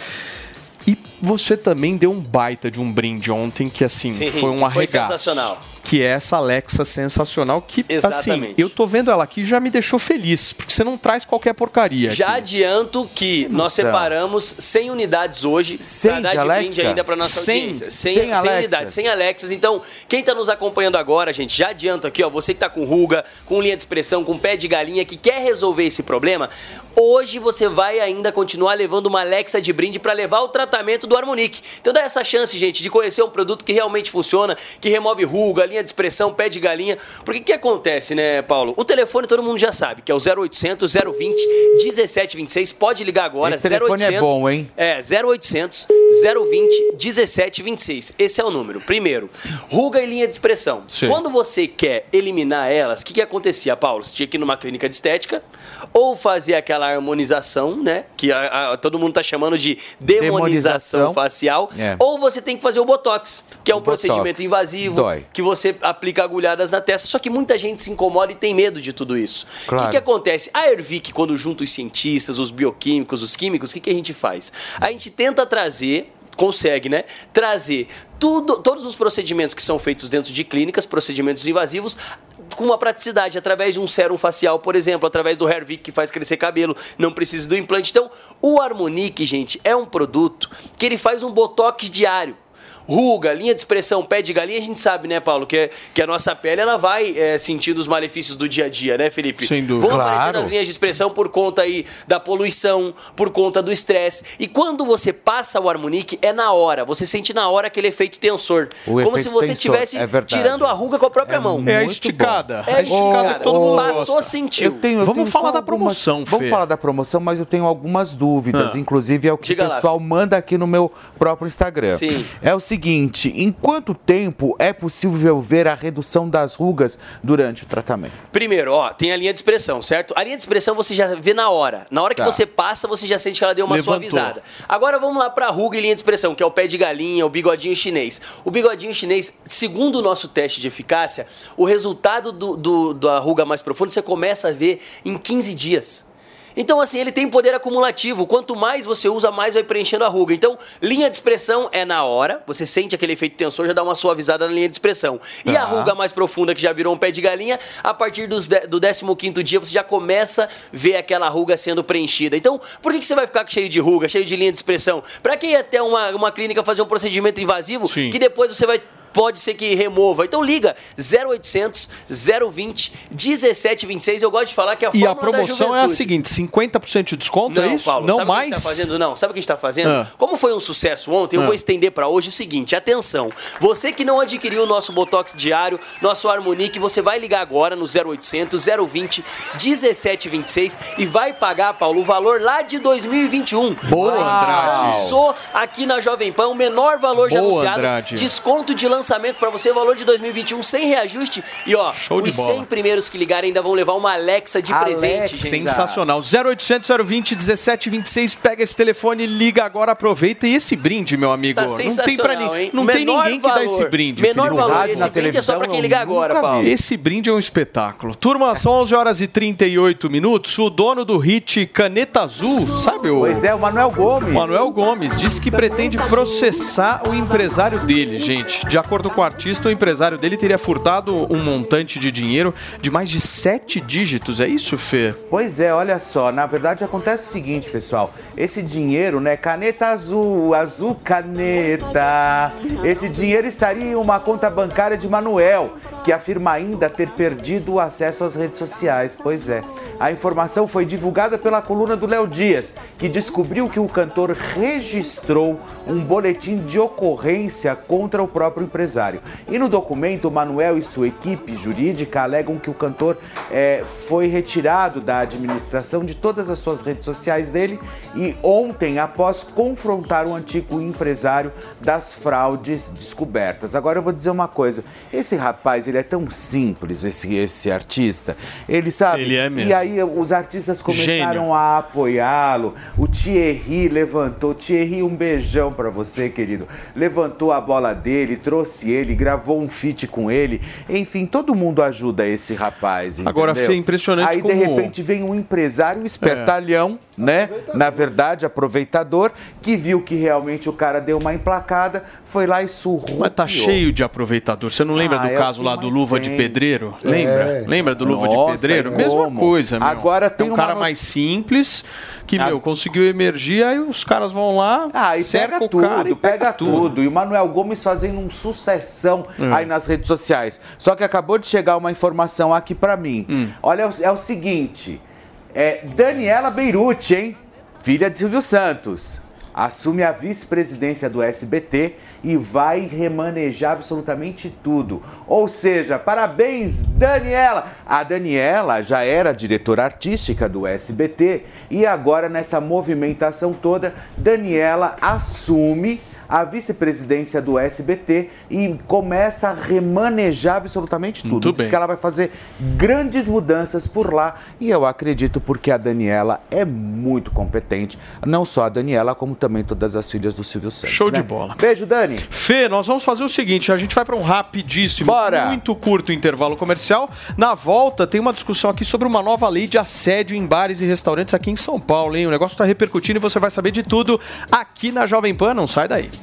E você também deu um baita de um brinde ontem, que assim, Sim, foi um foi arregaço. sensacional. Que é essa Alexa sensacional, que Exatamente. assim, eu tô vendo ela aqui e já me deixou feliz, porque você não traz qualquer porcaria. Já aqui. adianto que nós Então. separamos cem unidades hoje cem para dar de de Alexa? brinde ainda para nossa cem? audiência. cem, cem cem Alexa? unidades, cem Alexas. Então, quem está nos acompanhando agora, gente, já adianto aqui, ó, você que está com ruga, com linha de expressão, com pé de galinha, que quer resolver esse problema, hoje você vai ainda continuar levando uma Alexa de brinde para levar o tratamento do Harmonique. Então dá essa chance, gente, de conhecer um produto que realmente funciona, que remove ruga, linha de expressão, pé de galinha. Porque o que acontece, né, Paulo? O telefone todo mundo já sabe, que é o zero oitocentos, zero vinte, dezessete vinte e seis. Pode ligar agora. Esse telefone zero oitocentos, é bom, hein? É, zero oitocentos, zero vinte, dezessete vinte e seis. Esse é o número. Primeiro, ruga e linha de expressão. Sim. Quando você quer eliminar elas, o que, que acontecia, Paulo? Você tinha que ir numa clínica de estética ou fazer aquela harmonização, né? Que a, a, todo mundo tá chamando de demonização, Demonização. facial. É. Ou você tem que fazer o Botox, que é um O Botox. procedimento invasivo, Dói. que você aplica agulhadas na testa, só que muita gente se incomoda e tem medo de tudo isso. O Claro. que, que acontece? A Ervic, quando junta os cientistas, os bioquímicos, os químicos, o que, que a gente faz? A gente tenta trazer, consegue, né? Trazer tudo, todos os procedimentos que são feitos dentro de clínicas, procedimentos invasivos, com uma praticidade, através de um sérum facial, por exemplo, através do Hervic, que faz crescer cabelo, não precisa do implante. Então, o Harmonique, gente, é um produto que ele faz um botox diário. Ruga, linha de expressão, pé de galinha, a gente sabe, né, Paulo, que, que a nossa pele ela vai é, sentindo os malefícios do dia a dia, né, Felipe? Sem dúvida. Vão aparecendo Claro. as linhas de expressão por conta aí da poluição, por conta do estresse. E quando você passa o Harmonique, é na hora. Você sente na hora aquele efeito tensor. O como efeito se você tensor, estivesse é verdade. tirando a ruga com a própria É mão. É a Muito esticada. É a esticada Cara, que todo mundo passou, gosta. sentiu. Eu tenho- eu Vamos tenho falar só da algumas- promoção, Vamos Fê. falar da promoção, mas eu tenho algumas dúvidas. Ah. Inclusive, é o que Diga o lá, pessoal manda aqui no meu próprio Instagram. Sim. É o seguinte: em quanto tempo é possível ver a redução das rugas durante o tratamento? Primeiro, ó, tem a linha de expressão, certo? A linha de expressão você já vê na hora. Na hora que Tá. você passa, você já sente que ela deu uma Levantou. suavizada. Agora vamos lá pra ruga e linha de expressão, que é o pé de galinha, o bigodinho chinês. O bigodinho chinês, segundo o nosso teste de eficácia, o resultado do, do- da ruga mais profunda você começa a ver em quinze dias. Então, assim, ele tem poder acumulativo. Quanto mais você usa, mais vai preenchendo a ruga. Então, linha de expressão é na hora. Você sente aquele efeito tensor, já dá uma suavizada na linha de expressão. E a Tá. ruga mais profunda, que já virou um pé de galinha, a partir dos de- do décimo quinto dia, você já começa a ver aquela ruga sendo preenchida. Então, por que, que você vai ficar cheio de ruga, cheio de linha de expressão? Pra que ir até uma, uma clínica fazer um procedimento invasivo Sim. que depois você vai... Pode ser que remova. Então liga zero oitocentos, zero vinte, dezessete vinte e seis. Eu gosto de falar que é a E fórmula a promoção da juventude. é a seguinte, cinquenta por cento de desconto, Não, é isso? Paulo, não sabe o que a mais? gente tá fazendo? Não, sabe o que a gente tá fazendo? Ah. Como foi um sucesso ontem, eu Ah. vou estender pra hoje o seguinte, atenção, você que não adquiriu o nosso Botox diário, nosso Harmonique, você vai ligar agora no zero oitocentos, zero vinte, dezessete vinte e seis e vai pagar, Paulo, o valor lá de dois mil e vinte e um. Boa, A gente Andrade. lançou aqui na Jovem Pan o menor valor já Boa, anunciado, Andrade. desconto de lançamento. lançamento pra você, valor de dois mil e vinte e um, sem reajuste. E ó, Show de os bola. cem primeiros que ligarem ainda vão levar uma Alexa de Alexa. presente. Sensacional. zero oitocentos, zero vinte, dezessete vinte e seis. Pega esse telefone, liga agora, aproveita. E esse brinde, meu amigo? Tá não tem, sensacional, pra ni- hein? não tem Menor ninguém que dá valor. esse brinde. Menor Felipe. valor. Rádio, Esse na brinde é só pra quem televisão, ligar eu agora, nunca Paulo. vi. Esse brinde é um espetáculo. Turma, são onze horas e trinta e oito minutos. O dono do hit Caneta Azul, sabe o... Pois é, o Manuel Gomes. Manuel Gomes disse que pretende processar o empresário dele, gente. De acordo com o artista, o empresário dele teria furtado um montante de dinheiro de mais de sete dígitos. É isso, Fê? Pois é, olha só, na verdade acontece o seguinte, pessoal, esse dinheiro, né, caneta azul, azul caneta, esse dinheiro estaria em uma conta bancária de Manuel, que afirma ainda ter perdido o acesso às redes sociais. Pois é, a informação foi divulgada pela coluna do Léo Dias, que descobriu que o cantor registrou um boletim de ocorrência contra o próprio empresário. E no documento, Manuel e sua equipe jurídica alegam que o cantor é, foi retirado da administração de todas as suas redes sociais dele e ontem, após confrontar o antigo empresário das fraudes descobertas. Agora eu vou dizer uma coisa, esse rapaz, ele é tão simples, esse, esse artista, ele sabe... Ele é mesmo. E aí os artistas começaram Gênio. a apoiá-lo, o Thierry levantou, Thierry, um beijão pra você, querido, levantou a bola dele, trouxe ele, gravou um feat com ele, enfim, todo mundo ajuda esse rapaz, entendeu? Agora, Fê, é impressionante Aí, como... de repente, vem um empresário espertalhão, é. né? Na verdade, aproveitador, que viu que realmente o cara deu uma emplacada, foi lá e surrou. Mas tá cheio de aproveitador. Você não lembra Ah, do é caso o que lá do mais Luva tem. de Pedreiro? É. Lembra? Lembra do Luva Nossa, de Pedreiro? como? Mesma coisa, meu. Agora tem é um uma cara no- mais simples, que, meu, conseguiu emergir, aí os caras vão lá, Ah, e cerca pega o tudo, cara e pega, tudo. E o Manuel Gomes fazendo um sucessão É. aí nas redes sociais. Só que acabou de chegar uma informação aqui pra mim. Hum. Olha, é o, é o seguinte, é Daniela Beirute, hein? Filha de Silvio Santos. Assume a vice-presidência do S B T e vai remanejar absolutamente tudo. Ou seja, parabéns, Daniela! A Daniela já era diretora artística do S B T e agora, nessa movimentação toda, Daniela assume a vice-presidência do S B T e começa a remanejar absolutamente tudo. Muito Diz bem. que ela vai fazer grandes mudanças por lá e eu acredito porque a Daniela é muito competente. Não só a Daniela, como também todas as filhas do Silvio Santos. Show né? de bola. Beijo, Dani. Fê, nós vamos fazer o seguinte, a gente vai para um rapidíssimo, Bora. muito curto intervalo comercial. Na volta, tem uma discussão aqui sobre uma nova lei de assédio em bares e restaurantes aqui em São Paulo, hein? O negócio está repercutindo e você vai saber de tudo aqui na Jovem Pan, não sai daí.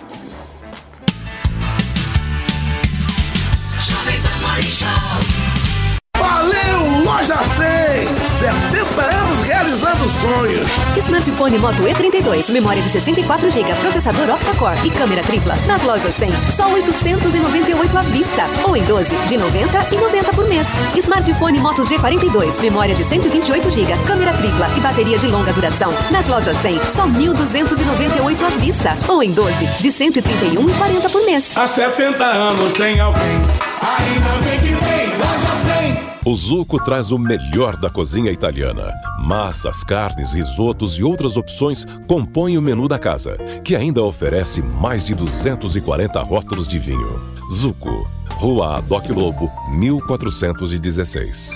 Valeu, Loja cem! setenta anos realizando sonhos. Smartphone Moto E trinta e dois, memória de sessenta e quatro gigas, processador octa-core e câmera tripla. Nas lojas cem, só oitocentos e noventa e oito à vista. Ou em doze, de noventa e noventa por mês. Smartphone Moto G quarenta e dois, memória de cento e vinte e oito gigas, câmera tripla e bateria de longa duração. Nas lojas cem, só mil duzentos e noventa e oito à vista. Ou em doze, de cento e trinta e um e quarenta por mês. Há setenta anos tem alguém, ainda bem que tem Loja cem. O Zuco traz o melhor da cozinha italiana. Massas, carnes, risotos e outras opções compõem o menu da casa, que ainda oferece mais de duzentos e quarenta rótulos de vinho. Zuco, Rua Adoc Lobo, mil quatrocentos e dezesseis.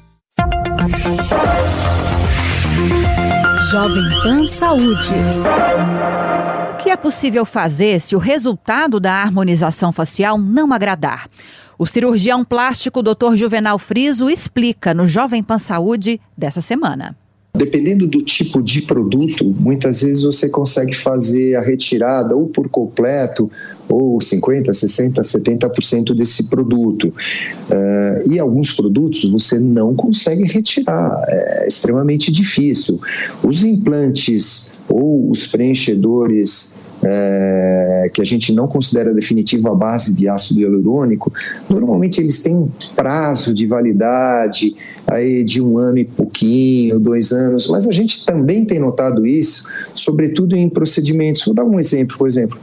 Jovem Pan Saúde. O que é possível fazer se o resultado da harmonização facial não agradar? O cirurgião plástico doutor Juvenal Friso explica no Jovem Pan Saúde dessa semana. Dependendo do tipo de produto, muitas vezes você consegue fazer a retirada ou por completo, ou cinquenta por cento, sessenta por cento, setenta por cento desse produto. Uh, e alguns produtos você não consegue retirar, é extremamente difícil. Os implantes ou os preenchedores É, que a gente não considera definitivo à base de ácido hialurônico, normalmente eles têm um prazo de validade aí de um ano e pouquinho, dois anos, mas a gente também tem notado isso, sobretudo em procedimentos. Vou dar um exemplo, por exemplo,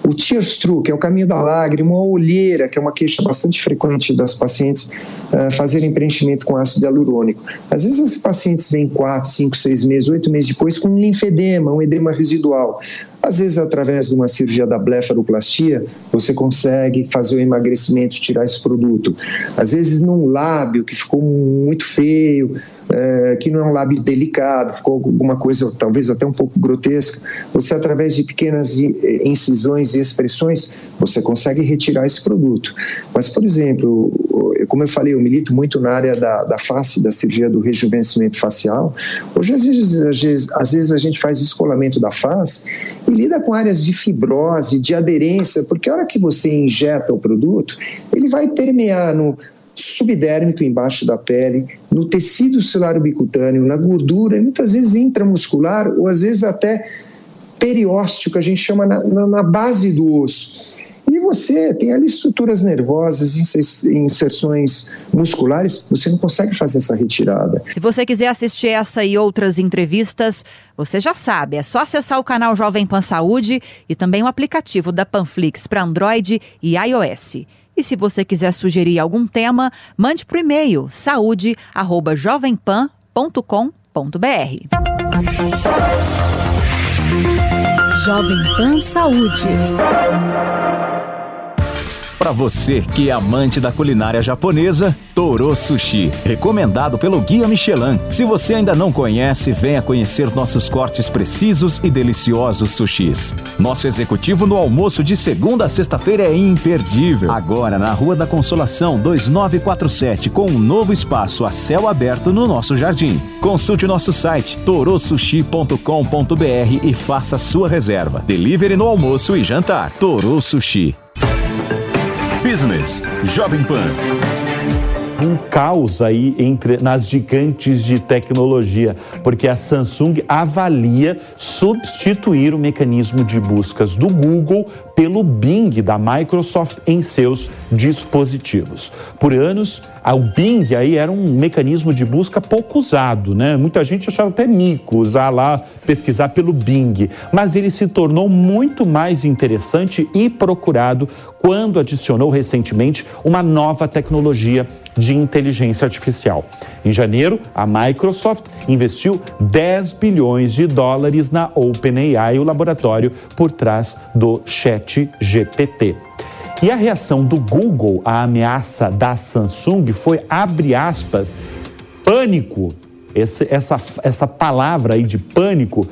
o tear-through, que é o caminho da lágrima, a olheira, que é uma queixa bastante frequente das pacientes uh, fazerem preenchimento com ácido hialurônico. Às vezes esses pacientes vêm quatro, cinco, seis meses, oito meses depois com um linfedema, um edema residual. Às vezes, através de uma cirurgia da blefaroplastia, você consegue fazer o emagrecimento, tirar esse produto. Às vezes, num lábio que ficou muito feio, é, que não é um lábio delicado, ficou alguma coisa talvez até um pouco grotesca, você, através de pequenas incisões e expressões, você consegue retirar esse produto. Mas, por exemplo, como eu falei, eu milito muito na área da, da face, da cirurgia do rejuvenescimento facial. Hoje, às vezes, às vezes, às vezes a gente faz descolamento da face e lida com áreas de fibrose, de aderência, porque a hora que você injeta o produto, ele vai permear no subdérmico embaixo da pele, no tecido celular bicutâneo, na gordura, e muitas vezes intramuscular, ou às vezes até periósteo, que a gente chama na, na, na base do osso. E você tem ali estruturas nervosas, inserções musculares, você não consegue fazer essa retirada. Se você quiser assistir essa e outras entrevistas, você já sabe, é só acessar o canal Jovem Pan Saúde e também o aplicativo da Panflix para Android e iOS. E se você quiser sugerir algum tema, mande para o e-mail saúde arroba jovem pan ponto com ponto b r. Jovem Pan Saúde. Para você que é amante da culinária japonesa, Toro Sushi, recomendado pelo Guia Michelin. Se você ainda não conhece, venha conhecer nossos cortes precisos e deliciosos sushis. Nosso executivo no almoço de segunda a sexta-feira é imperdível. Agora na Rua da Consolação dois nove quatro sete, com um novo espaço a céu aberto no nosso jardim. Consulte o nosso site toro sushi ponto com ponto b r e faça sua reserva. Delivery no almoço e jantar. Toro Sushi. Business Jovem Pan. Um caos aí entre, nas gigantes de tecnologia, porque a Samsung avalia substituir o mecanismo de buscas do Google pelo Bing da Microsoft em seus dispositivos. Por anos, o Bing aí era um mecanismo de busca pouco usado, né? Muita gente achava até mico usar lá, pesquisar pelo Bing, mas ele se tornou muito mais interessante e procurado quando adicionou recentemente uma nova tecnologia de inteligência artificial. Em janeiro, a Microsoft investiu dez bilhões de dólares na OpenAI, o laboratório por trás do ChatGPT. E a reação do Google à ameaça da Samsung foi, abre aspas, pânico. Esse, essa, essa palavra aí de pânico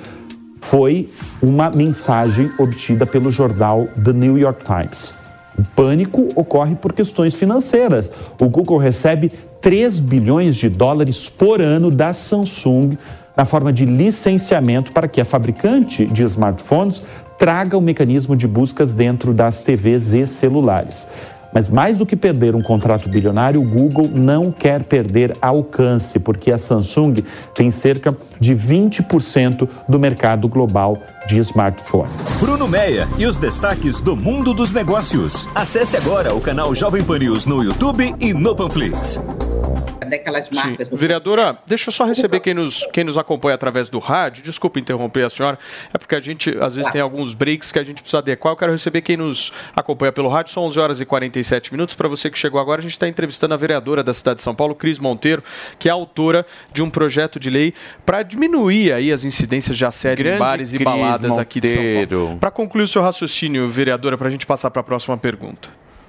foi uma mensagem obtida pelo jornal The New York Times. O pânico ocorre por questões financeiras. O Google recebe três bilhões de dólares por ano da Samsung na forma de licenciamento para que a fabricante de smartphones traga o mecanismo de buscas dentro das T Vs e celulares. Mas mais do que perder um contrato bilionário, o Google não quer perder alcance, porque a Samsung tem cerca de vinte por cento do mercado global de smartphone. Bruno Meia e os destaques do mundo dos negócios. Acesse agora o canal Jovem Pan News no YouTube e no Panflix. Daquelas marcas. Sim. Vereadora, deixa eu só receber quem nos, quem nos acompanha através do rádio. Desculpa interromper a senhora, é porque a gente às vezes tem alguns breaks que a gente precisa adequar. Eu quero receber quem nos acompanha pelo rádio. São onze horas e quarenta e sete minutos. Para você que chegou agora, a gente está entrevistando a vereadora da cidade de São Paulo, Cris Monteiro, que é autora de um projeto de lei para diminuir aí as incidências de assédio em bares e Cris baladas Monteiro. aqui de São Paulo. Para concluir o seu raciocínio, vereadora, para a gente passar para a próxima pergunta.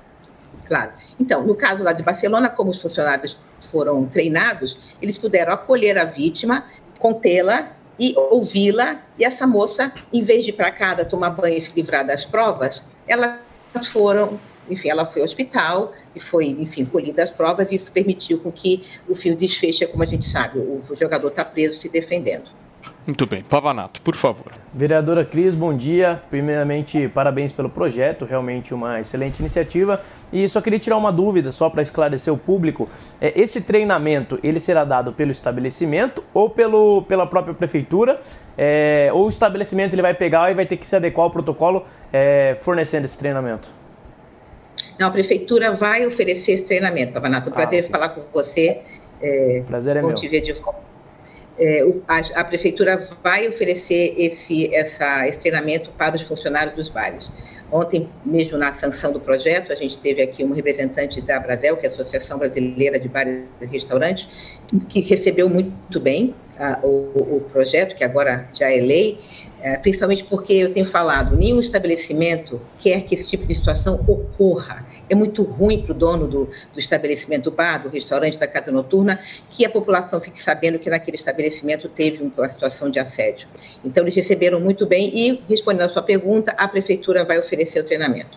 Claro. Então, no caso lá de Barcelona, como os funcionários foram treinados, eles puderam acolher a vítima, contê-la e ouvi-la, e essa moça, em vez de ir para casa tomar banho e se livrar das provas, elas foram, enfim, ela foi ao hospital e foi, enfim, colhida as provas, e isso permitiu com que o filme desfeche, como a gente sabe, o jogador está preso se defendendo. Muito bem. Pavanato, por favor. Vereadora Cris, bom dia. Primeiramente, parabéns pelo projeto, realmente uma excelente iniciativa. E só queria tirar uma dúvida, só para esclarecer o público. É, esse treinamento, ele será dado pelo estabelecimento ou pelo, pela própria prefeitura? É, ou o estabelecimento ele vai pegar e vai ter que se adequar ao protocolo é, fornecendo esse treinamento? Não, a prefeitura vai oferecer esse treinamento, Pavanato. Prazer ah, okay. falar com você. É, Prazer é meu. Te ver de volta. É, a, a prefeitura vai oferecer esse, essa, esse treinamento para os funcionários dos bares. Ontem, mesmo na sanção do projeto, a gente teve aqui um representante da Abrazel, que é a Associação Brasileira de Bares e Restaurantes, que recebeu muito bem ah, o, o projeto, que agora já é lei, eh, principalmente porque eu tenho falado, nenhum estabelecimento quer que esse tipo de situação ocorra. É muito ruim para o dono do, do estabelecimento, do bar, do restaurante, da casa noturna, que a população fique sabendo que naquele estabelecimento teve uma situação de assédio. Então, eles receberam muito bem e, respondendo à sua pergunta, a Prefeitura vai oferecer o treinamento.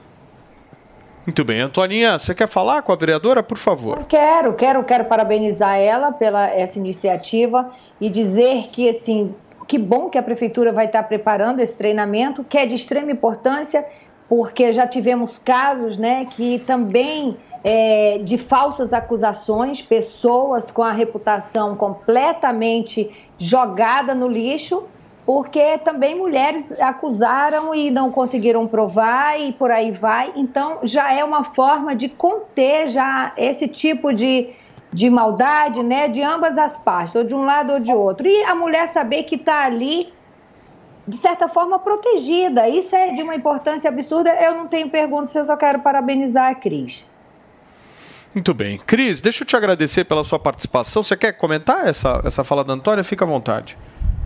Muito bem. Antoninha, você quer falar com a vereadora, por favor? Quero, quero, quero parabenizar ela pela essa iniciativa e dizer que, assim, que bom que a Prefeitura vai estar preparando esse treinamento, que é de extrema importância, porque já tivemos casos, né, que também é, de falsas acusações, pessoas com a reputação completamente jogada no lixo, porque também mulheres acusaram e não conseguiram provar e por aí vai. Então, já é uma forma de conter já esse tipo de, de maldade, né, de ambas as partes, ou de um lado ou de outro. E a mulher saber que está ali, de certa forma, protegida. Isso é de uma importância absurda. Eu não tenho perguntas, eu só quero parabenizar a Cris. Muito bem. Cris, deixa eu te agradecer pela sua participação. Você quer comentar essa, essa fala da Antônia? Fica à vontade.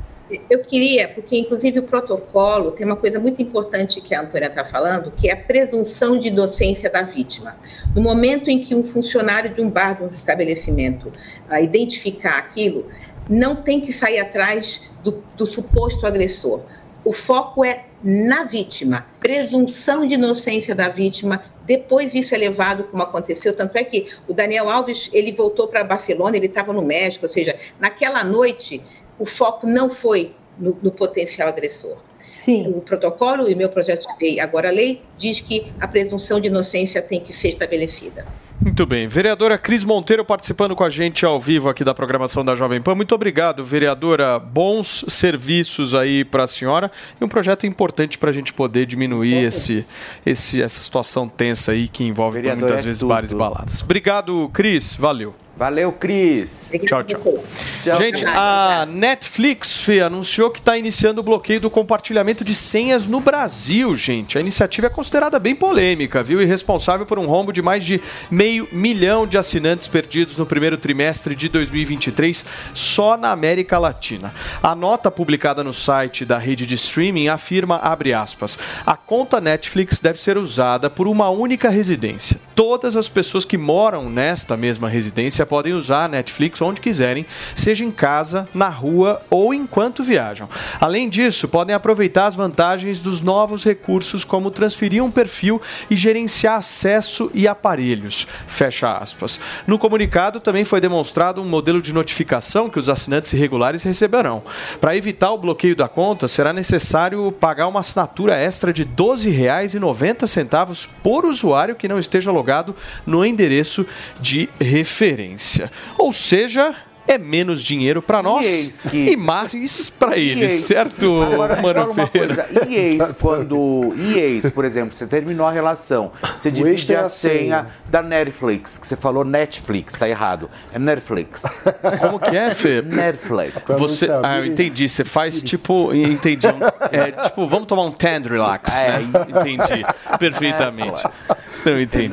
Eu queria, porque inclusive o protocolo tem uma coisa muito importante que a Antônia está falando, que é a presunção de inocência da vítima. No momento em que um funcionário de um bar, de um estabelecimento, uh, identificar aquilo, não tem que sair atrás do, do suposto agressor. O foco é na vítima, presunção de inocência da vítima. Depois isso é levado como aconteceu, tanto é que o Daniel Alves, ele voltou para Barcelona, ele estava no México, ou seja, naquela noite o foco não foi no, no potencial agressor. Sim. O protocolo e o meu projeto de lei, agora a lei, diz que a presunção de inocência tem que ser estabelecida. Muito bem. Vereadora Cris Monteiro participando com a gente ao vivo aqui da programação da Jovem Pan. Muito obrigado, vereadora. Bons serviços aí para a senhora e um projeto importante para a gente poder diminuir esse, esse, essa situação tensa aí que envolve Vereadora muitas é vezes tudo. bares e baladas. Obrigado, Cris. Valeu. Valeu, Cris. Tchau, tchau. Gente, a Netflix, Fê, anunciou que está iniciando o bloqueio do compartilhamento de senhas no Brasil, gente. A iniciativa é considerada bem polêmica, viu? E responsável por um rombo de mais de meio milhão de assinantes perdidos no primeiro trimestre de dois mil e vinte e três, só na América Latina. A nota publicada no site da rede de streaming afirma, abre aspas, a conta Netflix deve ser usada por uma única residência. Todas as pessoas que moram nesta mesma residência podem usar a Netflix onde quiserem, seja em casa, na rua ou enquanto viajam. Além disso, podem aproveitar as vantagens dos novos recursos, como transferir um perfil e gerenciar acesso e aparelhos. Fecha aspas. No comunicado também foi demonstrado um modelo de notificação que os assinantes irregulares receberão. Para evitar o bloqueio da conta, será necessário pagar uma assinatura extra de doze reais e noventa centavos por usuário que não esteja logado no endereço de referência. Ou seja, é menos dinheiro para nós e, que... e mais para eles, certo, Agora, Mano Ferreira? E ex, quando... E ex, por exemplo, você terminou a relação, você divide a senha da Netflix, que você falou Netflix, tá errado. É Netflix. Como que é, Fê? Netflix. Você... Ah, eu entendi. Você faz tipo... Entendi. Um... É, tipo, vamos tomar um Tand Relax, é. né? Entendi. Perfeitamente. Não, entendi.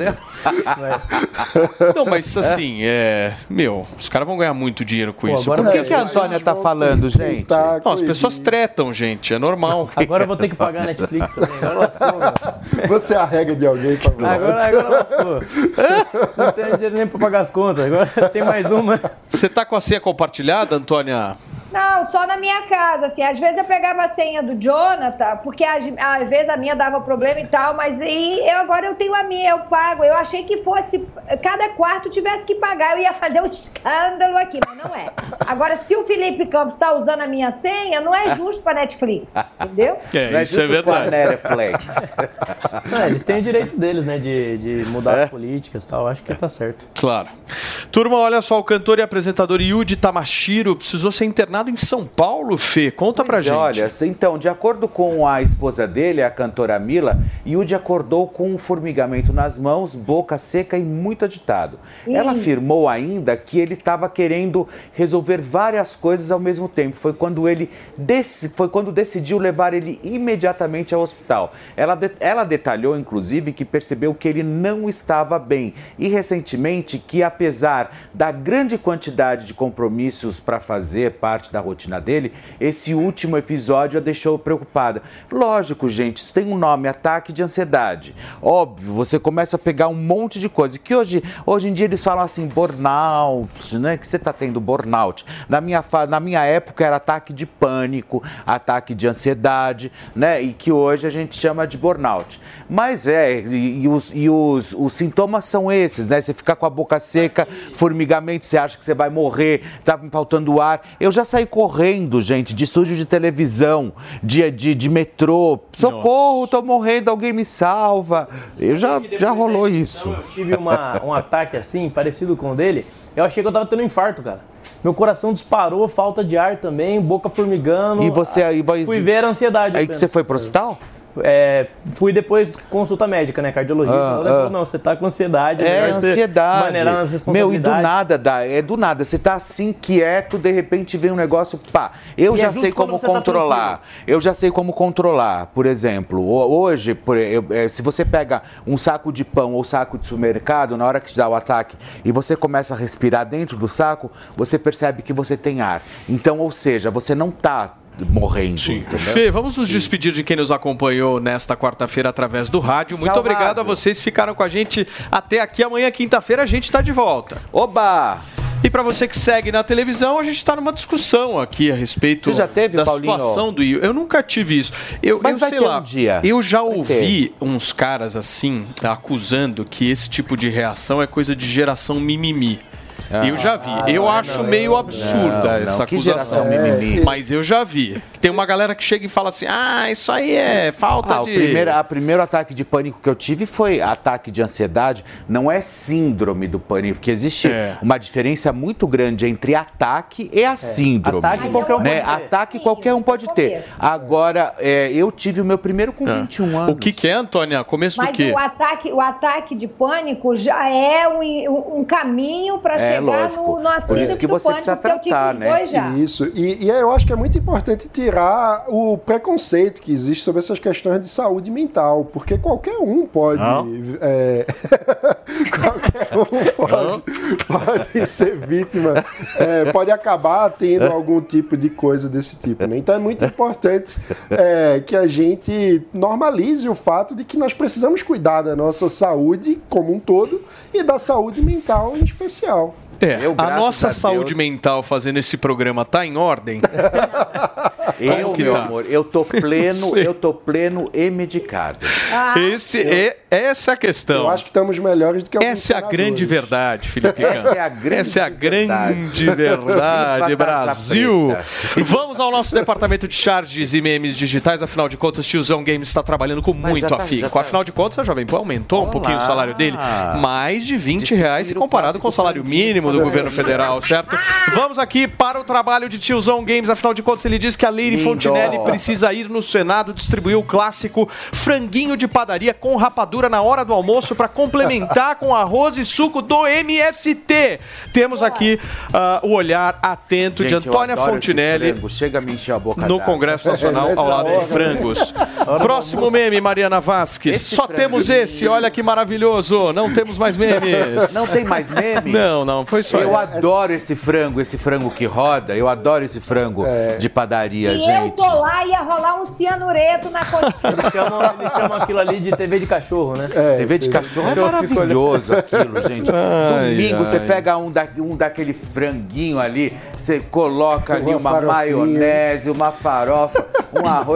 Não, mas assim, é... Meu, os caras vão ganhar muito dinheiro com Pô, isso. Por que, que a Antônia tá falando, gente? Não, as pessoas tretam, gente. É normal. Agora eu vou ter que pagar a Netflix também. Agora lascou. Você arrega de alguém pra falar. Agora, agora lascou. Não tenho dinheiro nem pra pagar as contas. Agora tem mais uma. Você tá com a senha compartilhada, Antônia? Não, só na minha casa, assim, às vezes eu pegava a senha do Jonathan, porque às, às vezes a minha dava problema e tal, mas aí eu, agora eu tenho a minha, eu pago. Eu achei que fosse, cada quarto tivesse que pagar, eu ia fazer um escândalo aqui, mas não é. Agora, se o Felipe Campos está usando a minha senha, não é justo para Netflix, entendeu? É, não é isso é verdade. Netflix. Não, eles têm o direito deles, né, de, de mudar é? as políticas e tal, acho que tá certo. Claro. Turma, olha só, o cantor e apresentador Yuji Tamashiro precisou ser internado em São Paulo, Fê. Conta pra gente. Olha, então, de acordo com a esposa dele, a cantora Mila, Yuji acordou com um formigamento nas mãos, boca seca e muito agitado. Sim. Ela afirmou ainda que ele estava querendo resolver várias coisas ao mesmo tempo. Foi quando ele dec... foi quando decidiu levar ele imediatamente ao hospital. Ela, de... Ela detalhou, inclusive, que percebeu que ele não estava bem e recentemente que, apesar da grande quantidade de compromissos para fazer parte da rotina dele, esse último episódio a deixou preocupada. Lógico, gente, isso tem um nome, ataque de ansiedade. Óbvio, você começa a pegar um monte de coisa, que hoje, hoje em dia eles falam assim, burnout, né? Que você está tendo burnout. Na minha, na minha época era ataque de pânico, ataque de ansiedade, né? E que hoje a gente chama de burnout. Mas é, e, e, os, e os, os sintomas são esses, né? Você fica com a boca seca, formigamento, você acha que você vai morrer, tá faltando ar. Eu já saí correndo, gente, de estúdio de televisão, de, de, de metrô. Socorro, tô morrendo, alguém me salva. Eu já, já rolou isso. Eu tive uma, um ataque assim, parecido com o dele. Eu achei que eu tava tendo um infarto, cara. Meu coração disparou, falta de ar também, boca formigando. E você aí vai... Fui ver a ansiedade. Aí que você foi pro hospital? É, fui depois consulta médica, né, cardiologista. Ah, ela falou, ah. não, você tá com ansiedade. É, ansiedade. Maneirar nas responsabilidades. Meu, e do nada, dá, é do nada. Você tá assim, quieto, de repente vem um negócio, pá. Eu e já é sei como controlar. Tá eu já sei como controlar. Por exemplo, hoje, por, eu, se você pega um saco de pão ou saco de supermercado, na hora que te dá o ataque, e você começa a respirar dentro do saco, você percebe que você tem ar. Então, ou seja, você não tá morrendo. Sim. Fê, vamos nos despedir de quem nos acompanhou nesta quarta-feira através do rádio. Muito Tchau, obrigado rádio. a vocês que ficaram com a gente até aqui. Amanhã, quinta-feira, a gente está de volta. Oba! E para você que segue na televisão, a gente está numa discussão aqui a respeito você já teve, da Paulinho? situação do I U. Eu nunca tive isso. Eu, Mas eu vai sei ter lá, um dia. eu já vai ouvi ter. uns caras assim, acusando que esse tipo de reação é coisa de geração mimimi. Ah, eu já vi. Eu ah, acho não, meio absurda não, essa não, acusação. Mimimi. Mas eu já vi. Tem uma galera que chega e fala assim, ah, isso aí é falta ah, de... O primeiro, a primeiro ataque de pânico que eu tive foi ataque de ansiedade. Não é síndrome do pânico, porque existe é. uma diferença muito grande entre ataque e a é. síndrome. Ataque qualquer um né? pode ter. Ataque qualquer um pode ter. Agora, é, eu tive o meu primeiro com é. vinte e um anos. O que, que é, Antônia? Começo Mas do quê? Mas o ataque, o ataque de pânico já é um, um caminho para é, chegar lógico. no, no Por isso que você precisa tratar, né? Isso. E, e eu acho que é muito importante tirar o preconceito que existe sobre essas questões de saúde mental, porque qualquer um pode... É, qualquer um pode, pode ser vítima, é, pode acabar tendo algum tipo de coisa desse tipo, né? Então é muito importante é, que a gente normalize o fato de que nós precisamos cuidar da nossa saúde como um todo e da saúde mental em especial. É, eu, a nossa a saúde mental fazendo esse programa tá em ordem? Eu, meu tá? amor, eu tô pleno, eu tô pleno e medicado. Ah, esse eu, é, essa é a questão. Eu acho que estamos melhores do que alguns Essa é a grande verdade, Felipe Cano. Essa é a grande, essa é a grande verdade, verdade Brasil. Vamos ao nosso departamento de charges e memes digitais. Afinal de contas, Tiozão Games está trabalhando com Mas muito tá, afinco. Tá. Afinal de contas, a Jovem Pan aumentou Olá. um pouquinho o salário dele. Mais de vinte reais comparado com o salário mínimo do governo federal, certo? Vamos aqui para o trabalho de Tiozão Games. Afinal de contas, ele diz que a Lady Lindo. Fontinelli precisa ir no Senado distribuir o clássico franguinho de padaria com rapadura na hora do almoço para complementar com arroz e suco do M S T. Temos aqui uh, o olhar atento Gente, de Antônia Fontinelli Chega a me encher a boca no Congresso Nacional ao lado hora. de frangos. Próximo meme, Mariana Vasquez. Esse Só franguinho. temos esse, olha que maravilhoso. Não temos mais memes. Não tem mais meme? Não, não, foi só Eu isso. adoro esse frango, esse frango que roda. Eu adoro esse frango é. de padaria, e gente. eu tô lá e ia rolar um cianureto na coxinha. Eles chamam, eles chamam aquilo ali de T V de cachorro, né? É, T V de cachorro é maravilhoso aquilo, gente. Ai, Domingo ai. você pega um, da, um daquele franguinho ali, você coloca ali uma, uma maionese, uma farofa, um arroz e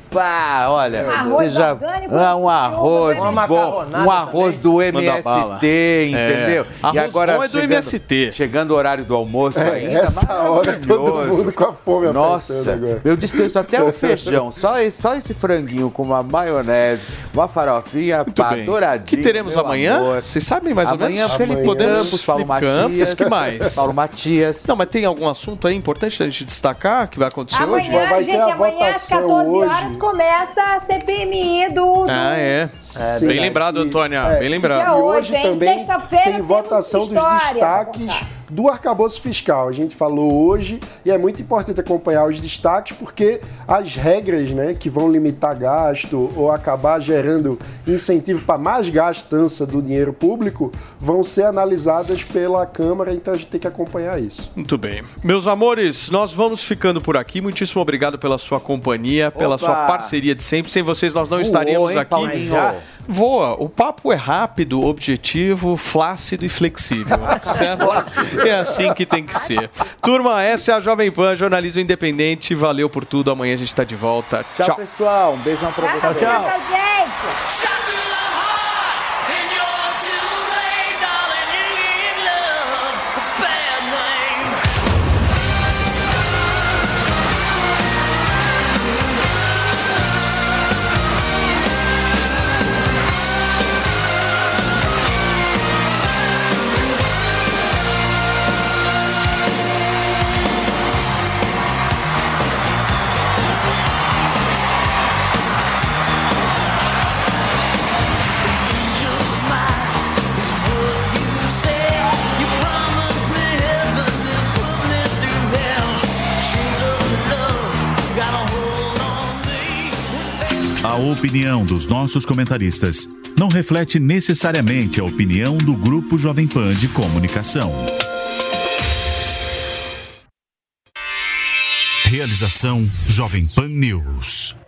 Pá, olha, Arroz você já orgânico, ah, um arroz Uma bom, macarronada um arroz também. do Manda M S bala. T, entendeu? É. Arroz bom é do M S T. Chegando o horário do almoço É, ainda, essa hora todo maravilhoso. mundo com a fome Nossa, apertando agora. eu dispenso até o feijão, só esse, só esse franguinho com uma maionese, uma farofinha, Muito pá, bem. douradinho. Que teremos meu amanhã? amor. Vocês sabem mais ou Amanhã, menos? Felipe Podemos Campos, Paulo Felipe Matias. Campos, que mais? Paulo Matias. Não, mas tem algum assunto aí importante da gente destacar que vai acontecer hoje? Amanhã, Vai ter gente, a amanhã às votação catorze horas hoje. começa a C P M I do... do... Ah, é. É, Bem sim. lembrado, E- Antônia. é, Bem E lembrado. hoje Hoje, hein? também Sexta-feira tem temos votação dos história pra destaques contar. do arcabouço fiscal. A gente falou hoje e é muito importante acompanhar os destaques porque as regras, né, que vão limitar gasto ou acabar gerando incentivo para mais gastança do dinheiro público vão ser analisadas pela Câmara, então a gente tem que acompanhar isso. Muito bem. Meus amores, nós vamos ficando por aqui. Muitíssimo obrigado pela sua companhia, pela Opa! sua parceria de sempre. Sem vocês nós não Voou, estaríamos hein, aqui. Paulinho? Voa. O papo é rápido, objetivo, flácido e flexível, certo? É assim que tem que ser. Turma, essa é a Jovem Pan, jornalismo independente. Valeu por tudo. Amanhã a gente está de volta. Tchau, Tchau. pessoal. Um beijão pra vocês. Graças a Deus, gente. A opinião dos nossos comentaristas não reflete necessariamente a opinião do Grupo Jovem Pan de Comunicação. Realização Jovem Pan News.